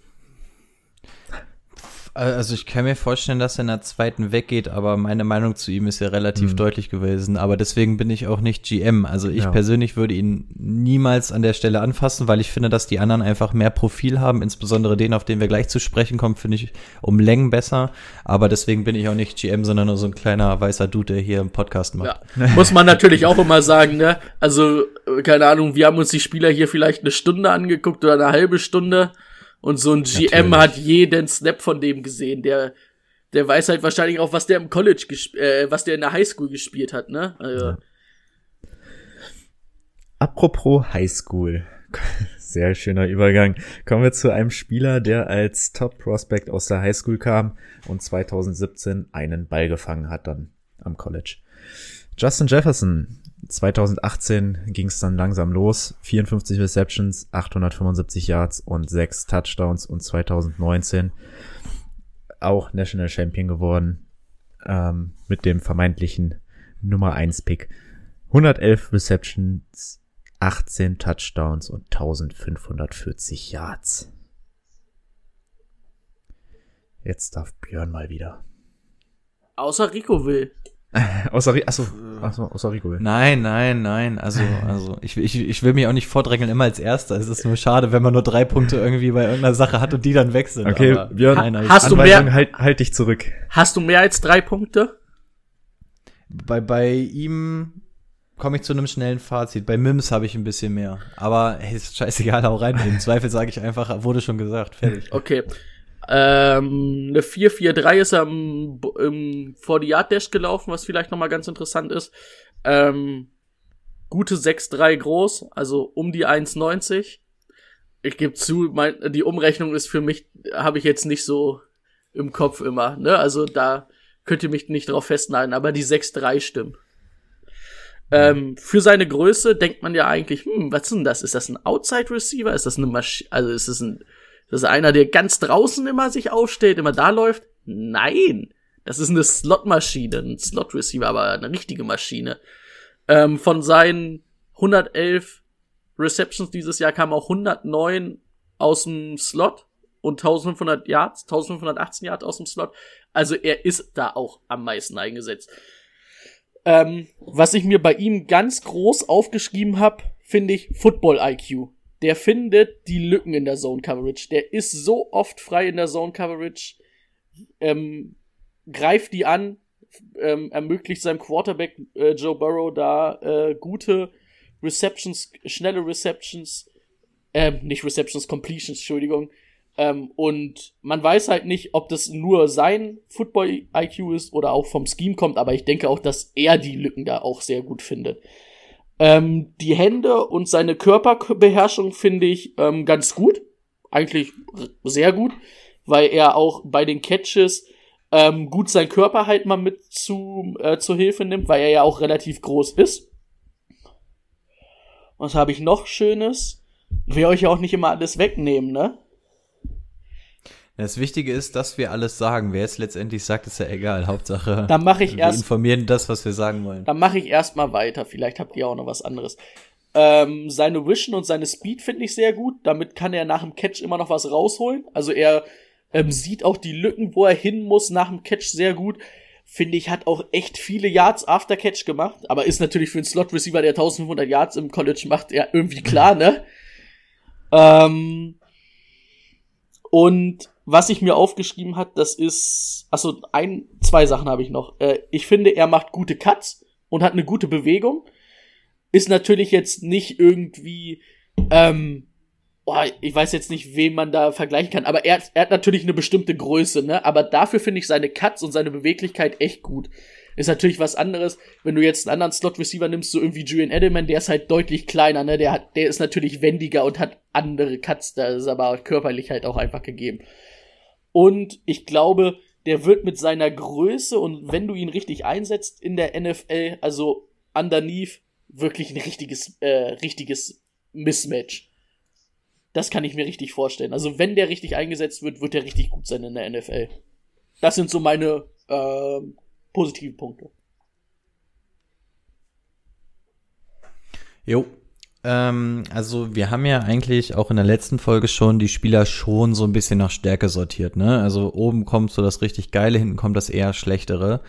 Also ich kann mir vorstellen, dass er in der zweiten weggeht, aber meine Meinung zu ihm ist ja relativ mhm. deutlich gewesen. Aber deswegen bin ich auch nicht G M. Also ich ja. persönlich würde ihn niemals an der Stelle anfassen, weil ich finde, dass die anderen einfach mehr Profil haben. Insbesondere den, auf den wir gleich zu sprechen kommen, finde ich um Längen besser. Aber deswegen bin ich auch nicht G M, sondern nur so ein kleiner weißer Dude, der hier im Podcast macht. Ja. Muss man natürlich auch immer sagen, ne? Also, keine Ahnung, wir haben uns die Spieler hier vielleicht eine Stunde angeguckt oder eine halbe Stunde. Und so ein G M Natürlich. Hat jeden Snap von dem gesehen. Der, der weiß halt wahrscheinlich auch, was der im College, gesp- äh, was der in der Highschool gespielt hat, ne? Also. Ja. Apropos Highschool. Sehr schöner Übergang. Kommen wir zu einem Spieler, der als Top-Prospect aus der Highschool kam und zwanzig siebzehn einen Ball gefangen hat dann am College. Justin Jefferson. zwanzig achtzehn ging es dann langsam los. vierundfünfzig Receptions, achthundertfünfundsiebzig Yards und sechs Touchdowns und zwanzig neunzehn auch National Champion geworden ähm, mit dem vermeintlichen Nummer eins Pick. hundertelf Receptions, achtzehn Touchdowns und eintausendfünfhundertvierzig Yards. Jetzt darf Björn mal wieder. Außer Rico will. außer, achso, achso, außer Rico. Nein, nein, nein. Also, also ich, ich, ich will mich auch nicht vordrängeln immer als Erster. Es ist nur schade, wenn man nur drei Punkte irgendwie bei irgendeiner Sache hat und die dann weg sind. Okay, aber Björn, ha, hast du mehr, halt, halt dich zurück. Hast du mehr als drei Punkte? Bei, bei ihm komme ich zu einem schnellen Fazit. Bei Mims habe ich ein bisschen mehr. Aber hey, ist scheißegal, hau rein. Im Zweifel sage ich einfach, wurde schon gesagt, fertig. Okay. Ähm, eine vier vier drei ist er im, im forty-Yard-Dash gelaufen, was vielleicht nochmal ganz interessant ist. Ähm, gute sechs drei groß, also um die eins neunzig. Ich gebe zu, mein, die Umrechnung ist für mich, habe ich jetzt nicht so im Kopf immer, ne? Also da könnt ihr mich nicht drauf festnageln, aber die sechs drei stimmen. Ähm, für seine Größe denkt man ja eigentlich, hm, was ist denn das? Ist das ein Outside-Receiver? Ist das eine Maschine? Also ist es ein Das ist einer, der ganz draußen immer sich aufsteht, immer da läuft? Nein. Das ist eine Slot-Maschine, ein Slot-Receiver, aber eine richtige Maschine. Ähm, von seinen hundertelf Receptions dieses Jahr kamen auch hundertneun aus dem Slot und eintausendfünfhundert Yards, eintausendfünfhundertachtzehn Yards aus dem Slot. Also er ist da auch am meisten eingesetzt. Ähm, was ich mir bei ihm ganz groß aufgeschrieben habe, finde ich Football-I Q. Der findet die Lücken in der Zone-Coverage. Der ist so oft frei in der Zone-Coverage, ähm, greift die an, ähm, ermöglicht seinem Quarterback äh, Joe Burrow da äh, gute Receptions, schnelle Receptions, ähm, nicht Receptions, Completions, Entschuldigung. Ähm, und man weiß halt nicht, ob das nur sein Football-I Q ist oder auch vom Scheme kommt, aber ich denke auch, dass er die Lücken da auch sehr gut findet. Ähm, die Hände und seine Körperbeherrschung finde ich ähm, ganz gut. Eigentlich sehr gut, weil er auch bei den Catches ähm, gut seinen Körper halt mal mit zu äh, zur Hilfe nimmt, weil er ja auch relativ groß ist. Was habe ich noch Schönes? Will euch ja auch nicht immer alles wegnehmen, ne? Das Wichtige ist, dass wir alles sagen. Wer es letztendlich sagt, ist ja egal. Hauptsache, dann mach ich wir erst, informieren das, was wir sagen wollen. Dann mache ich erstmal weiter. Vielleicht habt ihr auch noch was anderes. Ähm, seine Vision und seine Speed finde ich sehr gut. Damit kann er nach dem Catch immer noch was rausholen. Also er ähm, sieht auch die Lücken, wo er hin muss, nach dem Catch sehr gut. finde ich, hat auch echt viele Yards after Catch gemacht, aber ist natürlich für einen Slot-Receiver, der eintausendfünfhundert Yards im College macht, ja irgendwie klar, ne? Ähm, und was ich mir aufgeschrieben hat, das ist, achso, ein, zwei Sachen habe ich noch. Äh, ich finde, er macht gute Cuts und hat eine gute Bewegung. Ist natürlich jetzt nicht irgendwie, ähm, boah, ich weiß jetzt nicht, wen man da vergleichen kann, aber er, er hat natürlich eine bestimmte Größe, ne? Aber dafür finde ich seine Cuts und seine Beweglichkeit echt gut. Ist natürlich was anderes, wenn du jetzt einen anderen Slot-Receiver nimmst, so irgendwie Julian Edelman, der ist halt deutlich kleiner, ne? Der hat, der ist natürlich wendiger und hat andere Cuts, da ist aber körperlich halt auch einfach gegeben. Und ich glaube, der wird mit seiner Größe und wenn du ihn richtig einsetzt in der N F L, also underneath, wirklich ein richtiges, äh, richtiges Mismatch. Das kann ich mir richtig vorstellen. Also wenn der richtig eingesetzt wird, wird der richtig gut sein in der N F L. Das sind so meine äh, positiven Punkte. Jo. Ähm, also wir haben ja eigentlich auch in der letzten Folge schon die Spieler schon so ein bisschen nach Stärke sortiert, ne? Also oben kommt so das richtig Geile, hinten kommt das eher Schlechtere.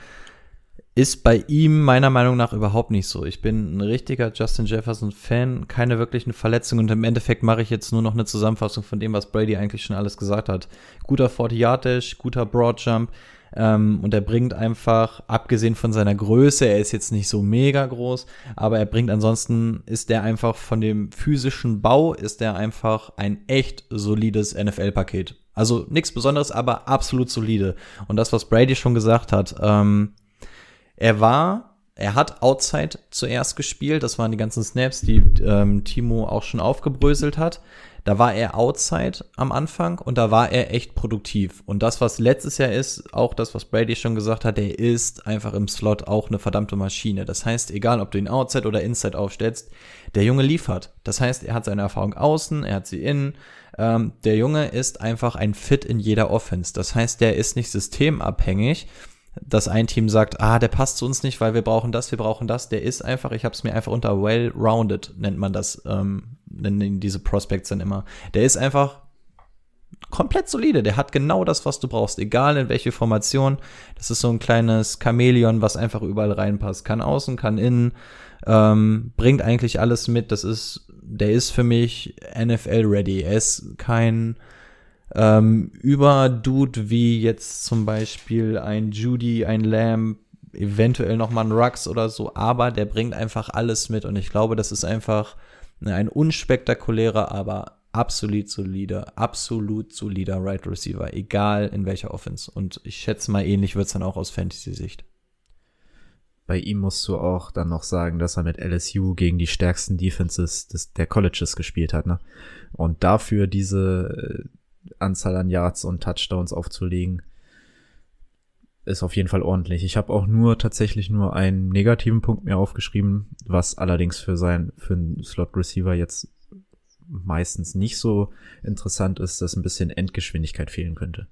Ist bei ihm meiner Meinung nach überhaupt nicht so. Ich bin ein richtiger Justin Jefferson-Fan, keine wirklichen Verletzungen und im Endeffekt mache ich jetzt nur noch eine Zusammenfassung von dem, was Brady eigentlich schon alles gesagt hat. Guter forty-Yard-Dash, guter Broad-Jump ähm, und er bringt einfach, abgesehen von seiner Größe, er ist jetzt nicht so mega groß, aber er bringt ansonsten, ist der einfach von dem physischen Bau, ist der einfach ein echt solides N F L-Paket. Also nichts Besonderes, aber absolut solide. Und das, was Brady schon gesagt hat, ähm, Er war, er hat Outside zuerst gespielt, das waren die ganzen Snaps, die ähm, Timo auch schon aufgebröselt hat. Da war er Outside am Anfang und da war er echt produktiv. Und das, was letztes Jahr ist, auch das, was Brady schon gesagt hat, er ist einfach im Slot auch eine verdammte Maschine. Das heißt, egal, ob du ihn Outside oder Inside aufstellst, der Junge liefert. Das heißt, er hat seine Erfahrung außen, er hat sie innen. Ähm, der Junge ist einfach ein Fit in jeder Offense. Das heißt, der ist nicht systemabhängig, dass ein Team sagt, ah, der passt zu uns nicht, weil wir brauchen das, wir brauchen das. Der ist einfach, ich habe es mir einfach unter well-rounded, nennt man das, ähm, nennen diese Prospects dann immer. Der ist einfach komplett solide, der hat genau das, was du brauchst, egal in welche Formation. Das ist so ein kleines Chamäleon, was einfach überall reinpasst. Kann außen, kann innen, ähm, bringt eigentlich alles mit. Das ist, der ist für mich N F L-ready. Er ist kein Ähm, über Dude wie jetzt zum Beispiel ein Judy, ein Lamb, eventuell nochmal ein Rux oder so, aber der bringt einfach alles mit und ich glaube, das ist einfach ein unspektakulärer, aber absolut solider, absolut solider Right Receiver, egal in welcher Offense. Und ich schätze mal, ähnlich wird's dann auch aus Fantasy-Sicht. Bei ihm musst du auch dann noch sagen, dass er mit L S U gegen die stärksten Defenses des, der Colleges gespielt hat, ne? Und dafür diese Anzahl an Yards und Touchdowns aufzulegen, ist auf jeden Fall ordentlich. Ich habe auch nur tatsächlich nur einen negativen Punkt mir aufgeschrieben, was allerdings für sein für einen Slot-Receiver jetzt meistens nicht so interessant ist, dass ein bisschen Endgeschwindigkeit fehlen könnte.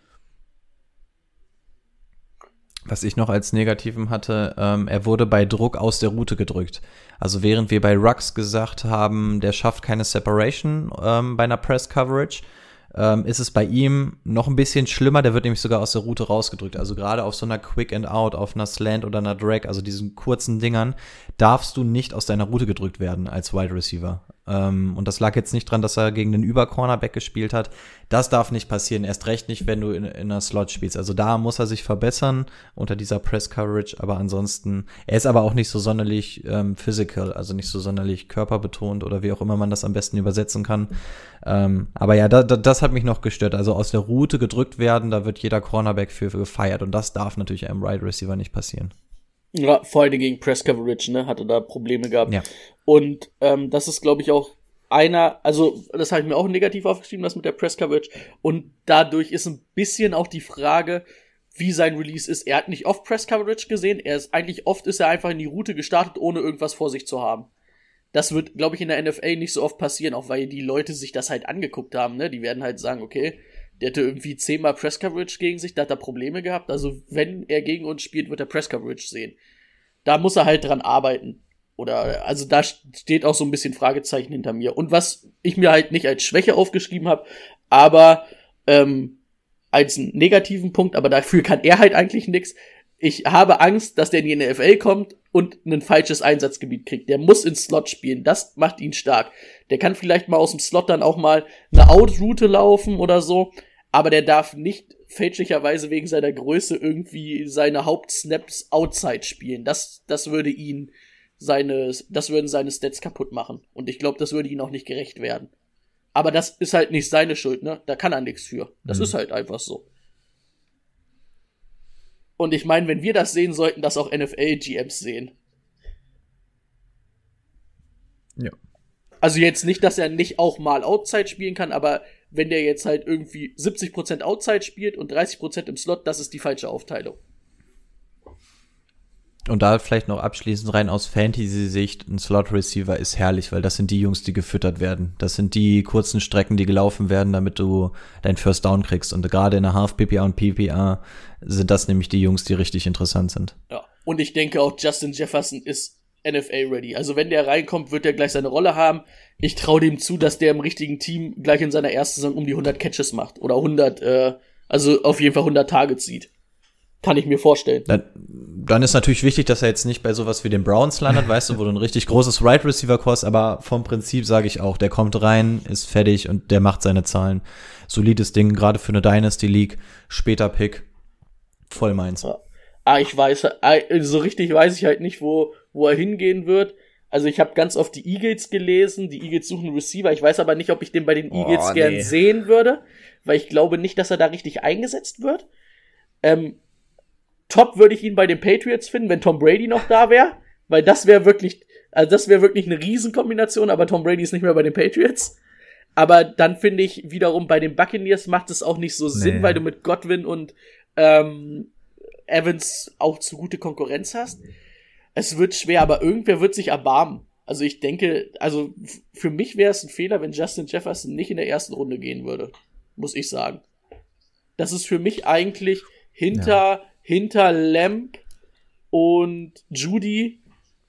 Was ich noch als Negativen hatte, ähm, er wurde bei Druck aus der Route gedrückt. Also während wir bei Rux gesagt haben, der schafft keine Separation ähm, bei einer Press-Coverage, Ähm, ist es bei ihm noch ein bisschen schlimmer, der wird nämlich sogar aus der Route rausgedrückt. Also gerade auf so einer Quick and Out, auf einer Slant oder einer Drag, also diesen kurzen Dingern, darfst du nicht aus deiner Route gedrückt werden als Wide Receiver. Ähm, und das lag jetzt nicht dran, dass er gegen den Über-Cornerback gespielt hat. Das darf nicht passieren, erst recht nicht, wenn du in, in einer Slot spielst. Also da muss er sich verbessern unter dieser Press-Coverage, aber ansonsten, er ist aber auch nicht so sonderlich ähm, physical, also nicht so sonderlich körperbetont oder wie auch immer man das am besten übersetzen kann. Ähm, aber ja, da, da, das hat mich noch gestört. Also aus der Route gedrückt werden, da wird jeder Cornerback für, für gefeiert und das darf natürlich einem Wide Receiver nicht passieren. Ja, vor allem gegen Press Coverage, ne, hatte da Probleme gehabt. Ja. Und ähm, das ist, glaube ich, auch einer, also das habe ich mir auch negativ aufgeschrieben, das mit der Press Coverage. Und dadurch ist ein bisschen auch die Frage, wie sein Release ist. Er hat nicht oft Press Coverage gesehen, er ist eigentlich oft ist er einfach in die Route gestartet, ohne irgendwas vor sich zu haben. Das wird, glaube ich, in der N F A nicht so oft passieren, auch weil die Leute sich das halt angeguckt haben, ne? Die werden halt sagen, okay, der hatte irgendwie zehnmal Press Coverage gegen sich, da hat er Probleme gehabt. Also wenn er gegen uns spielt, wird er Press Coverage sehen. Da muss er halt dran arbeiten. Oder, also da steht auch so ein bisschen Fragezeichen hinter mir. Und was ich mir halt nicht als Schwäche aufgeschrieben habe, aber ähm, als einen negativen Punkt, aber dafür kann er halt eigentlich nichts. ich habe Angst, dass der in die N F L kommt und ein falsches Einsatzgebiet kriegt. Der muss ins Slot spielen. Das macht ihn stark. Der kann vielleicht mal aus dem Slot dann auch mal eine Out-Route laufen oder so, aber der darf nicht fälschlicherweise wegen seiner Größe irgendwie seine Hauptsnaps outside spielen. Das, das würde ihn seine, das würden seine Stats kaputt machen. Und ich glaube, das würde ihn auch nicht gerecht werden. Aber das ist halt nicht seine Schuld, ne? Da kann er nichts für. Das mhm. ist halt einfach so. Und ich meine, wenn wir das sehen, sollten das auch N F L-G Ms sehen. Ja. Also jetzt nicht, dass er nicht auch mal Outside spielen kann, aber wenn der jetzt halt irgendwie siebzig Prozent Outside spielt und dreißig Prozent im Slot, das ist die falsche Aufteilung. Und da vielleicht noch abschließend rein aus Fantasy-Sicht, ein Slot-Receiver ist herrlich, weil das sind die Jungs, die gefüttert werden. Das sind die kurzen Strecken, die gelaufen werden, damit du dein First Down kriegst. Und gerade in der Half-P P R und P P R sind das nämlich die Jungs, die richtig interessant sind. Ja, und ich denke auch Justin Jefferson ist N F A-ready. Also wenn der reinkommt, wird er gleich seine Rolle haben. Ich traue dem zu, dass der im richtigen Team gleich in seiner ersten Saison um die hundert Catches macht. Oder hundert, äh, also auf jeden Fall hundert Targets sieht. Kann ich mir vorstellen. Dann, dann ist natürlich wichtig, dass er jetzt nicht bei sowas wie den Browns landet, weißt du, wo du ein richtig großes Right Receiver hast, aber vom Prinzip sage ich auch, der kommt rein, ist fertig und der macht seine Zahlen. Solides Ding, gerade für eine Dynasty League, später Pick, voll meins. Ja. Ah, ich weiß, so richtig weiß ich halt nicht, wo, wo er hingehen wird. Also ich habe ganz oft die Eagles gelesen, die Eagles suchen einen Receiver, ich weiß aber nicht, ob ich den bei den Eagles oh, gern nee. sehen würde, weil ich glaube nicht, dass er da richtig eingesetzt wird. Ähm, Top würde ich ihn bei den Patriots finden, wenn Tom Brady noch da wäre, weil das wäre wirklich, also das wäre wirklich eine Riesenkombination, aber Tom Brady ist nicht mehr bei den Patriots. Aber dann finde ich wiederum bei den Buccaneers macht es auch nicht so Sinn, nee. weil du mit Godwin und ähm, Evans auch zu gute Konkurrenz hast. Es wird schwer, aber irgendwer wird sich erbarmen. Also ich denke, also f- für mich wäre es ein Fehler, wenn Justin Jefferson nicht in der ersten Runde gehen würde, muss ich sagen. Das ist für mich eigentlich hinter ja. hinter Lamb und Judy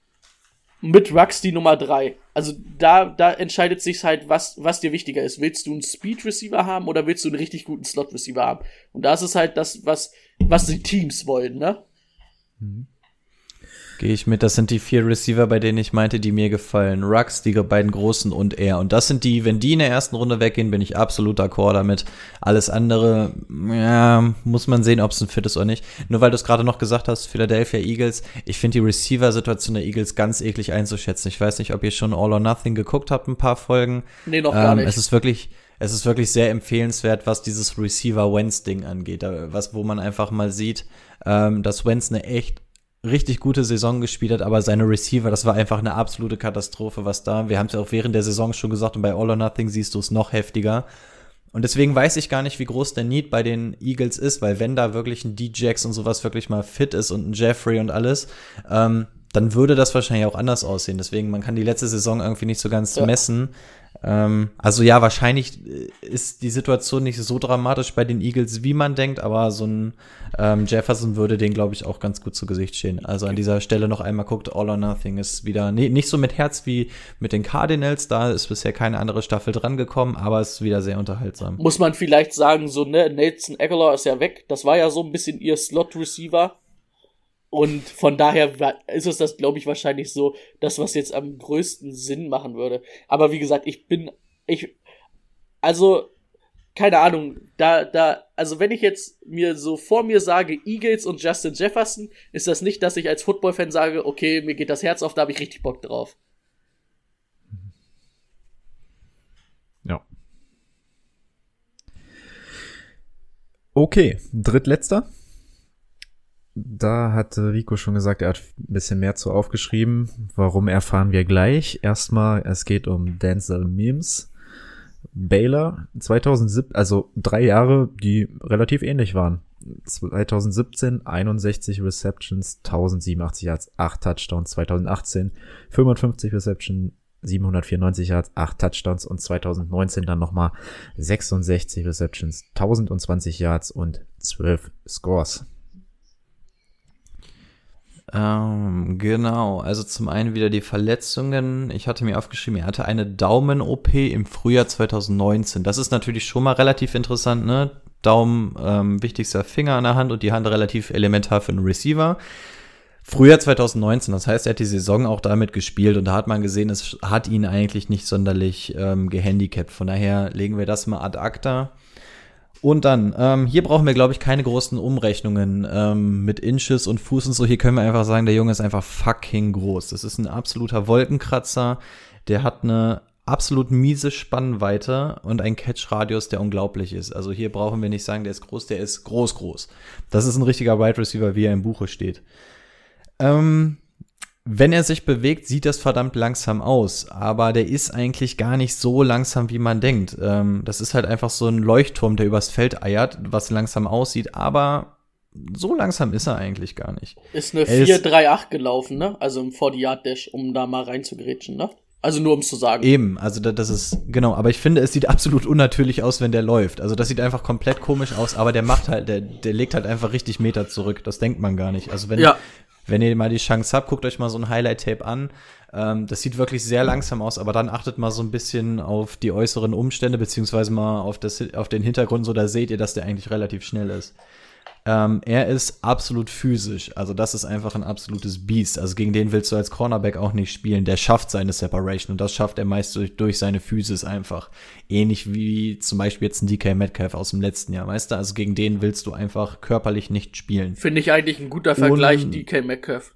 mit Rux die Nummer drei. Also da, da entscheidet sich halt, was, was dir wichtiger ist. Willst du einen Speed-Receiver haben oder willst du einen richtig guten Slot-Receiver haben? Und da ist es halt das, was, was die Teams wollen, ne? Mhm. Gehe ich mit, das sind die vier Receiver, bei denen ich meinte, die mir gefallen. Rux, die beiden großen und er. Und das sind die, wenn die in der ersten Runde weggehen, bin ich absolut d'accord damit. Alles andere, ja, muss man sehen, ob es ein Fit ist oder nicht. Nur weil du es gerade noch gesagt hast, Philadelphia Eagles, ich finde die Receiver-Situation der Eagles ganz eklig einzuschätzen. Ich weiß nicht, ob ihr schon All or Nothing geguckt habt, ein paar Folgen. Nee, noch gar ähm, nicht. Es ist wirklich... Es ist wirklich sehr empfehlenswert, was dieses Receiver-Wentz-Ding angeht. Was, wo man einfach mal sieht, ähm, dass Wentz eine echt richtig gute Saison gespielt hat, aber seine Receiver, das war einfach eine absolute Katastrophe, was da. Wir haben es ja auch während der Saison schon gesagt und bei All or Nothing siehst du es noch heftiger. Und deswegen weiß ich gar nicht, wie groß der Need bei den Eagles ist, weil wenn da wirklich ein D-Jax und sowas wirklich mal fit ist und ein Jeffrey und alles, ähm, dann würde das wahrscheinlich auch anders aussehen. Deswegen, man kann die letzte Saison irgendwie nicht so ganz ja. messen. Ähm, also ja, wahrscheinlich ist die Situation nicht so dramatisch bei den Eagles, wie man denkt, aber so ein ähm, Jefferson würde den, glaube ich, auch ganz gut zu Gesicht stehen. Also an dieser Stelle noch einmal guckt, All or Nothing ist wieder nee, nicht so mit Herz wie mit den Cardinals, da ist bisher keine andere Staffel dran gekommen, aber es ist wieder sehr unterhaltsam. Muss man vielleicht sagen, so, ne, Nelson Aguilar ist ja weg, das war ja so ein bisschen ihr Slot-Receiver. Und von daher ist es das, glaube ich, wahrscheinlich so, das, was jetzt am größten Sinn machen würde. Aber wie gesagt, ich bin, ich, also, keine Ahnung, da, da, also wenn ich jetzt mir so vor mir sage, Eagles und Justin Jefferson, ist das nicht, dass ich als Football-Fan sage, okay, mir geht das Herz auf, da habe ich richtig Bock drauf. Ja. Okay, drittletzter. Da hat Rico schon gesagt, er hat ein bisschen mehr zu aufgeschrieben. Warum erfahren wir gleich? Erstmal, es geht um Denzel Mims. Baylor, zweitausendsiebzehn, also drei Jahre, die relativ ähnlich waren. zweitausendsiebzehn, einundsechzig Receptions, tausendsiebenundachtzig Yards, acht Touchdowns. zweitausendachtzehn, fünfundfünfzig Receptions, siebenhundertvierundneunzig Yards, acht Touchdowns. Und zweitausendneunzehn dann nochmal sechsundsechzig Receptions, tausendzwanzig Yards und zwölf Scores. Ähm, genau, also zum einen wieder die Verletzungen. Ich hatte mir aufgeschrieben, er hatte eine Daumen-O P im Frühjahr zweitausendneunzehn. Das ist natürlich schon mal relativ interessant, ne? Daumen ähm, wichtigster Finger an der Hand und die Hand relativ elementar für einen Receiver. Frühjahr zwanzig neunzehn, das heißt, er hat die Saison auch damit gespielt und da hat man gesehen, es hat ihn eigentlich nicht sonderlich ähm, gehandicapt. Von daher legen wir das mal ad acta. Und dann, ähm, hier brauchen wir, glaube ich, keine großen Umrechnungen ähm, mit Inches und Fuß und so. Hier können wir einfach sagen, der Junge ist einfach fucking groß. Das ist ein absoluter Wolkenkratzer. Der hat eine absolut miese Spannweite und einen Catch-Radius, der unglaublich ist. Also hier brauchen wir nicht sagen, der ist groß, der ist groß, groß. Das ist ein richtiger Wide Receiver, wie er im Buche steht. Ähm, wenn er sich bewegt, sieht das verdammt langsam aus, aber der ist eigentlich gar nicht so langsam, wie man denkt. Ähm, das ist halt einfach so ein Leuchtturm, der übers Feld eiert, was langsam aussieht, aber so langsam ist er eigentlich gar nicht. Ist eine vier drei acht gelaufen, ne? Also im forty-Yard-Dash, um da mal reinzugrätschen, ne? Also nur, um es zu sagen. Eben, also das ist, genau, aber ich finde, es sieht absolut unnatürlich aus, wenn der läuft. Also das sieht einfach komplett komisch aus, aber der macht halt, der, der legt halt einfach richtig Meter zurück. Das denkt man gar nicht. Also wenn ja. Wenn ihr mal die Chance habt, guckt euch mal so ein Highlight-Tape an. Ähm, das sieht wirklich sehr langsam aus, aber dann achtet mal so ein bisschen auf die äußeren Umstände, beziehungsweise mal auf, das, auf den Hintergrund, so da seht ihr, dass der eigentlich relativ schnell ist. Ähm, er ist absolut physisch, also das ist einfach ein absolutes Biest. Also gegen den willst du als Cornerback auch nicht spielen. Der schafft seine Separation und das schafft er meist durch, durch seine Physis einfach. Ähnlich wie zum Beispiel jetzt ein D K Metcalf aus dem letzten Jahr, weißt du? Also gegen den willst du einfach körperlich nicht spielen. Finde ich eigentlich ein guter Vergleich, und D K Metcalf.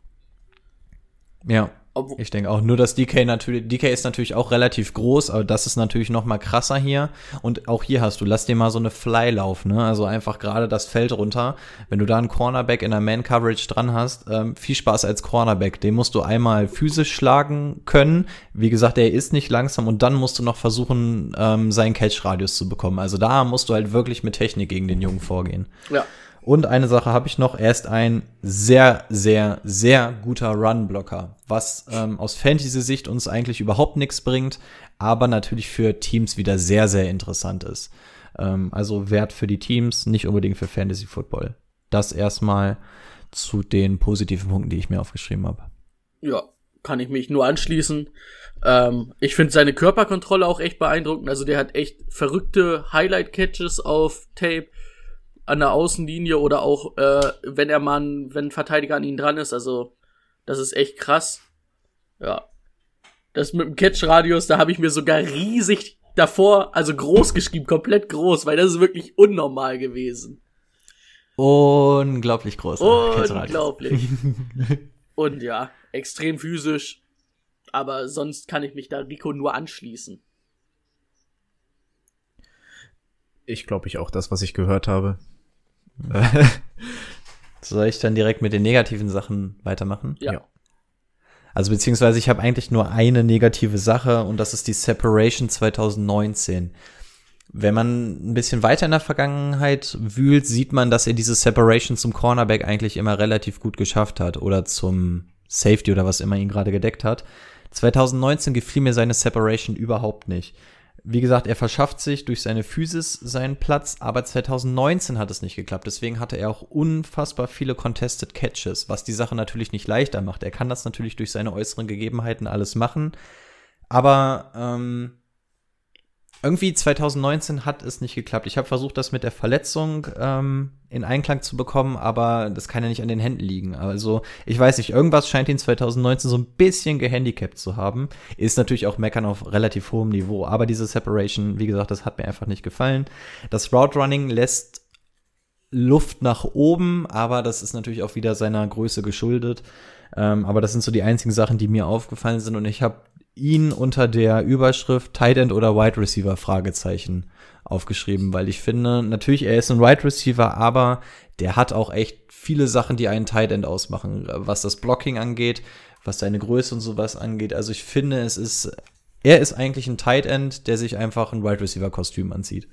Ja. Ich denke auch, nur dass D K natürlich, D K ist natürlich auch relativ groß, aber das ist natürlich noch mal krasser hier. Und auch hier hast du, lass dir mal so eine Fly laufen, ne? Also einfach gerade das Feld runter. Wenn du da einen Cornerback in der Man-Coverage dran hast, ähm, viel Spaß als Cornerback. Den musst du einmal physisch schlagen können. Wie gesagt, er ist nicht langsam und dann musst du noch versuchen, ähm, seinen Catch-Radius zu bekommen. Also da musst du halt wirklich mit Technik gegen den Jungen vorgehen. Ja. Und eine Sache habe ich noch, er ist ein sehr, sehr, sehr guter Run-Blocker, was ähm, aus Fantasy-Sicht uns eigentlich überhaupt nichts bringt, aber natürlich für Teams wieder sehr, sehr interessant ist. Ähm, also Wert für die Teams, nicht unbedingt für Fantasy-Football. Das erstmal zu den positiven Punkten, die ich mir aufgeschrieben habe. Ja, kann ich mich nur anschließen. Ähm, ich finde seine Körperkontrolle auch echt beeindruckend, also der hat echt verrückte Highlight-Catches auf Tape, an der Außenlinie oder auch, äh, wenn er mal, wenn ein Verteidiger an ihn dran ist, also, das ist echt krass. Ja. Das mit dem Catch-Radius, da habe ich mir sogar riesig davor, also groß geschrieben, komplett groß, weil das ist wirklich unnormal gewesen. Unglaublich groß. Unglaublich. Und ja, extrem physisch, aber sonst kann ich mich da Rico nur anschließen. Ich glaube ich auch das, was ich gehört habe. Soll ich dann direkt mit den negativen Sachen weitermachen? Ja. Also beziehungsweise ich habe eigentlich nur eine negative Sache und das ist die Separation zwanzig neunzehn. Wenn man ein bisschen weiter in der Vergangenheit wühlt, sieht man, dass er diese Separation zum Cornerback eigentlich immer relativ gut geschafft hat oder zum Safety oder was immer ihn gerade gedeckt hat. zwanzig neunzehn gefiel mir seine Separation überhaupt nicht. Wie gesagt, er verschafft sich durch seine Physis seinen Platz, aber zwanzig neunzehn hat es nicht geklappt. Deswegen hatte er auch unfassbar viele Contested Catches, was die Sache natürlich nicht leichter macht. Er kann das natürlich durch seine äußeren Gegebenheiten alles machen, aber ähm, irgendwie zwanzig neunzehn hat es nicht geklappt. Ich habe versucht, das mit der Verletzung ähm, in Einklang zu bekommen, aber das kann ja nicht an den Händen liegen. Also ich weiß nicht, irgendwas scheint ihn zwanzig neunzehn so ein bisschen gehandicapt zu haben. Ist natürlich auch Meckern auf relativ hohem Niveau, aber diese Separation, wie gesagt, das hat mir einfach nicht gefallen. Das Route Running lässt Luft nach oben, aber das ist natürlich auch wieder seiner Größe geschuldet. Ähm, aber das sind so die einzigen Sachen, die mir aufgefallen sind und ich habe ihn unter der Überschrift Tight End oder Wide Receiver Fragezeichen aufgeschrieben, weil ich finde, natürlich, er ist ein Wide Receiver, aber der hat auch echt viele Sachen, die einen Tight End ausmachen, was das Blocking angeht, was seine Größe und sowas angeht. Also ich finde, es ist, er ist eigentlich ein Tight End, der sich einfach ein Wide Receiver Kostüm anzieht.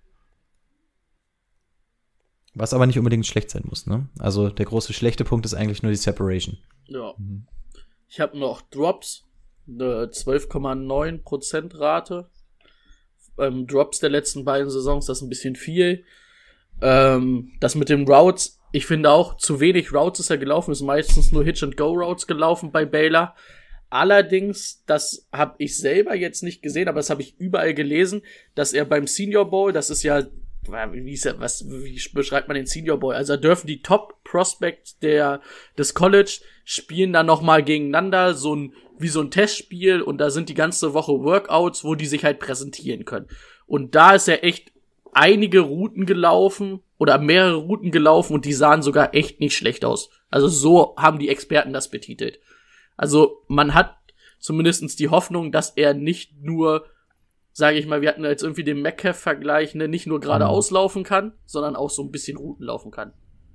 Was aber nicht unbedingt schlecht sein muss, ne? Also der große schlechte Punkt ist eigentlich nur die Separation. Ja. Mhm. Ich habe noch Drops. Eine zwölf Komma neun Prozent Rate. Ähm, Drops der letzten beiden Saisons, das ist ein bisschen viel. Ähm, das mit den Routes, ich finde auch, zu wenig Routes ist er gelaufen, ist meistens nur Hitch-and-Go-Routes gelaufen bei Baylor. Allerdings, das habe ich selber jetzt nicht gesehen, aber das habe ich überall gelesen, dass er beim Senior Bowl, das ist ja wie, ist er, was, wie beschreibt man den Senior Bowl? Also da dürfen die Top Prospects der, des College spielen dann nochmal gegeneinander, so ein, wie so ein Testspiel, und da sind die ganze Woche Workouts, wo die sich halt präsentieren können. Und da ist er echt einige Routen gelaufen oder mehrere Routen gelaufen und die sahen sogar echt nicht schlecht aus. Also so haben die Experten das betitelt. Also man hat zumindestens die Hoffnung, dass er nicht nur, sage ich mal, wir hatten jetzt irgendwie den Metcalf-Vergleich, ne, nicht nur geradeaus laufen kann, sondern auch so ein bisschen Routen laufen kann.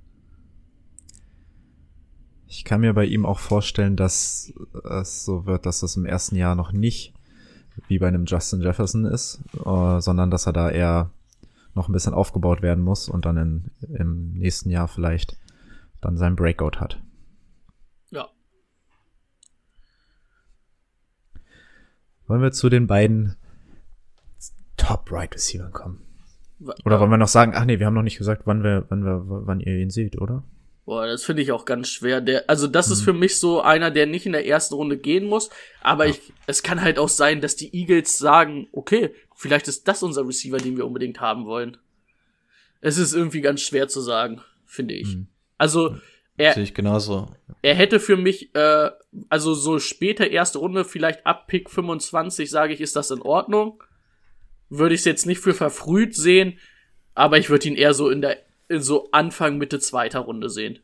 Ich kann mir bei ihm auch vorstellen, dass es so wird, dass es im ersten Jahr noch nicht wie bei einem Justin Jefferson ist, äh, sondern dass er da eher noch ein bisschen aufgebaut werden muss und dann in, im nächsten Jahr vielleicht dann sein Breakout hat. Ja. Wollen wir zu den beiden Top-Right-Receivern kommen? Oder wollen wir noch sagen, ach nee, wir haben noch nicht gesagt, wann wir, wann wir, wann ihr ihn seht, oder? Boah, das finde ich auch ganz schwer. Der, also das mhm. ist für mich so einer, der nicht in der ersten Runde gehen muss, aber ja. ich, es kann halt auch sein, dass die Eagles sagen, okay, vielleicht ist das unser Receiver, den wir unbedingt haben wollen. Es ist irgendwie ganz schwer zu sagen, finde ich. Mhm. Also, er, sehe ich genauso. Er hätte für mich, äh, also so später erste Runde, vielleicht ab Pick fünfundzwanzig, sage ich, ist das in Ordnung. Würde ich es jetzt nicht für verfrüht sehen, aber ich würde ihn eher so in der so Anfang, Mitte zweiter Runde sehen.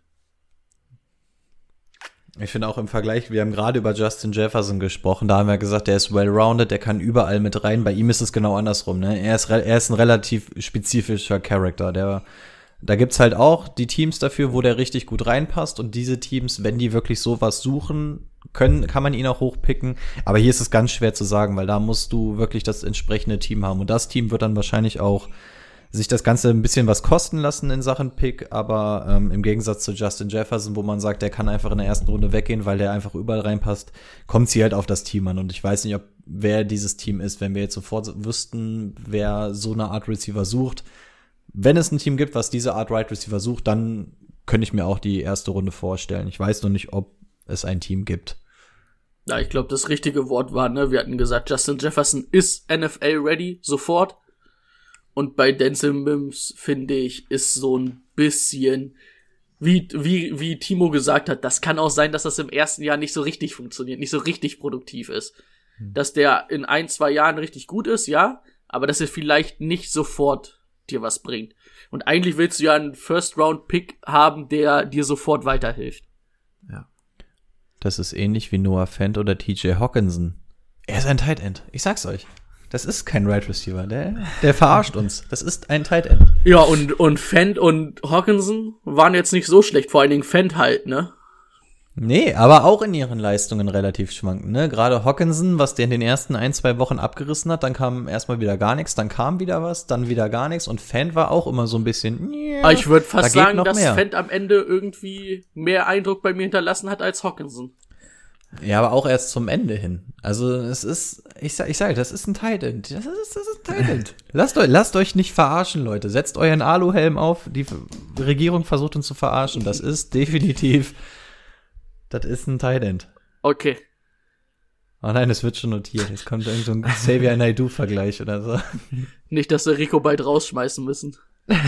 Ich finde auch im Vergleich, wir haben gerade über Justin Jefferson gesprochen, da haben wir gesagt, der ist well-rounded, der kann überall mit rein. Bei ihm ist es genau andersrum, ne? Er ist, er ist ein relativ spezifischer Charakter, der da gibt's halt auch die Teams dafür, wo der richtig gut reinpasst, und diese Teams, wenn die wirklich sowas suchen können, kann man ihn auch hochpicken. Aber hier ist es ganz schwer zu sagen, weil da musst du wirklich das entsprechende Team haben, und das Team wird dann wahrscheinlich auch sich das Ganze ein bisschen was kosten lassen in Sachen Pick, aber ähm, im Gegensatz zu Justin Jefferson, wo man sagt, der kann einfach in der ersten Runde weggehen, weil der einfach überall reinpasst, kommt sie halt auf das Team an. Und ich weiß nicht, ob wer dieses Team ist, wenn wir jetzt sofort wüssten, wer so eine Art Receiver sucht. Wenn es ein Team gibt, was diese Art Right Receiver sucht, dann könnte ich mir auch die erste Runde vorstellen. Ich weiß noch nicht, ob es ein Team gibt. Ja, ich glaube, das richtige Wort war, ne, wir hatten gesagt, Justin Jefferson ist N F L-ready, sofort. Und bei Denzel Mims, finde ich, ist so ein bisschen, wie, wie, wie Timo gesagt hat, das kann auch sein, dass das im ersten Jahr nicht so richtig funktioniert, nicht so richtig produktiv ist. Hm. Dass der in ein, zwei Jahren richtig gut ist, ja, aber dass er vielleicht nicht sofort dir was bringt. Und eigentlich willst du ja einen First-Round-Pick haben, der dir sofort weiterhilft. Ja. Das ist ähnlich wie Noah Fant oder T J Hockenson. Er ist ein Tight End, ich sag's euch. Das ist kein Right Receiver, der, der verarscht uns. Das ist ein Tight End. Ja, und, und Fant und Hockenson waren jetzt nicht so schlecht, vor allen Dingen Fant halt, ne? Nee, aber auch in ihren Leistungen relativ schwankend, ne? Gerade Hockenson, was der in den ersten ein, zwei Wochen abgerissen hat, dann kam erstmal wieder gar nichts, dann kam wieder was, dann wieder gar nichts, und Fant war auch immer so ein bisschen, yeah, ich würde fast da sagen, dass mehr. Fant am Ende irgendwie mehr Eindruck bei mir hinterlassen hat als Hockenson. Ja, aber auch erst zum Ende hin. Also es ist, ich sag, ich sag, das ist ein Tight End. Das ist, das ist ein Tight End. lasst euch, lasst euch nicht verarschen, Leute. Setzt euren Aluhelm auf. Die Regierung versucht uns zu verarschen. Das ist definitiv, das ist ein Tight End. Okay. Oh nein, das wird schon notiert. Jetzt kommt irgend so ein Xavier Naidoo-Vergleich oder so. Nicht, dass wir Rico bald rausschmeißen müssen.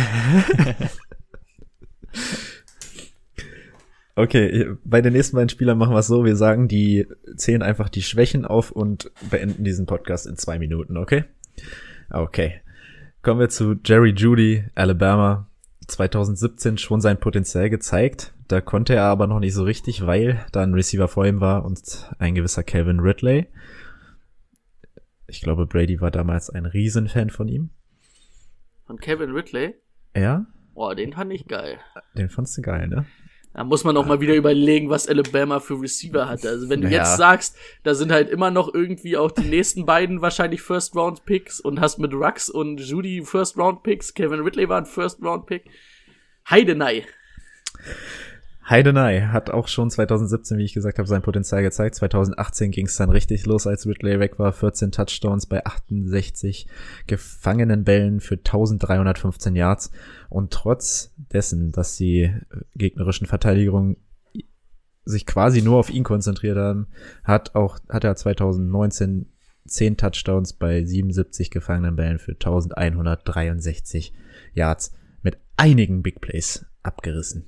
Okay, bei den nächsten beiden Spielern machen wir es so, wir sagen, die zählen einfach die Schwächen auf und beenden diesen Podcast in zwei Minuten, okay? Okay. Kommen wir zu Jerry Jeudy, Alabama. zwanzig siebzehn schon sein Potenzial gezeigt. Da konnte er aber noch nicht so richtig, weil da ein Receiver vor ihm war und ein gewisser Calvin Ridley. Ich glaube, Brady war damals ein Riesenfan von ihm. Von Calvin Ridley? Ja? Boah, den fand ich geil. Den fandst du geil, ne? Da muss man auch mal wieder überlegen, was Alabama für Receiver hatte. Also wenn du naja. jetzt sagst, da sind halt immer noch irgendwie auch die nächsten beiden wahrscheinlich First-Round-Picks und hast mit Rux und Jeudy First-Round-Picks, Calvin Ridley war ein First-Round-Pick. Heidenei. Heidenei hat auch schon zwanzig siebzehn, wie ich gesagt habe, sein Potenzial gezeigt. zwanzig achtzehn ging es dann richtig los, als Ridley weg war. vierzehn Touchdowns bei achtundsechzig gefangenen Bällen für eintausenddreihundertfünfzehn Yards. Und trotz dessen, dass die gegnerischen Verteidigungen sich quasi nur auf ihn konzentriert haben, hat auch hat er zwanzig neunzehn zehn Touchdowns bei siebenundsiebzig gefangenen Bällen für elfhundertdreiundsechzig Yards mit einigen Big Plays abgerissen.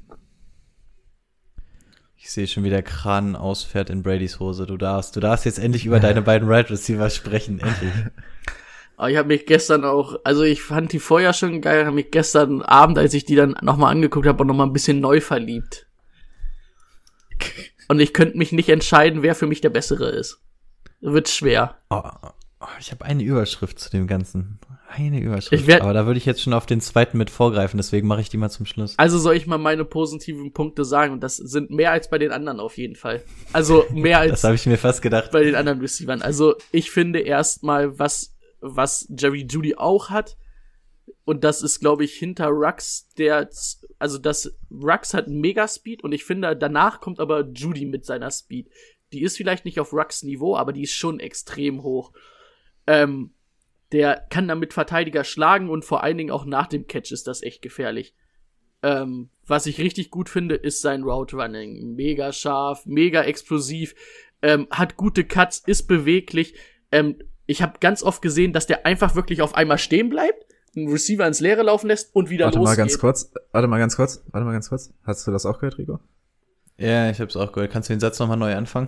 Ich sehe schon, wie der Kran ausfährt in Bradys Hose. Du darfst, du darfst jetzt endlich über deine beiden Wide Receiver sprechen, endlich. Aber ich habe mich gestern auch, also ich fand die vorher schon geil, habe mich gestern Abend, als ich die dann nochmal angeguckt habe, auch nochmal ein bisschen neu verliebt. Und ich könnte mich nicht entscheiden, wer für mich der Bessere ist. Wird schwer. Oh, oh, ich habe eine Überschrift zu dem Ganzen. Eine Überschrift. Ich werd, Aber da würde ich jetzt schon auf den zweiten mit vorgreifen, deswegen mache ich die mal zum Schluss. Also soll ich mal meine positiven Punkte sagen? Und das sind mehr als bei den anderen auf jeden Fall. Also mehr als das habe ich mir fast gedacht. Bei den anderen Receivern. Also ich finde erstmal, was, was Jerry Jeudy auch hat, und das ist, glaube ich, hinter Rux, der, also das, Rux hat mega Speed und ich finde, danach kommt aber Jeudy mit seiner Speed. Die ist vielleicht nicht auf Rux Niveau, aber die ist schon extrem hoch. Ähm, Der kann damit Verteidiger schlagen und vor allen Dingen auch nach dem Catch ist das echt gefährlich. Ähm, was ich richtig gut finde, ist sein Route Running. Mega scharf, mega explosiv, ähm, hat gute Cuts, ist beweglich. Ähm, ich habe ganz oft gesehen, dass der einfach wirklich auf einmal stehen bleibt, einen Receiver ins Leere laufen lässt und wieder warte losgeht. Mal ganz kurz, warte mal ganz kurz, warte mal ganz kurz. Hast du das auch gehört, Rico? Ja, ich hab's auch gehört. Kannst du den Satz nochmal neu anfangen?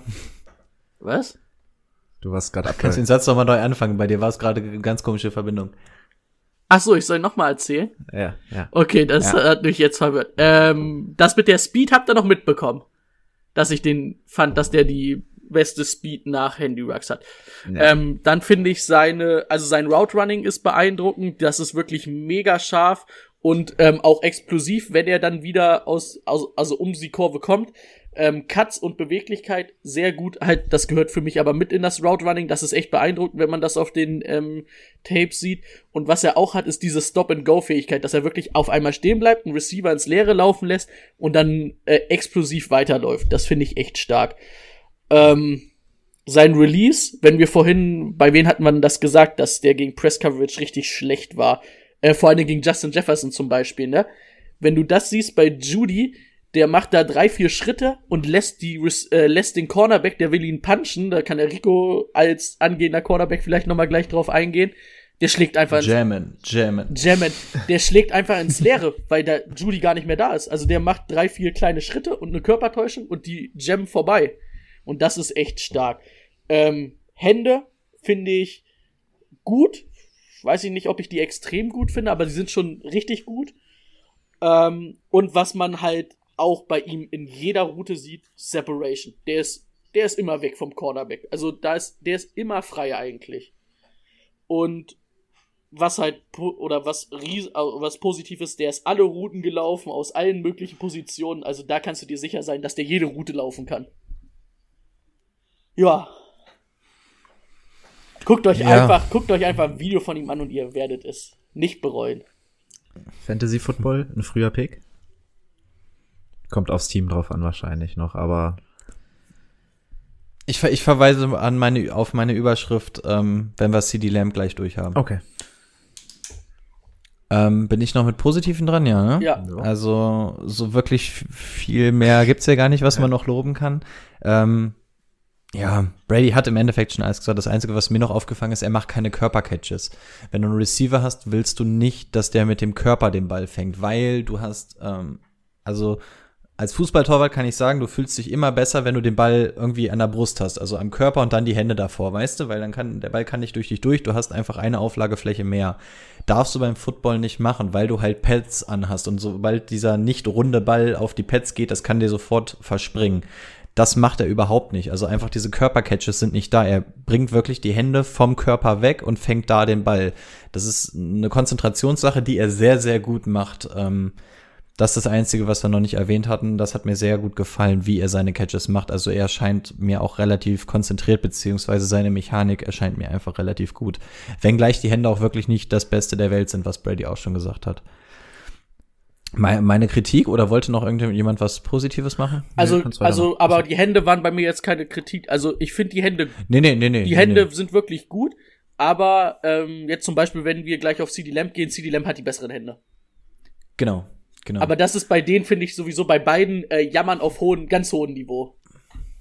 Was? Du warst gerade Kannst abgehört. du den Satz nochmal neu anfangen? Bei dir war es gerade eine ganz komische Verbindung. Ach so, ich soll nochmal erzählen? Ja, ja. Okay, das Ja. hat mich jetzt verwirrt. Ähm, das mit der Speed habt ihr noch mitbekommen. Dass ich den fand, dass der die beste Speed nach Handy Rux hat. Ja. Ähm, dann finde ich seine, also sein Route Running ist beeindruckend. Das ist wirklich mega scharf und ähm, auch explosiv, wenn er dann wieder aus, aus also um die Kurve kommt. Ähm, Cuts und Beweglichkeit sehr gut, halt, das gehört für mich aber mit in das Route Running, das ist echt beeindruckend, wenn man das auf den ähm, Tapes sieht. Und was er auch hat, ist diese Stop-and-Go-Fähigkeit, dass er wirklich auf einmal stehen bleibt, einen Receiver ins Leere laufen lässt und dann äh, explosiv weiterläuft. Das finde ich echt stark. Ähm, sein Release, wenn wir vorhin, bei wen hatten wir denn das gesagt, dass der gegen Press-Coverage richtig schlecht war, äh, vor allem gegen Justin Jefferson zum Beispiel, ne? Wenn du das siehst bei Jeudy, der macht da drei, vier Schritte und lässt die äh, lässt den Cornerback, der will ihn punchen, da kann der Rico als angehender Cornerback vielleicht nochmal gleich drauf eingehen, der schlägt einfach ins Jammen, jammen. Jammen. Der schlägt einfach ins Leere, weil der Jeudy gar nicht mehr da ist. Also der macht drei, vier kleine Schritte und eine Körpertäuschung und die jammen vorbei. Und das ist echt stark. Ähm, Hände finde ich gut. Weiß ich nicht, ob ich die extrem gut finde, aber sie sind schon richtig gut. Ähm, und was man halt auch bei ihm in jeder Route sieht, Separation. Der ist, der ist immer weg vom Cornerback. Also da ist, der ist immer frei eigentlich. Und was halt, oder was, was positiv ist, der ist alle Routen gelaufen, aus allen möglichen Positionen. Also da kannst du dir sicher sein, dass der jede Route laufen kann. Ja. Guckt euch Ja. einfach, guckt euch einfach ein Video von ihm an und ihr werdet es nicht bereuen. Fantasy Football, ein früher Pick? Kommt aufs Team drauf an wahrscheinlich noch, aber Ich, ver- ich verweise an meine, auf meine Überschrift, ähm, wenn wir C D Lamb gleich durchhaben. okay. Ähm, bin ich noch mit Positiven dran, ja, ne? Ja. Also, so wirklich f- viel mehr gibt's ja gar nicht, was man noch loben kann. Ähm, ja, Brady hat im Endeffekt schon alles gesagt. Das Einzige, was mir noch aufgefallen ist, er macht keine Körpercatches. Wenn du einen Receiver hast, willst du nicht, dass der mit dem Körper den Ball fängt, weil du hast, ähm, also als Fußballtorwart kann ich sagen, du fühlst dich immer besser, wenn du den Ball irgendwie an der Brust hast, also am Körper und dann die Hände davor, weißt du? Weil dann kann, der Ball kann nicht durch dich durch, du hast einfach eine Auflagefläche mehr. Darfst du beim Football nicht machen, weil du halt Pads anhast und sobald dieser nicht runde Ball auf die Pads geht, das kann dir sofort verspringen. Das macht er überhaupt nicht. Also einfach diese Körpercatches sind nicht da. Er bringt wirklich die Hände vom Körper weg und fängt da den Ball. Das ist eine Konzentrationssache, die er sehr, sehr gut macht. Ähm, Das ist das Einzige, was wir noch nicht erwähnt hatten. Das hat mir sehr gut gefallen, wie er seine Catches macht. Also er scheint mir auch relativ konzentriert, beziehungsweise seine Mechanik erscheint mir einfach relativ gut. Wenngleich die Hände auch wirklich nicht das Beste der Welt sind, was Brady auch schon gesagt hat. Meine Kritik, oder wollte noch irgendjemand was Positives machen? Also, kannst weitermachen. also, aber die Hände waren bei mir jetzt keine Kritik. Also ich finde die Hände, Nee, nee, nee, nee. die nee, Hände nee. sind wirklich gut. Aber ähm, jetzt zum Beispiel, wenn wir gleich auf C D Lamb gehen, C D Lamb hat die besseren Hände. Genau, genau. Aber das ist bei denen, finde ich, sowieso bei beiden äh, Jammern auf hohen, ganz hohem Niveau.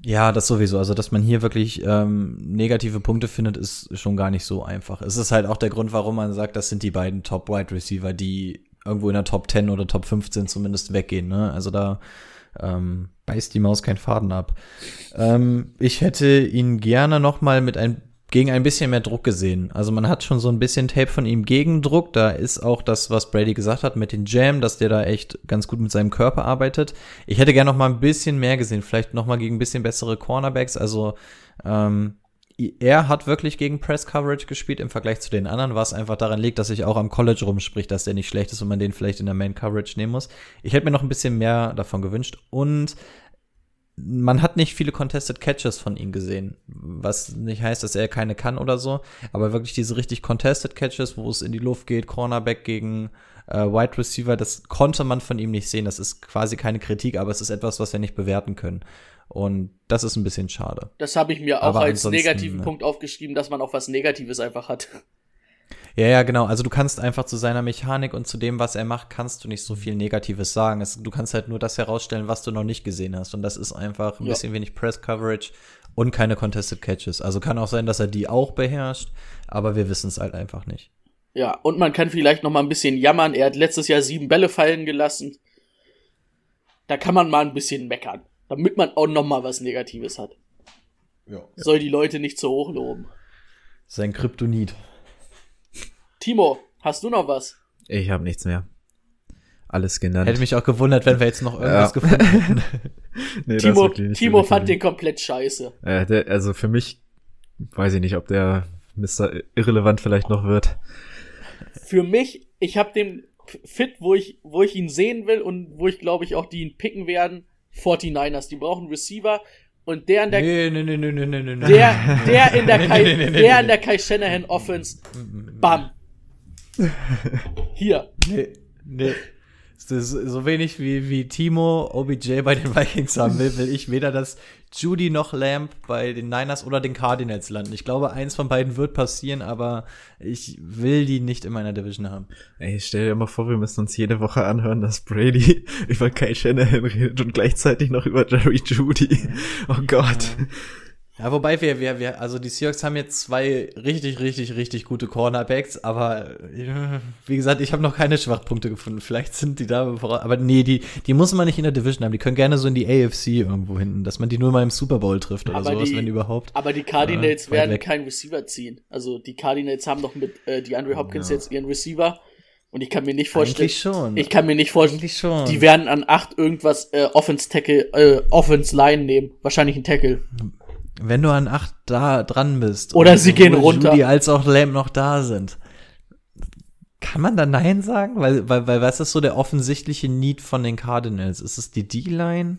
Ja, das sowieso. Also, dass man hier wirklich ähm, negative Punkte findet, ist schon gar nicht so einfach. Es ist halt auch der Grund, warum man sagt, das sind die beiden Top-Wide-Receiver, die irgendwo in der Top zehn oder Top fünfzehn zumindest weggehen. Ne? Also da ähm, beißt die Maus keinen Faden ab. Ähm, ich hätte ihn gerne noch mal mit ein gegen ein bisschen mehr Druck gesehen. Also man hat schon so ein bisschen Tape von ihm gegen Druck. Da ist auch das, was Brady gesagt hat mit den Jam, dass der da echt ganz gut mit seinem Körper arbeitet. Ich hätte gerne noch mal ein bisschen mehr gesehen. Vielleicht noch mal gegen ein bisschen bessere Cornerbacks. Also ähm, er hat wirklich gegen Press-Coverage gespielt im Vergleich zu den anderen, was einfach daran liegt, dass sich auch am College rumspricht, dass der nicht schlecht ist und man den vielleicht in der Main-Coverage nehmen muss. Ich hätte mir noch ein bisschen mehr davon gewünscht. Und man hat nicht viele Contested Catches von ihm gesehen, was nicht heißt, dass er keine kann oder so, aber wirklich diese richtig Contested Catches, wo es in die Luft geht, Cornerback gegen äh, Wide Receiver, das konnte man von ihm nicht sehen. Das ist quasi keine Kritik, aber es ist etwas, was wir nicht bewerten können. Und das ist ein bisschen schade. Das habe ich mir auch aber als negativen Punkt aufgeschrieben, dass man auch was Negatives einfach hat. Ja, ja, genau. Also du kannst einfach zu seiner Mechanik und zu dem, was er macht, kannst du nicht so viel Negatives sagen. Es, du kannst halt nur das herausstellen, was du noch nicht gesehen hast. Und das ist einfach ein ja. bisschen wenig Press-Coverage und keine Contested Catches. Also kann auch sein, dass er die auch beherrscht, aber wir wissen es halt einfach nicht. Ja, und man kann vielleicht noch mal ein bisschen jammern. Er hat letztes Jahr sieben Bälle fallen gelassen. Da kann man mal ein bisschen meckern, damit man auch noch mal was Negatives hat. Ja. Soll die Leute nicht zu hoch loben. Sein Kryptonit. Timo, hast du noch was? Ich habe nichts mehr. Alles genannt. Hätte mich auch gewundert, wenn wir jetzt noch irgendwas ja. gefunden hätten. nee, Timo, Timo fand den komplett scheiße. Äh, der, also für mich, weiß ich nicht, ob der Mister Irrelevant vielleicht noch wird. Für mich, ich habe den fit, wo ich, wo ich ihn sehen will und wo ich glaube ich auch die ihn picken werden, forty-niners. Die brauchen Receiver. Und der in der nee, nee, nee, nee, nee, nee, nee. der der in der Kai, nee, nee, nee, der in der Kai Shanahan Offense, bam. Hier. Nee, nee. Das ist so wenig wie, wie Timo O B J bei den Vikings haben will, will ich weder das Judy noch Lamb bei den Niners oder den Cardinals landen. Ich glaube, eins von beiden wird passieren, aber ich will die nicht in meiner Division haben. Ey, stell dir mal vor, wir müssen uns jede Woche anhören, dass Brady über Kai Shanahan redet und gleichzeitig noch über Jerry Judy. Oh Gott. Ja. Ja, wobei wir, wir, wir, also die Seahawks haben jetzt zwei richtig, richtig, richtig gute Cornerbacks, aber wie gesagt, ich habe noch keine Schwachpunkte gefunden. Vielleicht sind die da, aber nee, die, die muss man nicht in der Division haben. Die können gerne so in die A F C irgendwo hinten, dass man die nur mal im Super Bowl trifft oder aber sowas, die, wenn überhaupt. Aber die Cardinals äh, werden keinen Receiver ziehen. Also die Cardinals haben doch mit äh, DeAndre Hopkins ja. jetzt ihren Receiver. Und ich kann mir nicht vorstellen, Eigentlich schon. ich kann mir nicht vorstellen, schon. Die werden an acht irgendwas äh, Offense Tackle, äh, Offense Line nehmen. Wahrscheinlich ein Tackle. Wenn du an acht da dran bist. Oder sie gehen runter. Judy als auch Lamb noch da sind. Kann man da Nein sagen? Weil, weil, weil was ist so der offensichtliche Need von den Cardinals? Ist es die D-Line?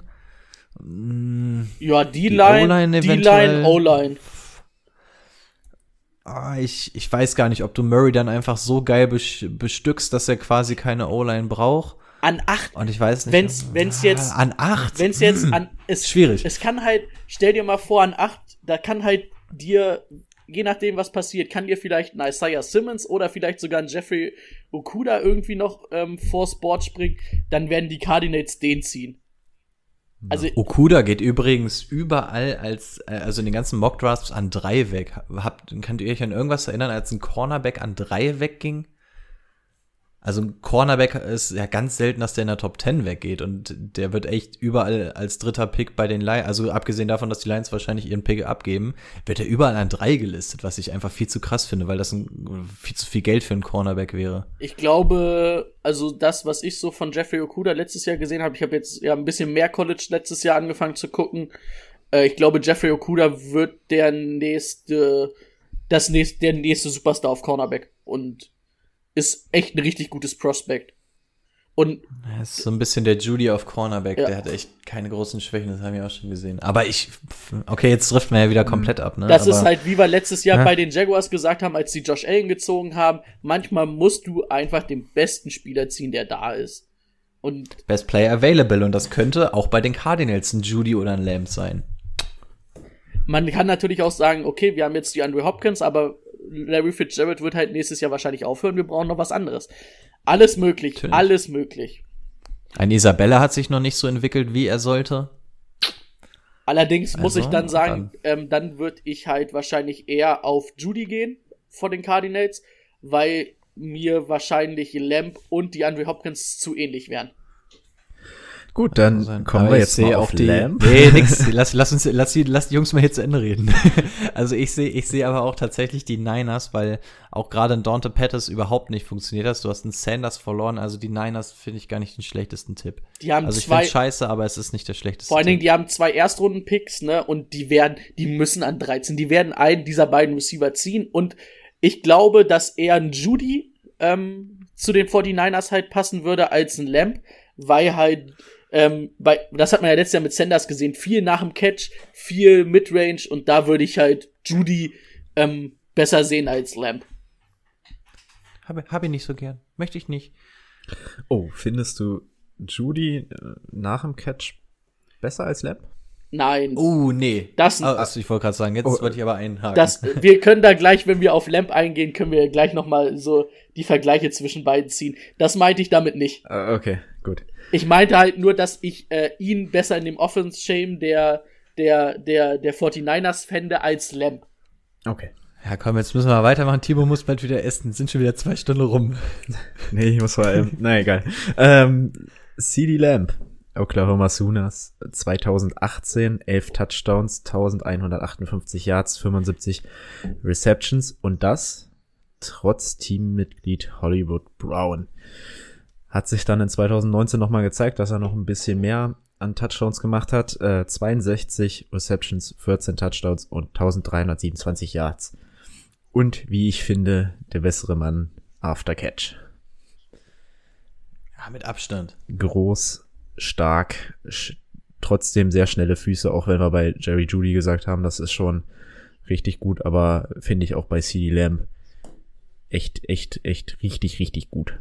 Hm, ja, D-Line, D-Line, O-Line. Ah, ich, ich weiß gar nicht, ob du Murray dann einfach so geil bestückst, dass er quasi keine O-Line braucht. An acht. Und ich weiß nicht. Wenn's, wenn's jetzt. An acht? Wenn's jetzt an, es, schwierig. Es kann halt, stell dir mal vor, an acht, da kann halt dir, je nachdem, was passiert, kann dir vielleicht ein Isaiah Simmons oder vielleicht sogar ein Jeffrey Okuda irgendwie noch, ähm, vors Board springen, dann werden die Cardinals den ziehen. Also, Okuda geht übrigens überall als, äh, also in den ganzen Mock-Drafts an drei weg. Habt, könnt ihr euch an irgendwas erinnern, als ein Cornerback an drei wegging? Also ein Cornerback ist ja ganz selten, dass der in der Top zehn weggeht und der wird echt überall als dritter Pick bei den Lions, also abgesehen davon, dass die Lions wahrscheinlich ihren Pick abgeben, wird er überall an drei gelistet, was ich einfach viel zu krass finde, weil das ein, viel zu viel Geld für einen Cornerback wäre. Ich glaube, also das, was ich so von Jeffrey Okuda letztes Jahr gesehen habe, ich habe jetzt ja ein bisschen mehr College letztes Jahr angefangen zu gucken, äh, ich glaube, Jeffrey Okuda wird der nächste, das nächste, der nächste Superstar auf Cornerback und ist echt ein richtig gutes Prospect. Und das ist so ein bisschen der Judy auf Cornerback, ja. Der hat echt keine großen Schwächen, das haben wir auch schon gesehen. Aber ich, okay, jetzt trifft man ja wieder komplett ab, ne? Das Aber, ist halt, wie wir letztes Jahr ja. bei den Jaguars gesagt haben, als die Josh Allen gezogen haben, manchmal musst du einfach den besten Spieler ziehen, der da ist. Und Best Player Available, und das könnte auch bei den Cardinals ein Judy oder ein Lamb sein. Man kann natürlich auch sagen, okay, wir haben jetzt die DeAndre Hopkins, aber Larry Fitzgerald wird halt nächstes Jahr wahrscheinlich aufhören, wir brauchen noch was anderes. Alles möglich, Natürlich. alles möglich. Ein Isabella hat sich noch nicht so entwickelt, wie er sollte. Allerdings muss Also, ich dann sagen, dann. ähm, dann würde ich halt wahrscheinlich eher auf Judy gehen von den Cardinals, weil mir wahrscheinlich Lamb und die Andre Hopkins zu ähnlich wären. Gut, dann sein. kommen Aber wir ich jetzt sehe mal auch auf die. Lamb. Nee, nix. Lass, lass uns, lass die, lass die Jungs mal hier zu Ende reden. Also ich sehe, ich sehe aber auch tatsächlich die Niners, weil auch gerade ein Dante Pettis überhaupt nicht funktioniert hat. Du hast einen Sanders verloren, also die Niners finde ich gar nicht den schlechtesten Tipp. Die haben Also ich zwei, finde scheiße, aber es ist nicht der schlechteste vor allen Dingen, Tipp. die haben zwei Erstrunden-Picks, ne, und die werden, die müssen an dreizehn, die werden einen dieser beiden Receiver ziehen und ich glaube, dass eher ein Judy ähm, zu den forty-niners halt passen würde als ein Lamb, weil halt Ähm, bei, das hat man ja letztes Jahr mit Sanders gesehen, viel nach dem Catch, viel Midrange und da würde ich halt Judy ähm, besser sehen als Lamb. Habe hab ich nicht so gern. Möchte ich nicht. Oh, findest du Judy äh, nach dem Catch besser als Lamb? Nein. Oh, nee. Das- oh, also ich wollte gerade sagen, jetzt Oh, wollte ich aber einhaken. Das, wir können da gleich, wenn wir auf Lamb eingehen, können wir gleich nochmal so die Vergleiche zwischen beiden ziehen. Das meinte ich damit nicht. Äh, okay, gut. Ich meinte halt nur, dass ich äh, ihn besser in dem Offense-Shame der, der, der, der forty-niners fände als Lamb. Okay. Ja, komm, jetzt müssen wir weitermachen. Timo muss bald wieder essen. Sind schon wieder zwei Stunden rum. Nee, ich muss mal, ähm, na egal. Ähm, CeeDee Lamb, Oklahoma Sooners, zweitausendachtzehn, elf Touchdowns, elfhundertachtundfünfzig Yards, fünfundsiebzig Receptions und das trotz Teammitglied Hollywood Brown. Hat sich dann in zweitausendneunzehn nochmal gezeigt, dass er noch ein bisschen mehr an Touchdowns gemacht hat. Äh, zweiundsechzig Receptions, vierzehn Touchdowns und dreizehnhundertsiebenundzwanzig Yards. Und wie ich finde, der bessere Mann after Catch. Ja, mit Abstand. Groß, stark, sch- trotzdem sehr schnelle Füße, auch wenn wir bei Jerry Jeudy gesagt haben, das ist schon richtig gut, aber finde ich auch bei CeeDee Lamb echt, echt, echt richtig, richtig gut.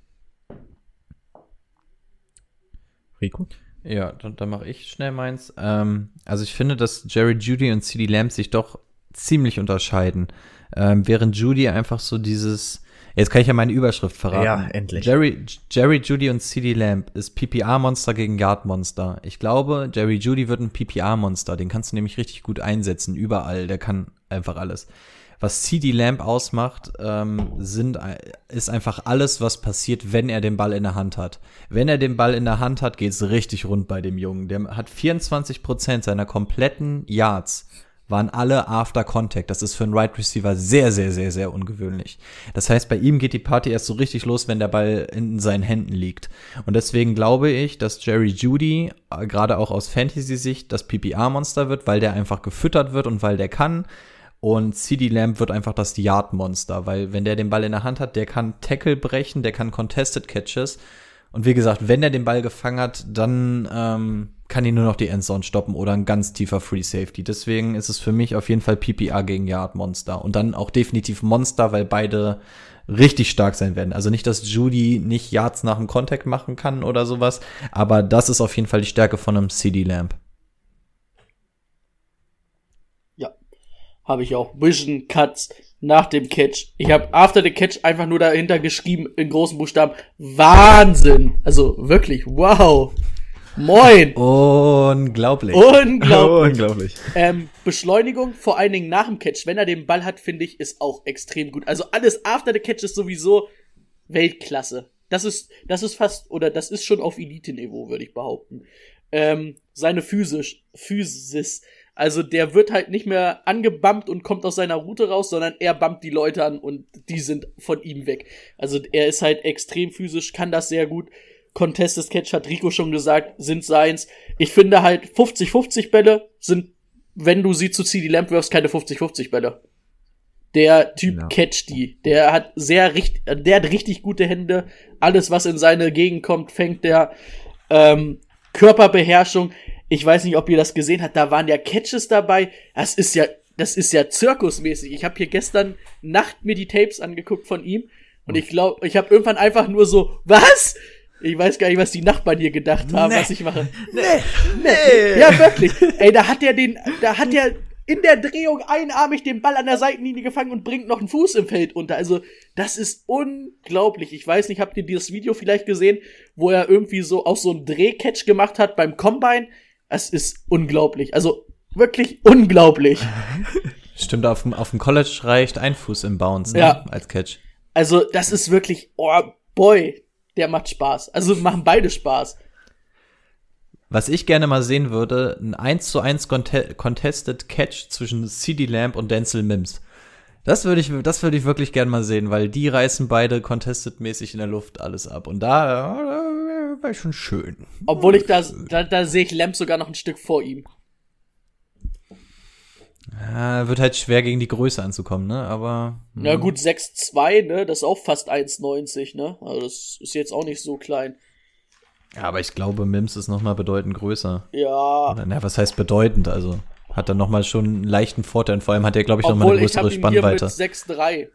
Rico? Ja, dann, dann mache ich schnell meins. Ähm, also ich finde, dass Jerry Jeudy und CeeDee Lamb sich doch ziemlich unterscheiden. Ähm, während Jeudy einfach so dieses, jetzt kann ich ja meine Überschrift verraten. Ja, endlich. Jerry, Jerry Jeudy und CeeDee Lamb ist P P R-Monster gegen Yard-Monster. Ich glaube, Jerry Jeudy wird ein P P R-Monster. Den kannst du nämlich richtig gut einsetzen, überall. Der kann einfach alles. Was CeeDee Lamb ausmacht, ähm, sind, ist einfach alles, was passiert, wenn er den Ball in der Hand hat. Wenn er den Ball in der Hand hat, geht's richtig rund bei dem Jungen. Der hat vierundzwanzig Prozent seiner kompletten Yards waren alle after Contact. Das ist für einen Wide right Receiver sehr, sehr, sehr, sehr ungewöhnlich. Das heißt, bei ihm geht die Party erst so richtig los, wenn der Ball in seinen Händen liegt. Und deswegen glaube ich, dass Jerry Jeudy, äh, gerade auch aus Fantasy-Sicht, das P P R-Monster wird, weil der einfach gefüttert wird und weil der kann. Und CeeDee Lamb wird einfach das Yard-Monster, weil wenn der den Ball in der Hand hat, der kann Tackle brechen, der kann Contested Catches. Und wie gesagt, wenn er den Ball gefangen hat, dann ähm, kann ihn nur noch die Endzone stoppen oder ein ganz tiefer Free Safety. Deswegen ist es für mich auf jeden Fall P P R gegen Yard-Monster. Und dann auch definitiv Monster, weil beide richtig stark sein werden. Also nicht, dass Jeudy nicht Yards nach dem Contact machen kann oder sowas, aber das ist auf jeden Fall die Stärke von einem CeeDee Lamb. Habe ich auch. Vision Cuts nach dem Catch. Ich habe after the Catch einfach nur dahinter geschrieben in großen Buchstaben. Wahnsinn! Also wirklich, wow! Moin! Unglaublich. Unglaublich! Unglaublich. Ähm, Beschleunigung, vor allen Dingen nach dem Catch, wenn er den Ball hat, finde ich, ist auch extrem gut. Also alles after the Catch ist sowieso Weltklasse. Das ist, das ist fast, oder das ist schon auf Elite-Niveau, würde ich behaupten. Ähm, seine Physis, Physis, also der wird halt nicht mehr angebumpt und kommt aus seiner Route raus, sondern er bumpt die Leute an und die sind von ihm weg. Also er ist halt extrem physisch, kann das sehr gut. Contested Catch, hat Rico schon gesagt, sind seins. Ich finde halt fünfzig fünfzig Bälle sind, wenn du sie zu CeeDee Lamb wirfst, keine fünfzig fünfzig Bälle. Der Typ Ja. catcht die. Der hat sehr richtig, der hat richtig gute Hände. Alles, was in seine Gegend kommt, fängt der. Ähm, Körperbeherrschung. Ich weiß nicht, ob ihr das gesehen habt. Da waren ja Catches dabei. Das ist ja, das ist ja zirkusmäßig. Ich habe hier gestern Nacht mir die Tapes angeguckt von ihm und ich glaube, ich habe irgendwann einfach nur so, was? Ich weiß gar nicht, was die Nachbarn hier gedacht haben, Nee. was ich mache. Nee, nee. Ja, wirklich. Ey, da hat er den, da hat er in der Drehung einarmig den Ball an der Seitenlinie gefangen und bringt noch einen Fuß im Feld unter. Also, das ist unglaublich. Ich weiß nicht, habt ihr dieses Video vielleicht gesehen, wo er irgendwie so auch so einen Drehcatch gemacht hat beim Combine Es ist unglaublich. Also wirklich unglaublich. Stimmt, auf dem, auf dem College reicht ein Fuß im Bounce, ne? Ja. Als Catch. Also das ist wirklich, oh boy, der macht Spaß. Also machen beide Spaß. Was ich gerne mal sehen würde, ein eins zu eins Conte- Contested Catch zwischen CeeDee Lamb und Denzel Mims. Das würde ich, das würde ich wirklich gerne mal sehen, weil die reißen beide Contested-mäßig in der Luft alles ab. Und da, da wäre schon schön. Obwohl ich da, da, da sehe ich Lamb sogar noch ein Stück vor ihm. Ja, wird halt schwer gegen die Größe anzukommen, ne? Aber. Na gut, sechs zwei, ne? Das ist auch fast eins neunzig, ne? Also das ist jetzt auch nicht so klein. Ja, aber ich glaube, Mims ist noch mal bedeutend größer. Ja. Oder, na, was heißt bedeutend? Also hat er noch mal schon einen leichten Vorteil. Und vor allem hat er, glaube ich, noch mal Obwohl, eine größere ich hab ihn hier Spannweite. mit sechs drei.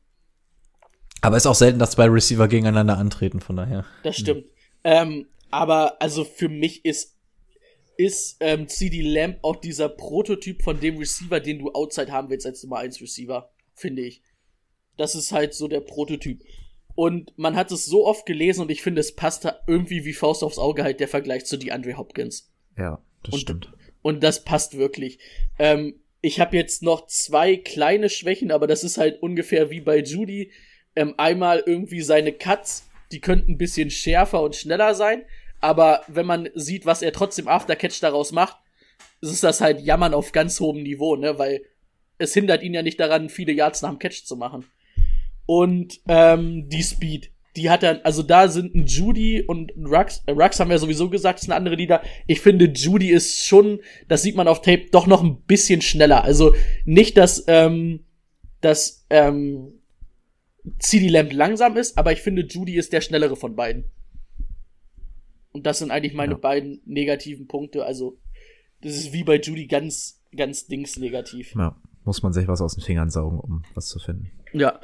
Aber ist auch selten, dass zwei Receiver gegeneinander antreten, von daher. Das stimmt. Mhm. Ähm, aber also für mich ist ist ähm, CeeDee Lamb auch dieser Prototyp von dem Receiver, den du outside haben willst als Nummer eins Receiver, finde ich. Das ist halt so der Prototyp. Und man hat es so oft gelesen und ich finde, es passt da irgendwie wie Faust aufs Auge halt der Vergleich zu DeAndre Hopkins. Ja, das und, stimmt. Und das passt wirklich. Ähm, ich habe jetzt noch zwei kleine Schwächen, aber das ist halt ungefähr wie bei Jeudy. Ähm, einmal irgendwie seine Cuts, die könnten ein bisschen schärfer und schneller sein, aber wenn man sieht, was er trotzdem Aftercatch daraus macht, ist das halt Jammern auf ganz hohem Niveau, ne, weil es hindert ihn ja nicht daran, viele Yards nach dem Catch zu machen. Und ähm, die Speed, die hat er, also da sind ein Jeudy und ein Rux, äh, Rux haben wir sowieso gesagt, ist eine andere Liga. Ich finde, Jeudy ist schon, das sieht man auf Tape, doch noch ein bisschen schneller. Also nicht, dass, ähm, dass, ähm, CeeDee Lamb langsam ist, aber ich finde, Jeudy ist der schnellere von beiden. Und das sind eigentlich meine ja. beiden negativen Punkte. Also, das ist wie bei Jeudy ganz, ganz dings negativ. Ja, muss man sich was aus den Fingern saugen, um was zu finden. Ja.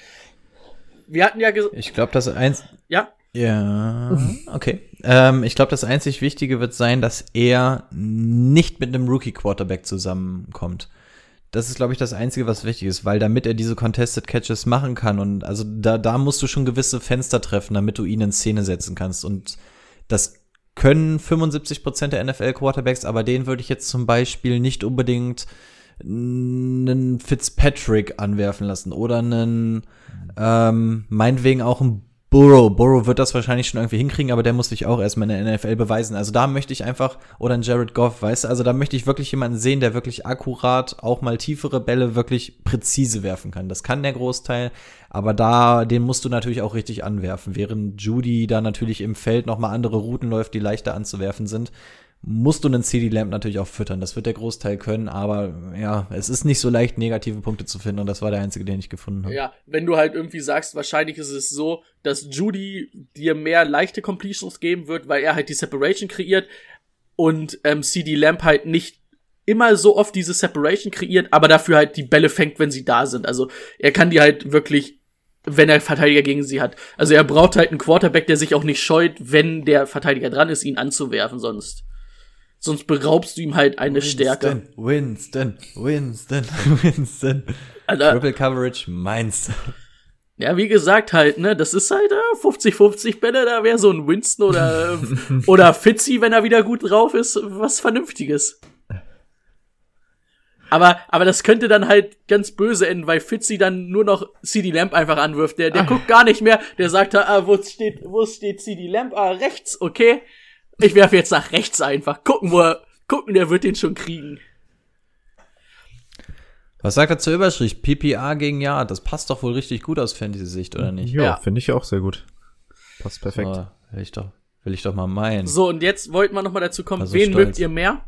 Wir hatten ja gesagt. Ich glaube, das eins. Ja. Ja, okay. Ähm, ich glaube, das einzig Wichtige wird sein, dass er nicht mit einem Rookie-Quarterback zusammenkommt. Das ist, glaube ich, das Einzige, was wichtig ist, weil damit er diese Contested Catches machen kann und also da, da musst du schon gewisse Fenster treffen, damit du ihn in Szene setzen kannst. Und das können fünfundsiebzig Prozent der N F L-Quarterbacks, aber den würde ich jetzt zum Beispiel nicht unbedingt einen Fitzpatrick anwerfen lassen oder einen, ähm, meinetwegen auch einen Burrow. Burrow wird das wahrscheinlich schon irgendwie hinkriegen, aber der muss sich auch erstmal in der N F L beweisen. Also da möchte ich einfach, oder ein Jared Goff, weißt du, also da möchte ich wirklich jemanden sehen, der wirklich akkurat auch mal tiefere Bälle wirklich präzise werfen kann. Das kann der Großteil, aber da, den musst du natürlich auch richtig anwerfen. Während Jeudy da natürlich im Feld nochmal andere Routen läuft, die leichter anzuwerfen sind, musst du einen CeeDee Lamb natürlich auch füttern. Das wird der Großteil können, aber ja, es ist nicht so leicht, negative Punkte zu finden und das war der einzige, den ich gefunden habe. Ja, wenn du halt irgendwie sagst, wahrscheinlich ist es so, dass Jeudy dir mehr leichte Completions geben wird, weil er halt die Separation kreiert und ähm, CeeDee Lamb halt nicht immer so oft diese Separation kreiert, aber dafür halt die Bälle fängt, wenn sie da sind. Also er kann die halt wirklich, wenn er Verteidiger gegen sie hat. Also er braucht halt einen Quarterback, der sich auch nicht scheut, wenn der Verteidiger dran ist, ihn anzuwerfen, sonst Sonst beraubst du ihm halt eine Winston, Stärke. Winston, Winston, Winston. Also, Triple Coverage meinst du? Ja, wie gesagt halt, ne, das ist halt äh, fünfzig fünfzig Bälle, da wäre so ein Winston oder oder Fitzy, wenn er wieder gut drauf ist, was Vernünftiges. Aber aber das könnte dann halt ganz böse enden, weil Fitzy dann nur noch CeeDee Lamb einfach anwirft. Der der ah. guckt gar nicht mehr, der sagt da, ah, wo steht wo steht CeeDee Lamb? Ah, rechts, okay. Ich werfe jetzt nach rechts einfach. Gucken, wo er, gucken, der wird den schon kriegen. Was sagt er zur Überschrift? P P R gegen Yard. Das passt doch wohl richtig gut aus Fantasy-Sicht, oder nicht? Ja, ja. finde ich auch sehr gut. Passt perfekt. So, will ich doch, will ich doch mal meinen. So, und jetzt wollten wir noch mal dazu kommen, also wen stolz. mögt ihr mehr?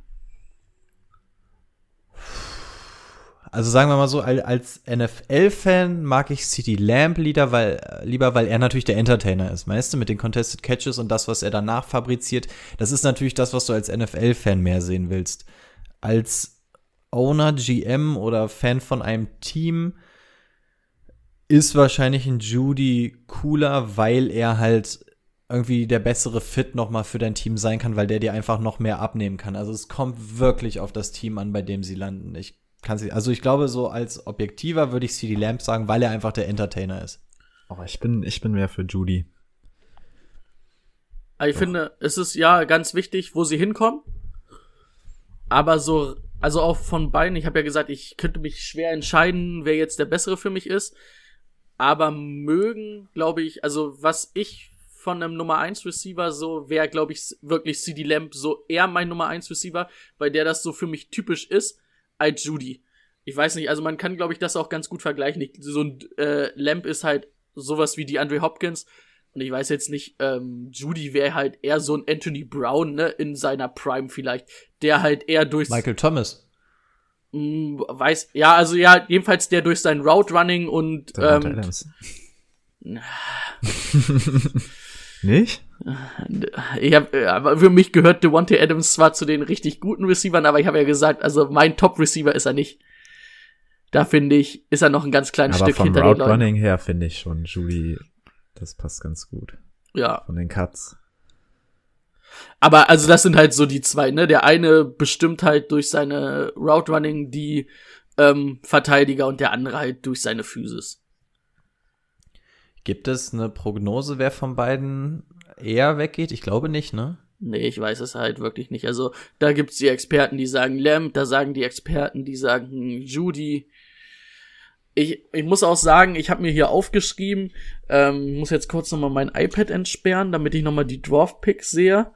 Also sagen wir mal so, als N F L-Fan mag ich CeeDee Lamb lieber, weil, lieber, weil er natürlich der Entertainer ist, weißt du, mit den Contested Catches und das, was er danach fabriziert. Das ist natürlich das, was du als N F L-Fan mehr sehen willst. Als Owner, G M oder Fan von einem Team ist wahrscheinlich ein Jeudy cooler, weil er halt irgendwie der bessere Fit nochmal für dein Team sein kann, weil der dir einfach noch mehr abnehmen kann. Also es kommt wirklich auf das Team an, bei dem sie landen. Ich kann sie, also ich glaube, so als Objektiver würde ich CeeDee Lamb sagen, weil er einfach der Entertainer ist. Aber ich bin, ich bin mehr für Jeudy. Ich Doch. finde, es ist ja ganz wichtig, wo sie hinkommen. aber so, also auch von beiden, ich habe ja gesagt, ich könnte mich schwer entscheiden, wer jetzt der Bessere für mich ist, aber mögen, glaube ich, also was ich von einem Nummer eins Receiver so, wäre, glaube ich, wirklich CeeDee Lamb so eher mein Nummer eins Receiver, weil der das so für mich typisch ist, als Jeudy. Ich weiß nicht, also man kann, glaube ich, das auch ganz gut vergleichen. Ich, so ein äh, Lamb ist halt sowas wie die DeAndre Hopkins und ich weiß jetzt nicht, ähm, Jeudy wäre halt eher so ein Anthony Brown, ne, in seiner Prime vielleicht, der halt eher durch Michael Thomas. Mh, weiß, ja, also ja, jedenfalls der durch sein Route Running und Davante ähm, Adams. Nicht? Ich hab, aber für mich gehört Davante Adams zwar zu den richtig guten Receivern, aber ich habe ja gesagt, also mein Top-Receiver ist er nicht. Da finde ich, ist er noch ein ganz kleines Aber Stück vom hinter den Route Leuten. Running her finde ich schon Jeudy, das passt ganz gut. Ja. Von den Cuts. Aber also das sind halt so die zwei, ne? Der eine bestimmt halt durch seine Route Running die ähm, Verteidiger und der andere halt durch seine Physis. Gibt es eine Prognose, wer von beiden eher weggeht? Ich glaube nicht, ne? Nee, ich weiß es halt wirklich nicht. Also da gibt's die Experten, die sagen Lamb, da sagen die Experten, die sagen hm, Jeudy. Ich, ich muss auch sagen, ich habe mir hier aufgeschrieben, ähm, muss jetzt kurz nochmal mein iPad entsperren, damit ich nochmal die Draft-Picks sehe.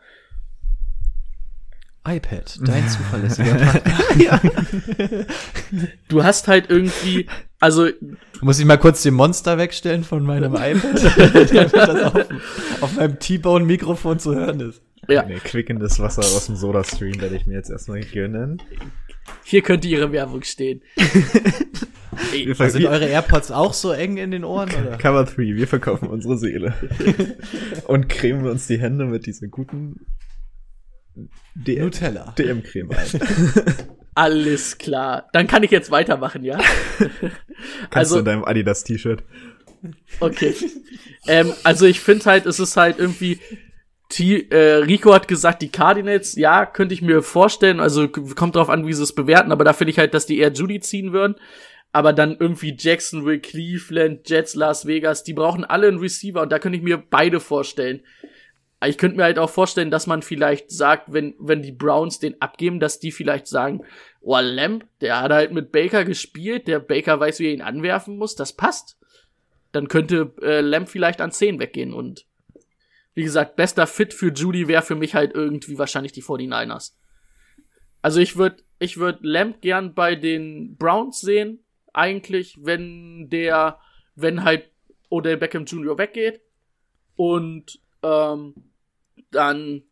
iPad, dein zuverlässiger Partner. Du hast halt irgendwie, also Muss ich mal kurz den Monster wegstellen von meinem iPad, damit das auf, auf meinem T-Bone-Mikrofon zu hören ist. ja, Nee, quickendes Wasser aus dem Soda-Stream werde ich mir jetzt erstmal gönnen. hier könnte ihre Werbung stehen. Ey, Wir ver- Sind eure AirPods auch so eng in den Ohren, oder? Cover drei, wir verkaufen unsere Seele. Und cremen uns die Hände mit dieser guten D M- Nutella. D M-Creme ein. alles klar. Dann kann ich jetzt weitermachen, ja? Kannst Also- du in deinem Adidas-T-Shirt. Okay. ähm, also ich finde halt, es ist halt irgendwie, T äh, Rico hat gesagt, die Cardinals, ja, könnte ich mir vorstellen, also k- kommt drauf an, wie sie es bewerten, aber da finde ich halt, dass die eher Jeudy ziehen würden. Aber dann irgendwie Jacksonville, Cleveland, Jets, Las Vegas, die brauchen alle einen Receiver und da könnte ich mir beide vorstellen. Ich könnte mir halt auch vorstellen, dass man vielleicht sagt, wenn wenn die Browns den abgeben, dass die vielleicht sagen, oh, Lamb, der hat halt mit Baker gespielt, der Baker weiß, wie er ihn anwerfen muss, das passt. Dann könnte äh, Lamb vielleicht an zehn weggehen und wie gesagt, bester Fit für Jeudy wäre für mich halt irgendwie wahrscheinlich die forty-niners. Also ich würde ich würd Lamb gern bei den Browns sehen, eigentlich, wenn der, wenn halt Odell Beckham Junior weggeht und ähm, dann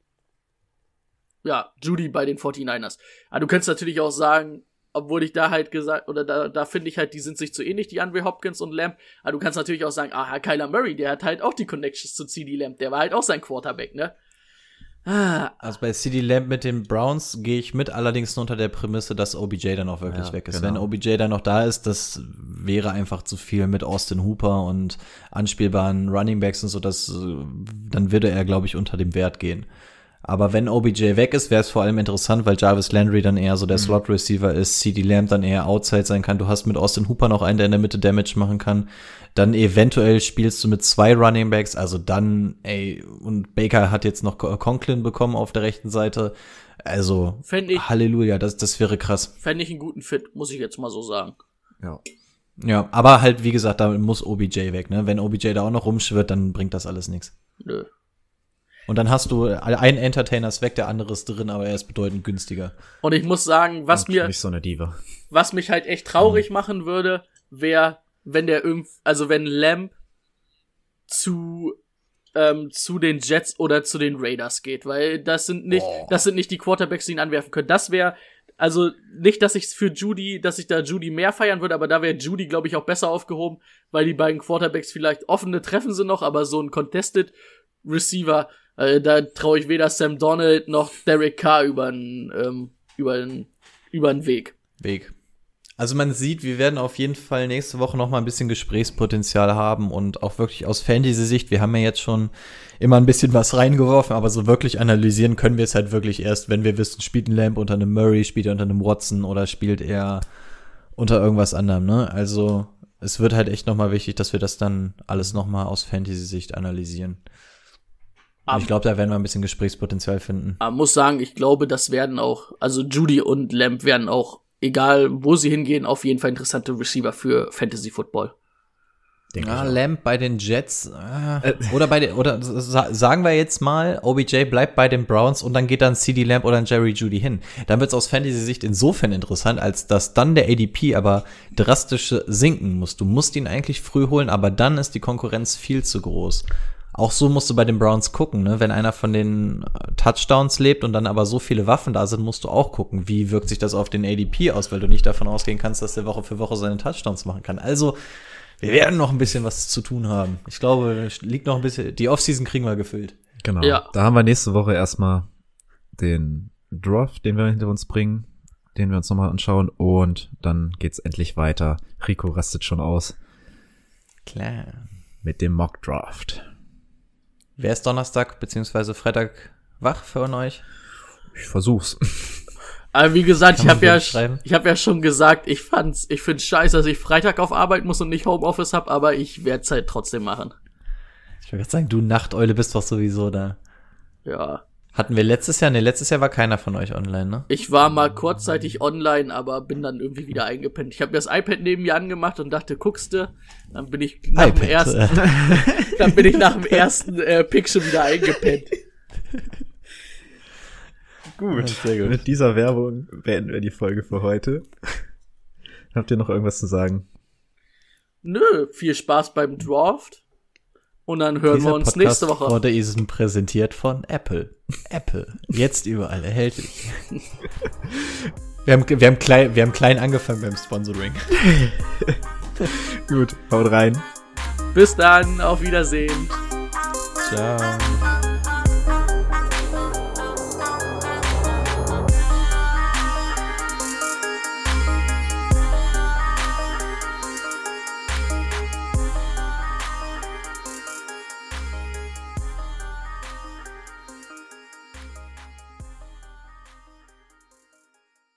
ja, Jeudy bei den forty-niners. Aber du könntest natürlich auch sagen, obwohl ich da halt gesagt, oder da, da finde ich halt, die sind sich zu ähnlich, die DeAndre Hopkins und Lamb. Aber du kannst natürlich auch sagen, ah, Kyler Murray, der hat halt auch die Connections zu CeeDee Lamb, der war halt auch sein Quarterback, ne? Ah, Also bei CeeDee Lamb mit den Browns gehe ich mit, allerdings nur unter der Prämisse, dass O B J dann auch wirklich Ja, weg ist. genau. Wenn O B J dann noch da ist, das wäre einfach zu viel mit Austin Hooper und anspielbaren Running Backs und so, das, äh, dann würde er, glaube ich, unter dem Wert gehen. Aber wenn O B J weg ist, wäre es vor allem interessant, weil Jarvis Landry dann eher so der Slot-Receiver ist, CeeDee Lamb dann eher Outside sein kann. Du hast mit Austin Hooper noch einen, der in der Mitte Damage machen kann. Dann eventuell spielst du mit zwei Running Backs, also dann, ey, und Baker hat jetzt noch Conklin bekommen auf der rechten Seite. Also, Fänd ich- Halleluja, das, das wäre krass. fände ich einen guten Fit, muss ich jetzt mal so sagen. Ja. Ja, aber halt, wie gesagt, da muss O B J weg, ne? Wenn O B J da auch noch rumschwirrt, dann bringt das alles nichts. Nö. Und dann hast du, ein Entertainer ist weg, der andere ist drin, aber er ist bedeutend günstiger. Und ich muss sagen, was Und mir, nicht so eine Diva. was mich halt echt traurig machen würde, wäre, wenn der irgend, also wenn Lamb zu, ähm, zu den Jets oder zu den Raiders geht, weil das sind nicht, das sind nicht die Quarterbacks, die ihn anwerfen können. Das wäre, also nicht, dass ich für Jeudy, dass ich da Jeudy mehr feiern würde, aber da wäre Jeudy, glaube ich, auch besser aufgehoben, weil die beiden Quarterbacks vielleicht offene Treffen sind noch, aber so ein Contested Receiver, äh, da traue ich weder Sam Donald noch Derek Carr über den, ähm, über den, über den Weg. Weg. Also man sieht, wir werden auf jeden Fall nächste Woche noch mal ein bisschen Gesprächspotenzial haben und auch wirklich aus Fantasy-Sicht, wir haben ja jetzt schon immer ein bisschen was reingeworfen, aber so wirklich analysieren können wir es halt wirklich erst, wenn wir wissen, spielt ein Lamb unter einem Murray, spielt er unter einem Watson oder spielt er unter irgendwas anderem, ne? Also es wird halt echt noch mal wichtig, dass wir das dann alles noch mal aus Fantasy-Sicht analysieren. Aber ich glaube, da werden wir ein bisschen Gesprächspotenzial finden. Aber muss sagen, ich glaube, das werden auch, also Judy und Lamb werden auch, egal wo sie hingehen, auf jeden Fall interessante Receiver für Fantasy Football. Ah, Lamb bei den Jets äh, oder bei den, oder sa- sagen wir jetzt mal, O B J bleibt bei den Browns und dann geht dann CeeDee Lamb oder ein Jerry Jeudy hin. Dann wird es aus Fantasy-Sicht insofern interessant, als dass dann der A D P aber drastisch sinken muss. Du musst ihn eigentlich früh holen, aber dann ist die Konkurrenz viel zu groß. Auch so musst du bei den Browns gucken, ne? Wenn einer von den Touchdowns lebt und dann aber so viele Waffen da sind, musst du auch gucken, wie wirkt sich das auf den A D P aus, weil du nicht davon ausgehen kannst, dass der Woche für Woche seine Touchdowns machen kann. Also wir werden noch ein bisschen was zu tun haben. Ich glaube, liegt noch ein bisschen, die Offseason kriegen wir gefüllt. Genau. Ja. Da haben wir nächste Woche erstmal den Draft, den wir hinter uns bringen, den wir uns nochmal anschauen und dann geht's endlich weiter. Rico rastet schon aus Klar. mit dem Mock Draft. Wer ist Donnerstag bzw. Freitag wach für euch? Ich versuch's. Aber wie gesagt, Kann ich man habe ja, schreiben? ich habe ja schon gesagt, ich fand's, ich find's scheiße, dass ich Freitag auf Arbeit muss und nicht Homeoffice hab, aber ich werde es halt trotzdem machen. Ich wollte gerade sagen, du Nachteule bist doch sowieso da. Ja. Hatten wir letztes Jahr? Ne, letztes Jahr war keiner von euch online, ne? Ich war mal kurzzeitig online, aber bin dann irgendwie wieder eingepennt. Ich habe mir das iPad neben mir angemacht und dachte, guckste, dann bin ich nach dem iPad, ersten, äh. dann bin ich nach dem ersten äh, Pick schon wieder eingepennt. Gut. Sehr gut. Mit dieser Werbung beenden wir die Folge für heute. Habt ihr noch irgendwas zu sagen? Nö, viel Spaß beim Draft. Und dann hören Dieser wir uns Podcast nächste Woche. wurde Ihnen präsentiert von Apple. Apple. Jetzt überall erhältlich. wir, haben, wir, haben klein, wir haben klein angefangen beim Sponsoring. Gut, haut rein. Bis dann, auf Wiedersehen. Ciao.